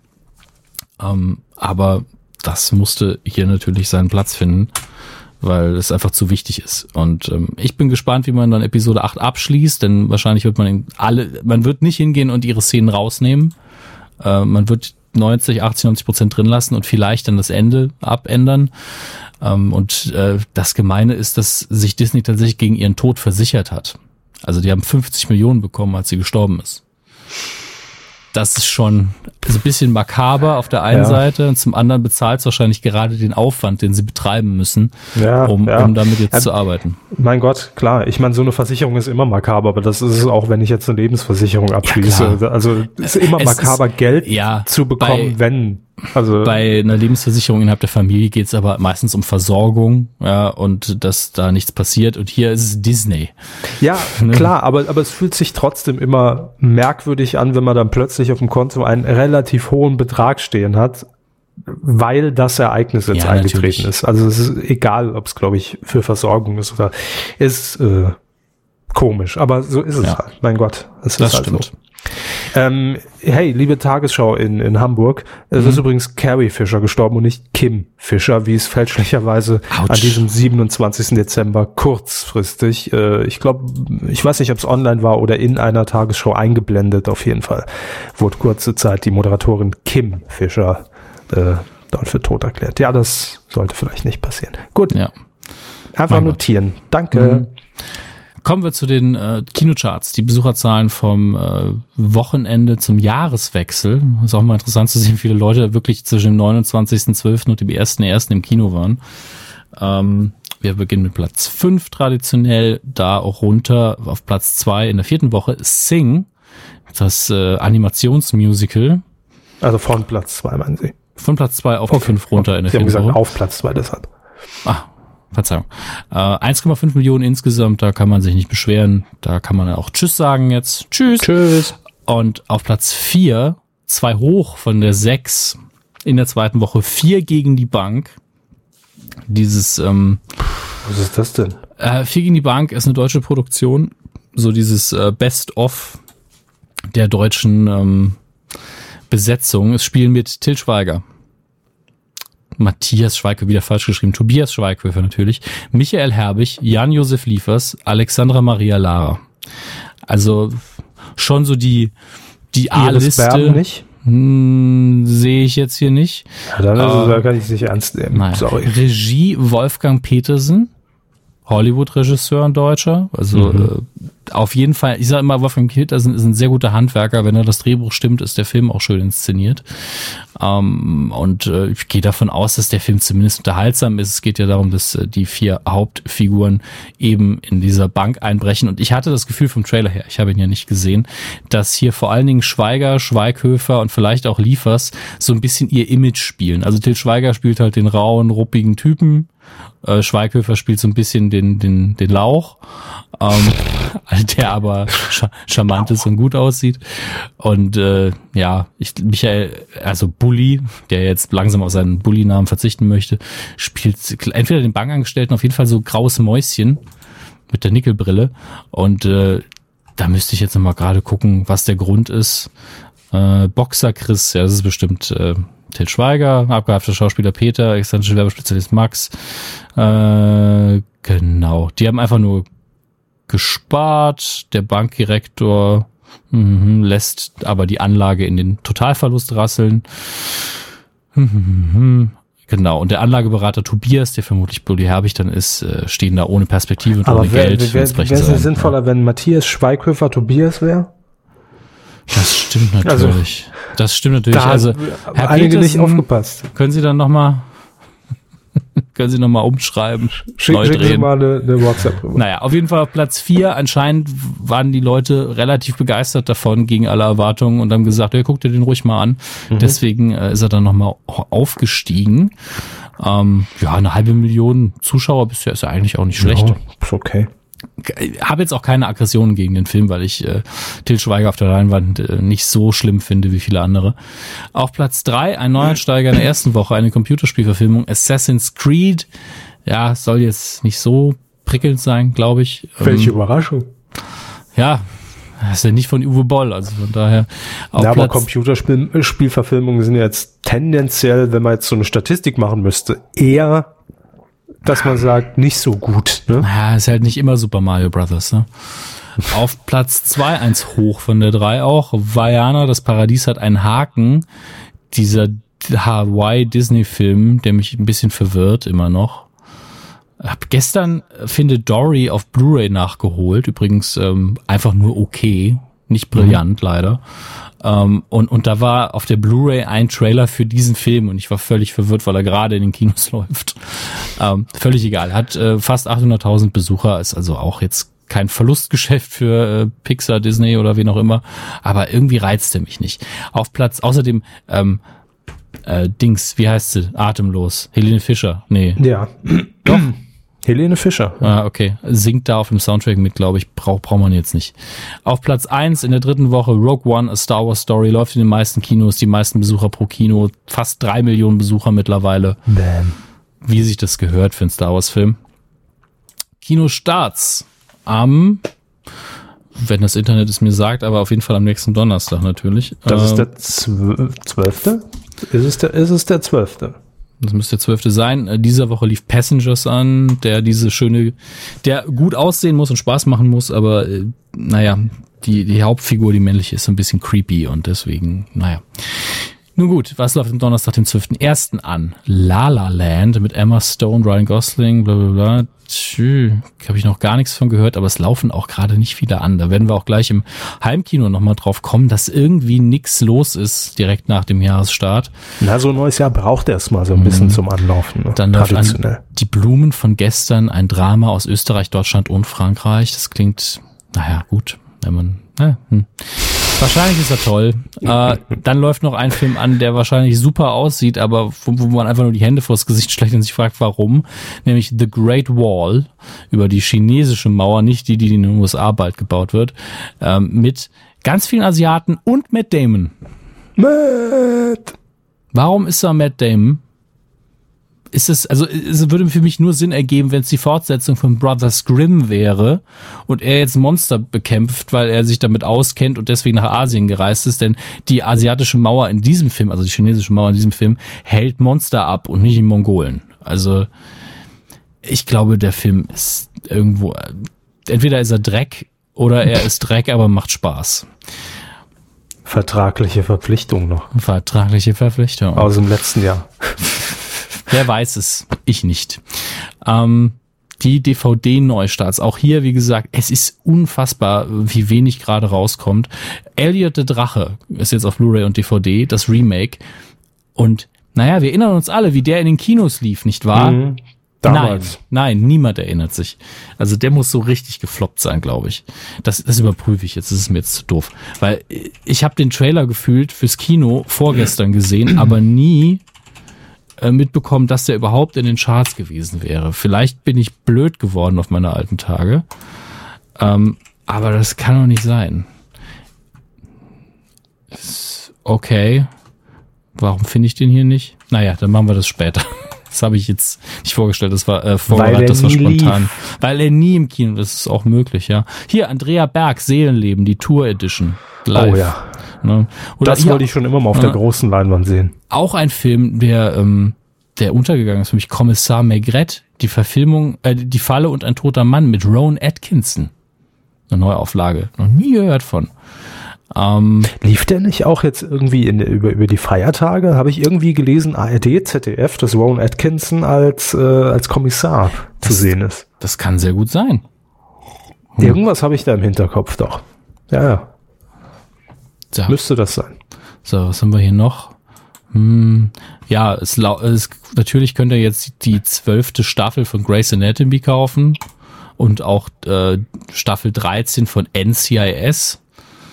Aber das musste hier natürlich seinen Platz finden, weil es einfach zu wichtig ist. Und ich bin gespannt, wie man dann Episode 8 abschließt, denn wahrscheinlich wird man wird nicht hingehen und ihre Szenen rausnehmen. Man wird 90% drin lassen und vielleicht dann das Ende abändern. Und das Gemeine ist, dass sich Disney tatsächlich gegen ihren Tod versichert hat. Also die haben 50 Millionen bekommen, als sie gestorben ist. Das ist schon so ein bisschen makaber auf der einen Seite, und zum anderen bezahlt es wahrscheinlich gerade den Aufwand, den sie betreiben müssen, um damit jetzt zu arbeiten. Mein Gott, klar. Ich meine, so eine Versicherung ist immer makaber, aber das ist es auch, wenn ich jetzt eine Lebensversicherung abschließe. Ja, also es ist immer makaber, Geld zu bekommen, bei einer Lebensversicherung innerhalb der Familie geht es aber meistens um Versorgung, und dass da nichts passiert. Und hier ist es Disney. Ja, klar, aber es fühlt sich trotzdem immer merkwürdig an, wenn man dann plötzlich auf dem Konto einen relativ hohen Betrag stehen hat, weil das Ereignis jetzt eingetreten ist. Also es ist egal, ob es, glaube ich, für Versorgung ist oder ist komisch. Aber so ist es halt. Mein Gott, es ist halt so. Hey, liebe Tagesschau in Hamburg, es ist übrigens Carrie Fisher gestorben und nicht Kim Fisher, wie es fälschlicherweise an diesem 27. Dezember kurzfristig, ich weiß nicht, ob es online war oder in einer Tagesschau eingeblendet, auf jeden Fall wurde kurze Zeit die Moderatorin Kim Fisher dort für tot erklärt. Ja, das sollte vielleicht nicht passieren. Gut, einfach notieren. Danke. Kommen wir zu den Kinocharts, die Besucherzahlen vom Wochenende zum Jahreswechsel. Ist auch mal interessant zu sehen, wie viele Leute wirklich zwischen dem 29.12. und dem 1.1. im Kino waren. Wir beginnen mit Platz 5 traditionell, da auch runter auf Platz 2 in der 4. Woche Sing, das Animationsmusical. Also von Platz 2 meinen Sie? Von Platz 2 auf die 5 runter in der 4. Woche. Sie haben gesagt auf Platz 2 deshalb. Verzeihung. 1,5 Millionen insgesamt, da kann man sich nicht beschweren. Da kann man auch Tschüss sagen jetzt. Tschüss. Und auf Platz 4, 2 hoch von der 6 in der 2. Woche, 4 gegen die Bank. Was ist das denn? 4 gegen die Bank ist eine deutsche Produktion so dieses Best-of der deutschen Besetzung. Es spielen mit Til Schweiger, Matthias Schweighöfer, wieder falsch geschrieben, Tobias Schweighöfer natürlich, Michael Herbig, Jan-Josef Liefers, Alexandra Maria Lara. Also schon so die A-Liste. Nicht? Sehe ich jetzt hier nicht. Ja, da kann ich es nicht ernst nehmen. Nein. Sorry. Regie Wolfgang Petersen, Hollywood-Regisseur, ein Deutscher. Also auf jeden Fall, ich sage immer, Wolfgang Petersen ist ein sehr guter Handwerker. Wenn das Drehbuch stimmt, ist der Film auch schön inszeniert. Ich gehe davon aus, dass der Film zumindest unterhaltsam ist. Es geht ja darum, dass die 4 Hauptfiguren eben in dieser Bank einbrechen. Und ich hatte das Gefühl vom Trailer her, ich habe ihn ja nicht gesehen, dass hier vor allen Dingen Schweiger, Schweighöfer und vielleicht auch Liefers so ein bisschen ihr Image spielen. Also Til Schweiger spielt halt den rauen, ruppigen Typen. Schweighöfer spielt so ein bisschen den Lauch, der aber charmant ist und gut aussieht. Und Michael, also Bulli, der jetzt langsam auf seinen Bulli-Namen verzichten möchte, spielt entweder den Bankangestellten, auf jeden Fall so graues Mäuschen mit der Nickelbrille. Und da müsste ich jetzt nochmal gerade gucken, was der Grund ist. Boxer Chris, ja, das ist bestimmt Til Schweiger, abgehafteter Schauspieler Peter, exzentrischer Werbespezialist Max. Genau, die haben einfach nur gespart. Der Bankdirektor lässt aber die Anlage in den Totalverlust rasseln. Genau, und der Anlageberater Tobias, der vermutlich Bulli Herbig dann ist, stehen da ohne Perspektive und ohne Geld. Wäre es sinnvoller, wenn Matthias Schweighöfer Tobias wäre? Das stimmt natürlich. Also Herr einige Petersen, nicht aufgepasst. Können Sie nochmal umschreiben, neu drehen. Schicken Sie mal eine WhatsApp rüber. Naja, auf jeden Fall auf Platz 4. Anscheinend waren die Leute relativ begeistert davon, gegen alle Erwartungen, und haben gesagt, ja, guck dir den ruhig mal an. Deswegen ist er dann nochmal aufgestiegen. 500.000 Zuschauer bisher ist ja eigentlich auch nicht schlecht. Ja, ist okay. Habe jetzt auch keine Aggressionen gegen den Film, weil ich Til Schweiger auf der Leinwand nicht so schlimm finde wie viele andere. Auf Platz 3 ein Neuansteiger in der ersten Woche, eine Computerspielverfilmung, Assassin's Creed. Ja, soll jetzt nicht so prickelnd sein, glaube ich. Welche Überraschung. Ja, das ist ja nicht von Uwe Boll, also von daher. Aber Computerspielverfilmungen sind jetzt tendenziell, wenn man jetzt so eine Statistik machen müsste, eher, dass man sagt, nicht so gut. Ne? Ja, ist halt nicht immer Super Mario Brothers. Ne? Auf Platz 2, eins hoch von der 3 auch, Vaiana, das Paradies hat einen Haken. Dieser Hawaii-Disney-Film, der mich ein bisschen verwirrt immer noch. Hab gestern Findet Dory auf Blu-ray nachgeholt. Übrigens einfach nur okay, nicht brillant leider. Und da war auf der Blu-ray ein Trailer für diesen Film und ich war völlig verwirrt, weil er gerade in den Kinos läuft. Völlig egal. Hat fast 800.000 Besucher, ist also auch jetzt kein Verlustgeschäft für Pixar, Disney oder wen auch immer, aber irgendwie reizt er mich nicht. Auf Platz, außerdem wie heißt sie? Atemlos. Helene Fischer. Nee. Ja. Doch. Helene Fischer. Ah, okay. Singt da auf dem Soundtrack mit, glaube ich. Braucht man jetzt nicht. Auf Platz 1 in der 3. Woche Rogue One, A Star Wars Story, läuft in den meisten Kinos, die meisten Besucher pro Kino, fast 3 Millionen Besucher mittlerweile. Bam. Wie sich das gehört für einen Star Wars Film. Kinostarts am, wenn das Internet es mir sagt, aber auf jeden Fall am nächsten Donnerstag natürlich. Das ist der 12.? Ist es der 12.? Das müsste der 12. sein. Dieser Woche lief Passengers an, der gut aussehen muss und Spaß machen muss, aber die Hauptfigur, die männliche, ist so ein bisschen creepy und deswegen, Nun gut, was läuft am Donnerstag, den 12.01. an? La La Land mit Emma Stone, Ryan Gosling, bla bla bla. Habe ich noch gar nichts von gehört, aber es laufen auch gerade nicht viele an. Da werden wir auch gleich im Heimkino nochmal drauf kommen, dass irgendwie nichts los ist direkt nach dem Jahresstart. Na, so ein neues Jahr braucht erstmal so ein bisschen zum Anlaufen. Ne? Dann läuft Die Blumen von gestern, ein Drama aus Österreich, Deutschland und Frankreich. Das klingt, gut, wenn man... Wahrscheinlich ist er toll. Dann läuft noch ein Film an, der wahrscheinlich super aussieht, aber wo man einfach nur die Hände vors Gesicht schlägt und sich fragt, warum. Nämlich The Great Wall, über die chinesische Mauer, nicht die in den USA bald gebaut wird, mit ganz vielen Asiaten und Matt Damon. Matt! Warum ist da Matt Damon? es würde für mich nur Sinn ergeben, wenn es die Fortsetzung von Brothers Grimm wäre und er jetzt Monster bekämpft, weil er sich damit auskennt und deswegen nach Asien gereist ist, denn die asiatische Mauer in diesem Film, also die chinesische Mauer in diesem Film, hält Monster ab und nicht die Mongolen. Also ich glaube, der Film ist irgendwo, entweder ist er Dreck oder er ist Dreck, aber macht Spaß. Vertragliche Verpflichtung noch. Vertragliche Verpflichtung. Aus dem letzten Jahr. Wer weiß es? Ich nicht. Die DVD-Neustarts. Auch hier, wie gesagt, es ist unfassbar, wie wenig gerade rauskommt. Elliot der Drache ist jetzt auf Blu-ray und DVD, das Remake. Und naja, wir erinnern uns alle, wie der in den Kinos lief, nicht wahr? Mhm. Damals. Nein, niemand erinnert sich. Also der muss so richtig gefloppt sein, glaube ich. Das überprüfe ich jetzt, das ist mir jetzt zu doof. Weil ich habe den Trailer gefühlt fürs Kino vorgestern gesehen, aber nie mitbekommen, dass der überhaupt in den Charts gewesen wäre. Vielleicht bin ich blöd geworden auf meine alten Tage. Aber das kann doch nicht sein. Okay. Warum finde ich den hier nicht? Naja, dann machen wir das später. Das habe ich jetzt nicht vorgestellt, das war vorbereitet, das war spontan. Weil er nie im Kino, das ist auch möglich, ja. Hier, Andrea Berg, Seelenleben, die Tour Edition. Live. Oh ja. Ne? Oder das wollte ich schon immer mal auf der großen Leinwand sehen. Auch ein Film, der untergegangen ist, für mich Kommissar Maigret, die Verfilmung, Die Falle und ein toter Mann mit Rowan Atkinson. Eine Neuauflage. Noch nie gehört von. Lief der nicht auch jetzt irgendwie über die Feiertage? Habe ich irgendwie gelesen, ARD, ZDF, dass Rowan Atkinson als Kommissar zu sehen ist. Das kann sehr gut sein. Irgendwas habe ich da im Hinterkopf doch. Ja. So. Müsste das sein. So, was haben wir hier noch? Ja, natürlich könnt ihr jetzt die 12. Staffel von Grey's Anatomy kaufen und auch Staffel 13 von NCIS.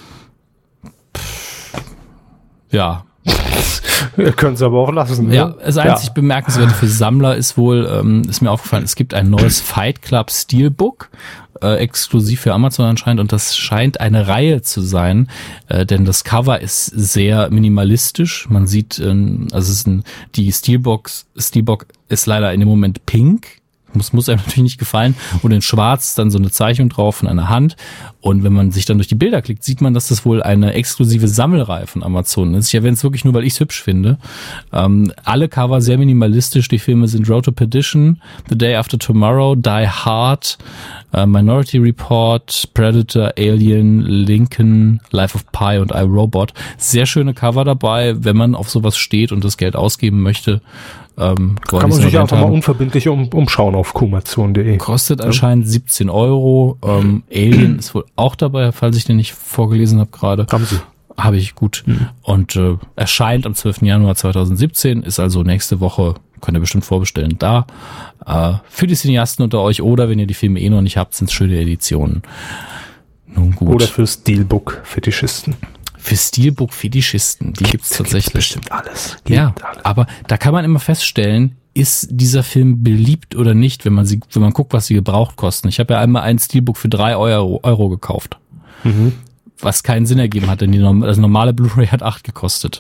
Ja. Wir können es aber auch lassen. Ja, das einzig Bemerkenswerte für Sammler ist wohl, ist mir aufgefallen, es gibt ein neues Fight Club Steelbook, exklusiv für Amazon anscheinend, und das scheint eine Reihe zu sein, denn das Cover ist sehr minimalistisch. Man sieht, die Steelbook ist leider in dem Moment pink. Muss einem natürlich nicht gefallen. Und in schwarz dann so eine Zeichnung drauf von einer Hand. Und wenn man sich dann durch die Bilder klickt, sieht man, dass das wohl eine exklusive Sammelreihe von Amazon ist. Ich erwähne es wirklich nur, weil ich es hübsch finde. Alle Cover sehr minimalistisch. Die Filme sind Road to Perdition, The Day After Tomorrow, Die Hard, Minority Report, Predator, Alien, Lincoln, Life of Pi und iRobot. Sehr schöne Cover dabei, wenn man auf sowas steht und das Geld ausgeben möchte. Kann man sich einfach mal unverbindlich umschauen auf kumazon.de. Kostet anscheinend 17 €. Alien ist wohl auch dabei, falls ich den nicht vorgelesen habe gerade. Haben Sie. Habe ich, gut. Und erscheint am 12. Januar 2017, ist also nächste Woche, könnt ihr bestimmt vorbestellen, da. Für die Cineasten unter euch oder wenn ihr die Filme noch nicht habt, sind es schöne Editionen. Nun gut. Oder für Steelbook-Fetischisten. Für Steelbook-Fetischisten, die gibt's tatsächlich. Bestimmt alles. Ja, aber da kann man immer feststellen, ist dieser Film beliebt oder nicht, wenn man guckt, was sie gebraucht kosten. Ich habe ja einmal ein Steelbook für 3 Euro gekauft. Was keinen Sinn ergeben hat, denn das normale Blu-ray hat 8 gekostet.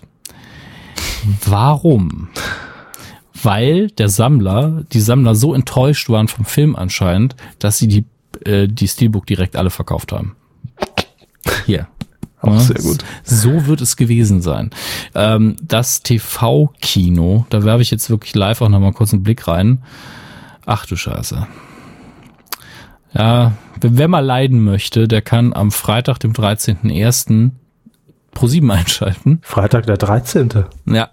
Warum? Weil die Sammler so enttäuscht waren vom Film anscheinend, dass sie die Steelbook direkt alle verkauft haben. Hier. Auch sehr gut. So wird es gewesen sein. Das TV-Kino, da werfe ich jetzt wirklich live auch nochmal kurz einen Blick rein. Ach du Scheiße. Ja, wer mal leiden möchte, der kann am Freitag, dem 13.01. Pro7 einschalten. Freitag der 13. Ja.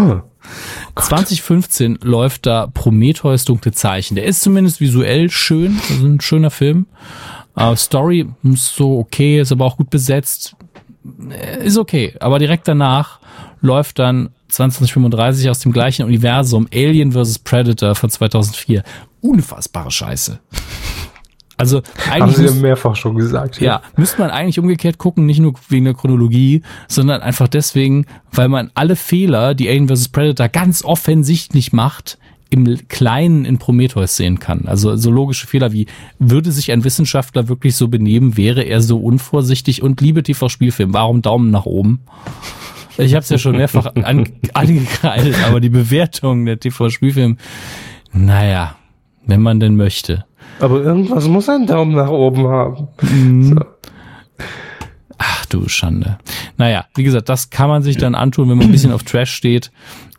2015 läuft da Prometheus Dunkle Zeichen. Der ist zumindest visuell schön, also ein schöner Film. Story ist so okay, ist aber auch gut besetzt. Ist okay, aber direkt danach läuft dann 2035 aus dem gleichen Universum Alien vs. Predator von 2004. Unfassbare Scheiße. Also eigentlich haben Sie ja mehrfach schon gesagt. Ja, müsste man eigentlich umgekehrt gucken, nicht nur wegen der Chronologie, sondern einfach deswegen, weil man alle Fehler, die Alien vs. Predator ganz offensichtlich macht, im Kleinen in Prometheus sehen kann. Also so logische Fehler wie, würde sich ein Wissenschaftler wirklich so benehmen, wäre er so unvorsichtig und liebe TV-Spielfilm. Warum Daumen nach oben? Ich habe es ja schon mehrfach angekreidet, aber die Bewertung der TV-Spielfilm, naja, wenn man denn möchte. Aber irgendwas muss einen Daumen nach oben haben. So. Ach du Schande. Naja, wie gesagt, das kann man sich dann antun, wenn man ein bisschen auf Trash steht.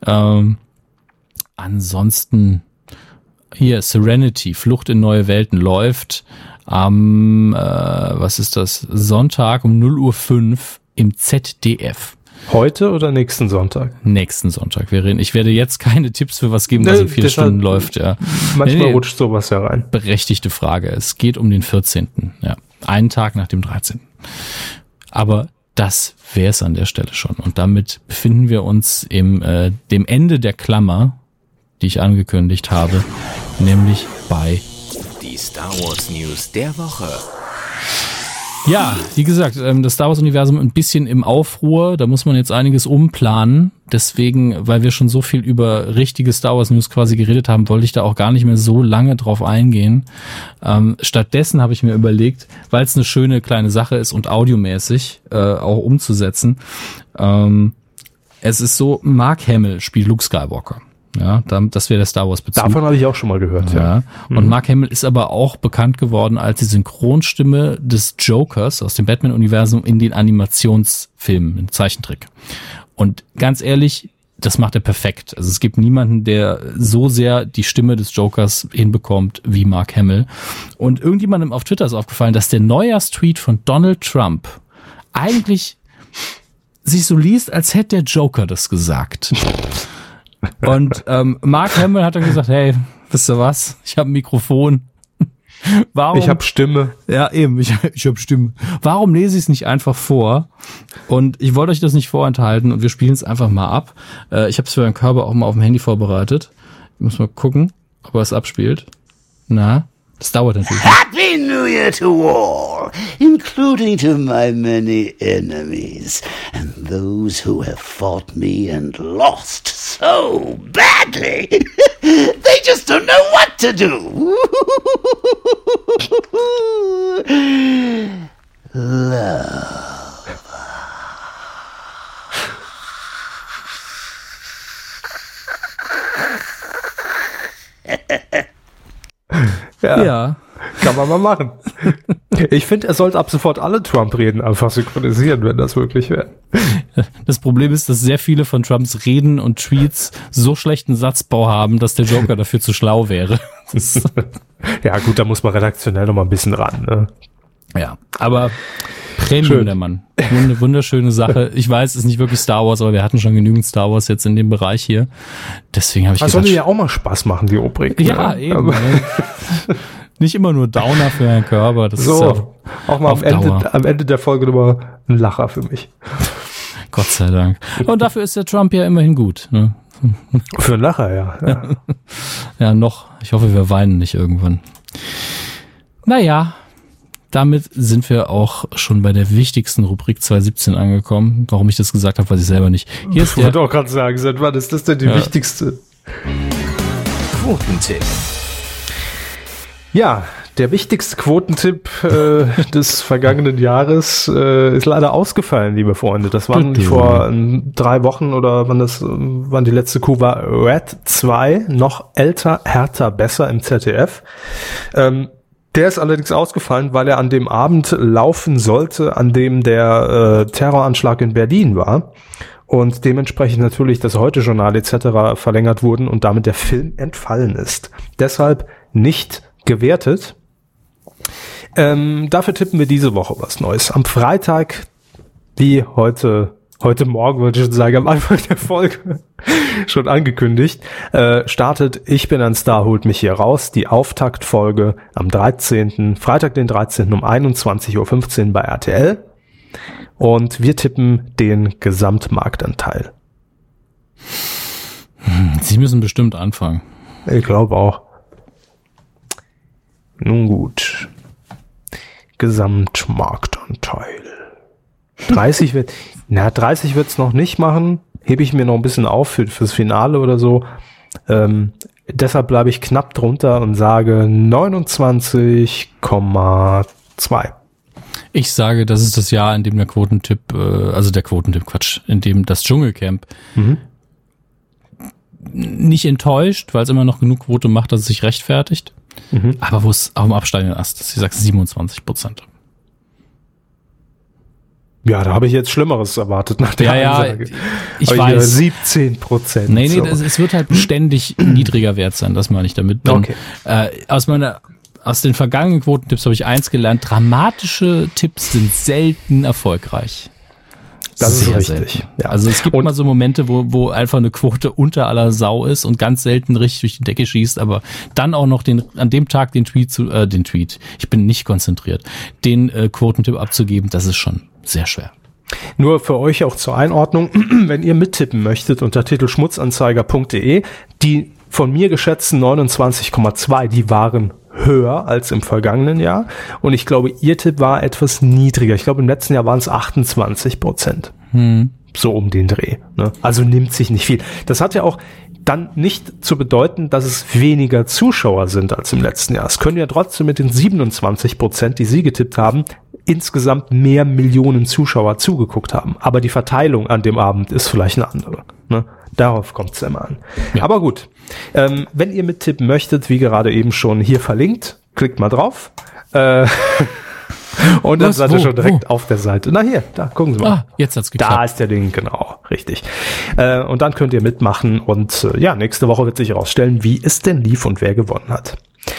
Ansonsten hier Serenity, Flucht in neue Welten läuft am, was ist das, Sonntag um 0:05 Uhr im ZDF. Heute oder nächsten Sonntag? Nächsten Sonntag. Ich werde jetzt keine Tipps für was geben, was in 4 Stunden läuft. Ja. Manchmal rutscht sowas ja rein. Berechtigte Frage. Es geht um den 14. Ja, einen Tag nach dem 13. Aber das wäre es an der Stelle schon. Und damit befinden wir uns im dem Ende der Klammer, die ich angekündigt habe, nämlich bei die Star Wars News der Woche. Ja, wie gesagt, das Star Wars-Universum ein bisschen im Aufruhr. Da muss man jetzt einiges umplanen. Deswegen, weil wir schon so viel über richtige Star Wars-News quasi geredet haben, wollte ich da auch gar nicht mehr so lange drauf eingehen. Stattdessen habe ich mir überlegt, weil es eine schöne kleine Sache ist und audiomäßig auch umzusetzen. Es ist so, Mark Hamill spielt Luke Skywalker. Ja, das wäre der Star Wars Bezug. Davon habe ich auch schon mal gehört, ja. Und Mark Hamill ist aber auch bekannt geworden als die Synchronstimme des Jokers aus dem Batman-Universum in den Animationsfilmen, im Zeichentrick. Und ganz ehrlich, das macht er perfekt. Also es gibt niemanden, der so sehr die Stimme des Jokers hinbekommt wie Mark Hamill. Und irgendjemandem auf Twitter ist aufgefallen, dass der Neujahrstweet von Donald Trump eigentlich sich so liest, als hätte der Joker das gesagt. Und Mark Hamill hat dann gesagt, hey, wisst ihr was? Ich habe ein Mikrofon. Warum? Ich habe Stimme. Ja, eben, ich habe Stimme. Warum lese ich es nicht einfach vor? Und ich wollte euch das nicht vorenthalten und wir spielen es einfach mal ab. Ich habe es für Herrn Körber auch mal auf dem Handy vorbereitet. Ich muss mal gucken, ob er es abspielt. Na, das dauert natürlich. Happy New Year to all, including to my many enemies and those who have fought me and lost so badly. They just don't know what to do. Love. Ja. Kann man mal machen. Ich finde, er sollte ab sofort alle Trump-Reden einfach synchronisieren, wenn das wirklich wäre. Das Problem ist, dass sehr viele von Trumps Reden und Tweets so schlechten Satzbau haben, dass der Joker dafür zu schlau wäre. Ja gut, da muss man redaktionell noch mal ein bisschen ran. Ne? Ja, aber Premium schön. Der Mann. Wunderschöne Sache. Ich weiß, es ist nicht wirklich Star Wars, aber wir hatten schon genügend Star Wars jetzt in dem Bereich hier. Deswegen habe ich gedacht... Das soll ja auch mal Spaß machen, die Rubrik. Ja, eben. Aber nicht immer nur Downer für Herrn Körber. Das so, ist auch mal am Ende der Folge nochmal ein Lacher für mich. Gott sei Dank. Und dafür ist der Trump ja immerhin gut. Ne? Für einen Lacher, ja. Ja, noch. Ich hoffe, wir weinen nicht irgendwann. Naja, damit sind wir auch schon bei der wichtigsten Rubrik 2017 angekommen. Warum ich das gesagt habe, weiß ich selber nicht. Hier ist ich wollte auch gerade sagen, seit wann ist das denn die wichtigste? Quotentipp. Ja, der wichtigste Quotentipp des vergangenen Jahres ist leider ausgefallen, liebe Freunde. Das war nicht vor 3 Wochen oder wann die letzte Kuh war. Red 2, noch älter, härter, besser im ZDF. Der ist allerdings ausgefallen, weil er an dem Abend laufen sollte, an dem der Terroranschlag in Berlin war. Und dementsprechend natürlich das Heute-Journal etc. verlängert wurden und damit der Film entfallen ist. Deshalb nicht gewertet. Dafür tippen wir diese Woche was Neues. Am Freitag, wie heute Morgen, würde ich schon sagen, am Anfang der Folge schon angekündigt, startet Ich bin ein Star, holt mich hier raus, die Auftaktfolge am Freitag den 13. um 21.15 Uhr bei RTL. Und wir tippen den Gesamtmarktanteil. Sie müssen bestimmt anfangen. Ich glaube auch. Nun gut. Gesamtmarktanteil. 30 wird's noch nicht machen. Hebe ich mir noch ein bisschen auf fürs Finale oder so. Deshalb bleibe ich knapp drunter und sage 29,2. Ich sage, das ist das Jahr, in dem der Quotentipp, in dem das Dschungelcamp nicht enttäuscht, weil es immer noch genug Quote macht, dass es sich rechtfertigt, aber wo es auf dem absteigenden Ast ist. Ich sage 27%. Ja, da habe ich jetzt Schlimmeres erwartet nach der Ansage. Ich weiß. 17%. Nee, es wird halt beständig niedriger Wert sein, das meine ich damit. Denn, aus den vergangenen Quotentipps habe ich eins gelernt: dramatische Tipps sind selten erfolgreich. Das ist richtig. Ja. Also es gibt immer so Momente, wo einfach eine Quote unter aller Sau ist und ganz selten richtig durch die Decke schießt, aber dann auch noch an dem Tag den Tweet, ich bin nicht konzentriert, den Quotentipp abzugeben, das ist schon sehr schwer. Nur für euch auch zur Einordnung, wenn ihr mittippen möchtet unter titelschmutzanzeiger.de, die von mir geschätzten 29,2, die waren höher als im vergangenen Jahr. Und ich glaube, ihr Tipp war etwas niedriger. Ich glaube, im letzten Jahr waren es 28%. So um den Dreh. Ne? Also nimmt sich nicht viel. Das hat ja auch dann nicht zu bedeuten, dass es weniger Zuschauer sind als im letzten Jahr. Es können ja trotzdem mit den 27%, die Sie getippt haben, insgesamt mehr Millionen Zuschauer zugeguckt haben. Aber die Verteilung an dem Abend ist vielleicht eine andere. Ne? Darauf kommt es immer an. Ja. Aber gut, wenn ihr mittippen möchtet, wie gerade eben schon hier verlinkt, klickt mal drauf. Und dann seid ihr schon direkt auf der Seite. Na hier, da, gucken Sie mal. Jetzt hat's geklappt. Da ist der Link, genau, richtig. Und dann könnt ihr mitmachen und nächste Woche wird sich herausstellen, wie es denn lief und wer gewonnen hat.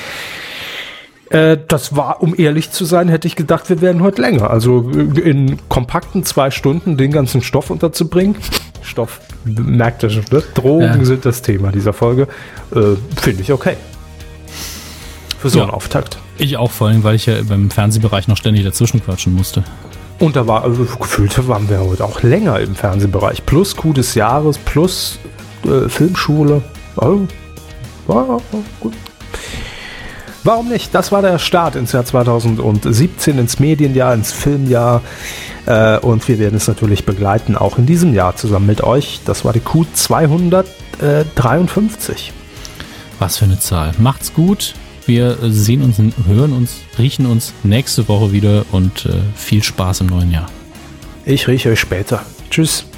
Das war, um ehrlich zu sein, hätte ich gedacht, wir werden heute länger. Also in kompakten 2 Stunden den ganzen Stoff unterzubringen. Stoff, merkt ihr schon, ne? Drogen sind das Thema dieser Folge. Finde ich okay. Für so einen Auftakt. Ich auch, vor allem, weil ich ja beim Fernsehbereich noch ständig dazwischen quatschen musste. Und da war, gefühlt waren wir heute auch länger im Fernsehbereich. Plus Coup des Jahres, plus Filmschule. Also, war gut. Warum nicht? Das war der Start ins Jahr 2017, ins Medienjahr, ins Filmjahr. Und wir werden es natürlich begleiten, auch in diesem Jahr zusammen mit euch. Das war die Q253. Was für eine Zahl. Macht's gut. Wir sehen uns, hören uns, riechen uns nächste Woche wieder und viel Spaß im neuen Jahr. Ich rieche euch später. Tschüss.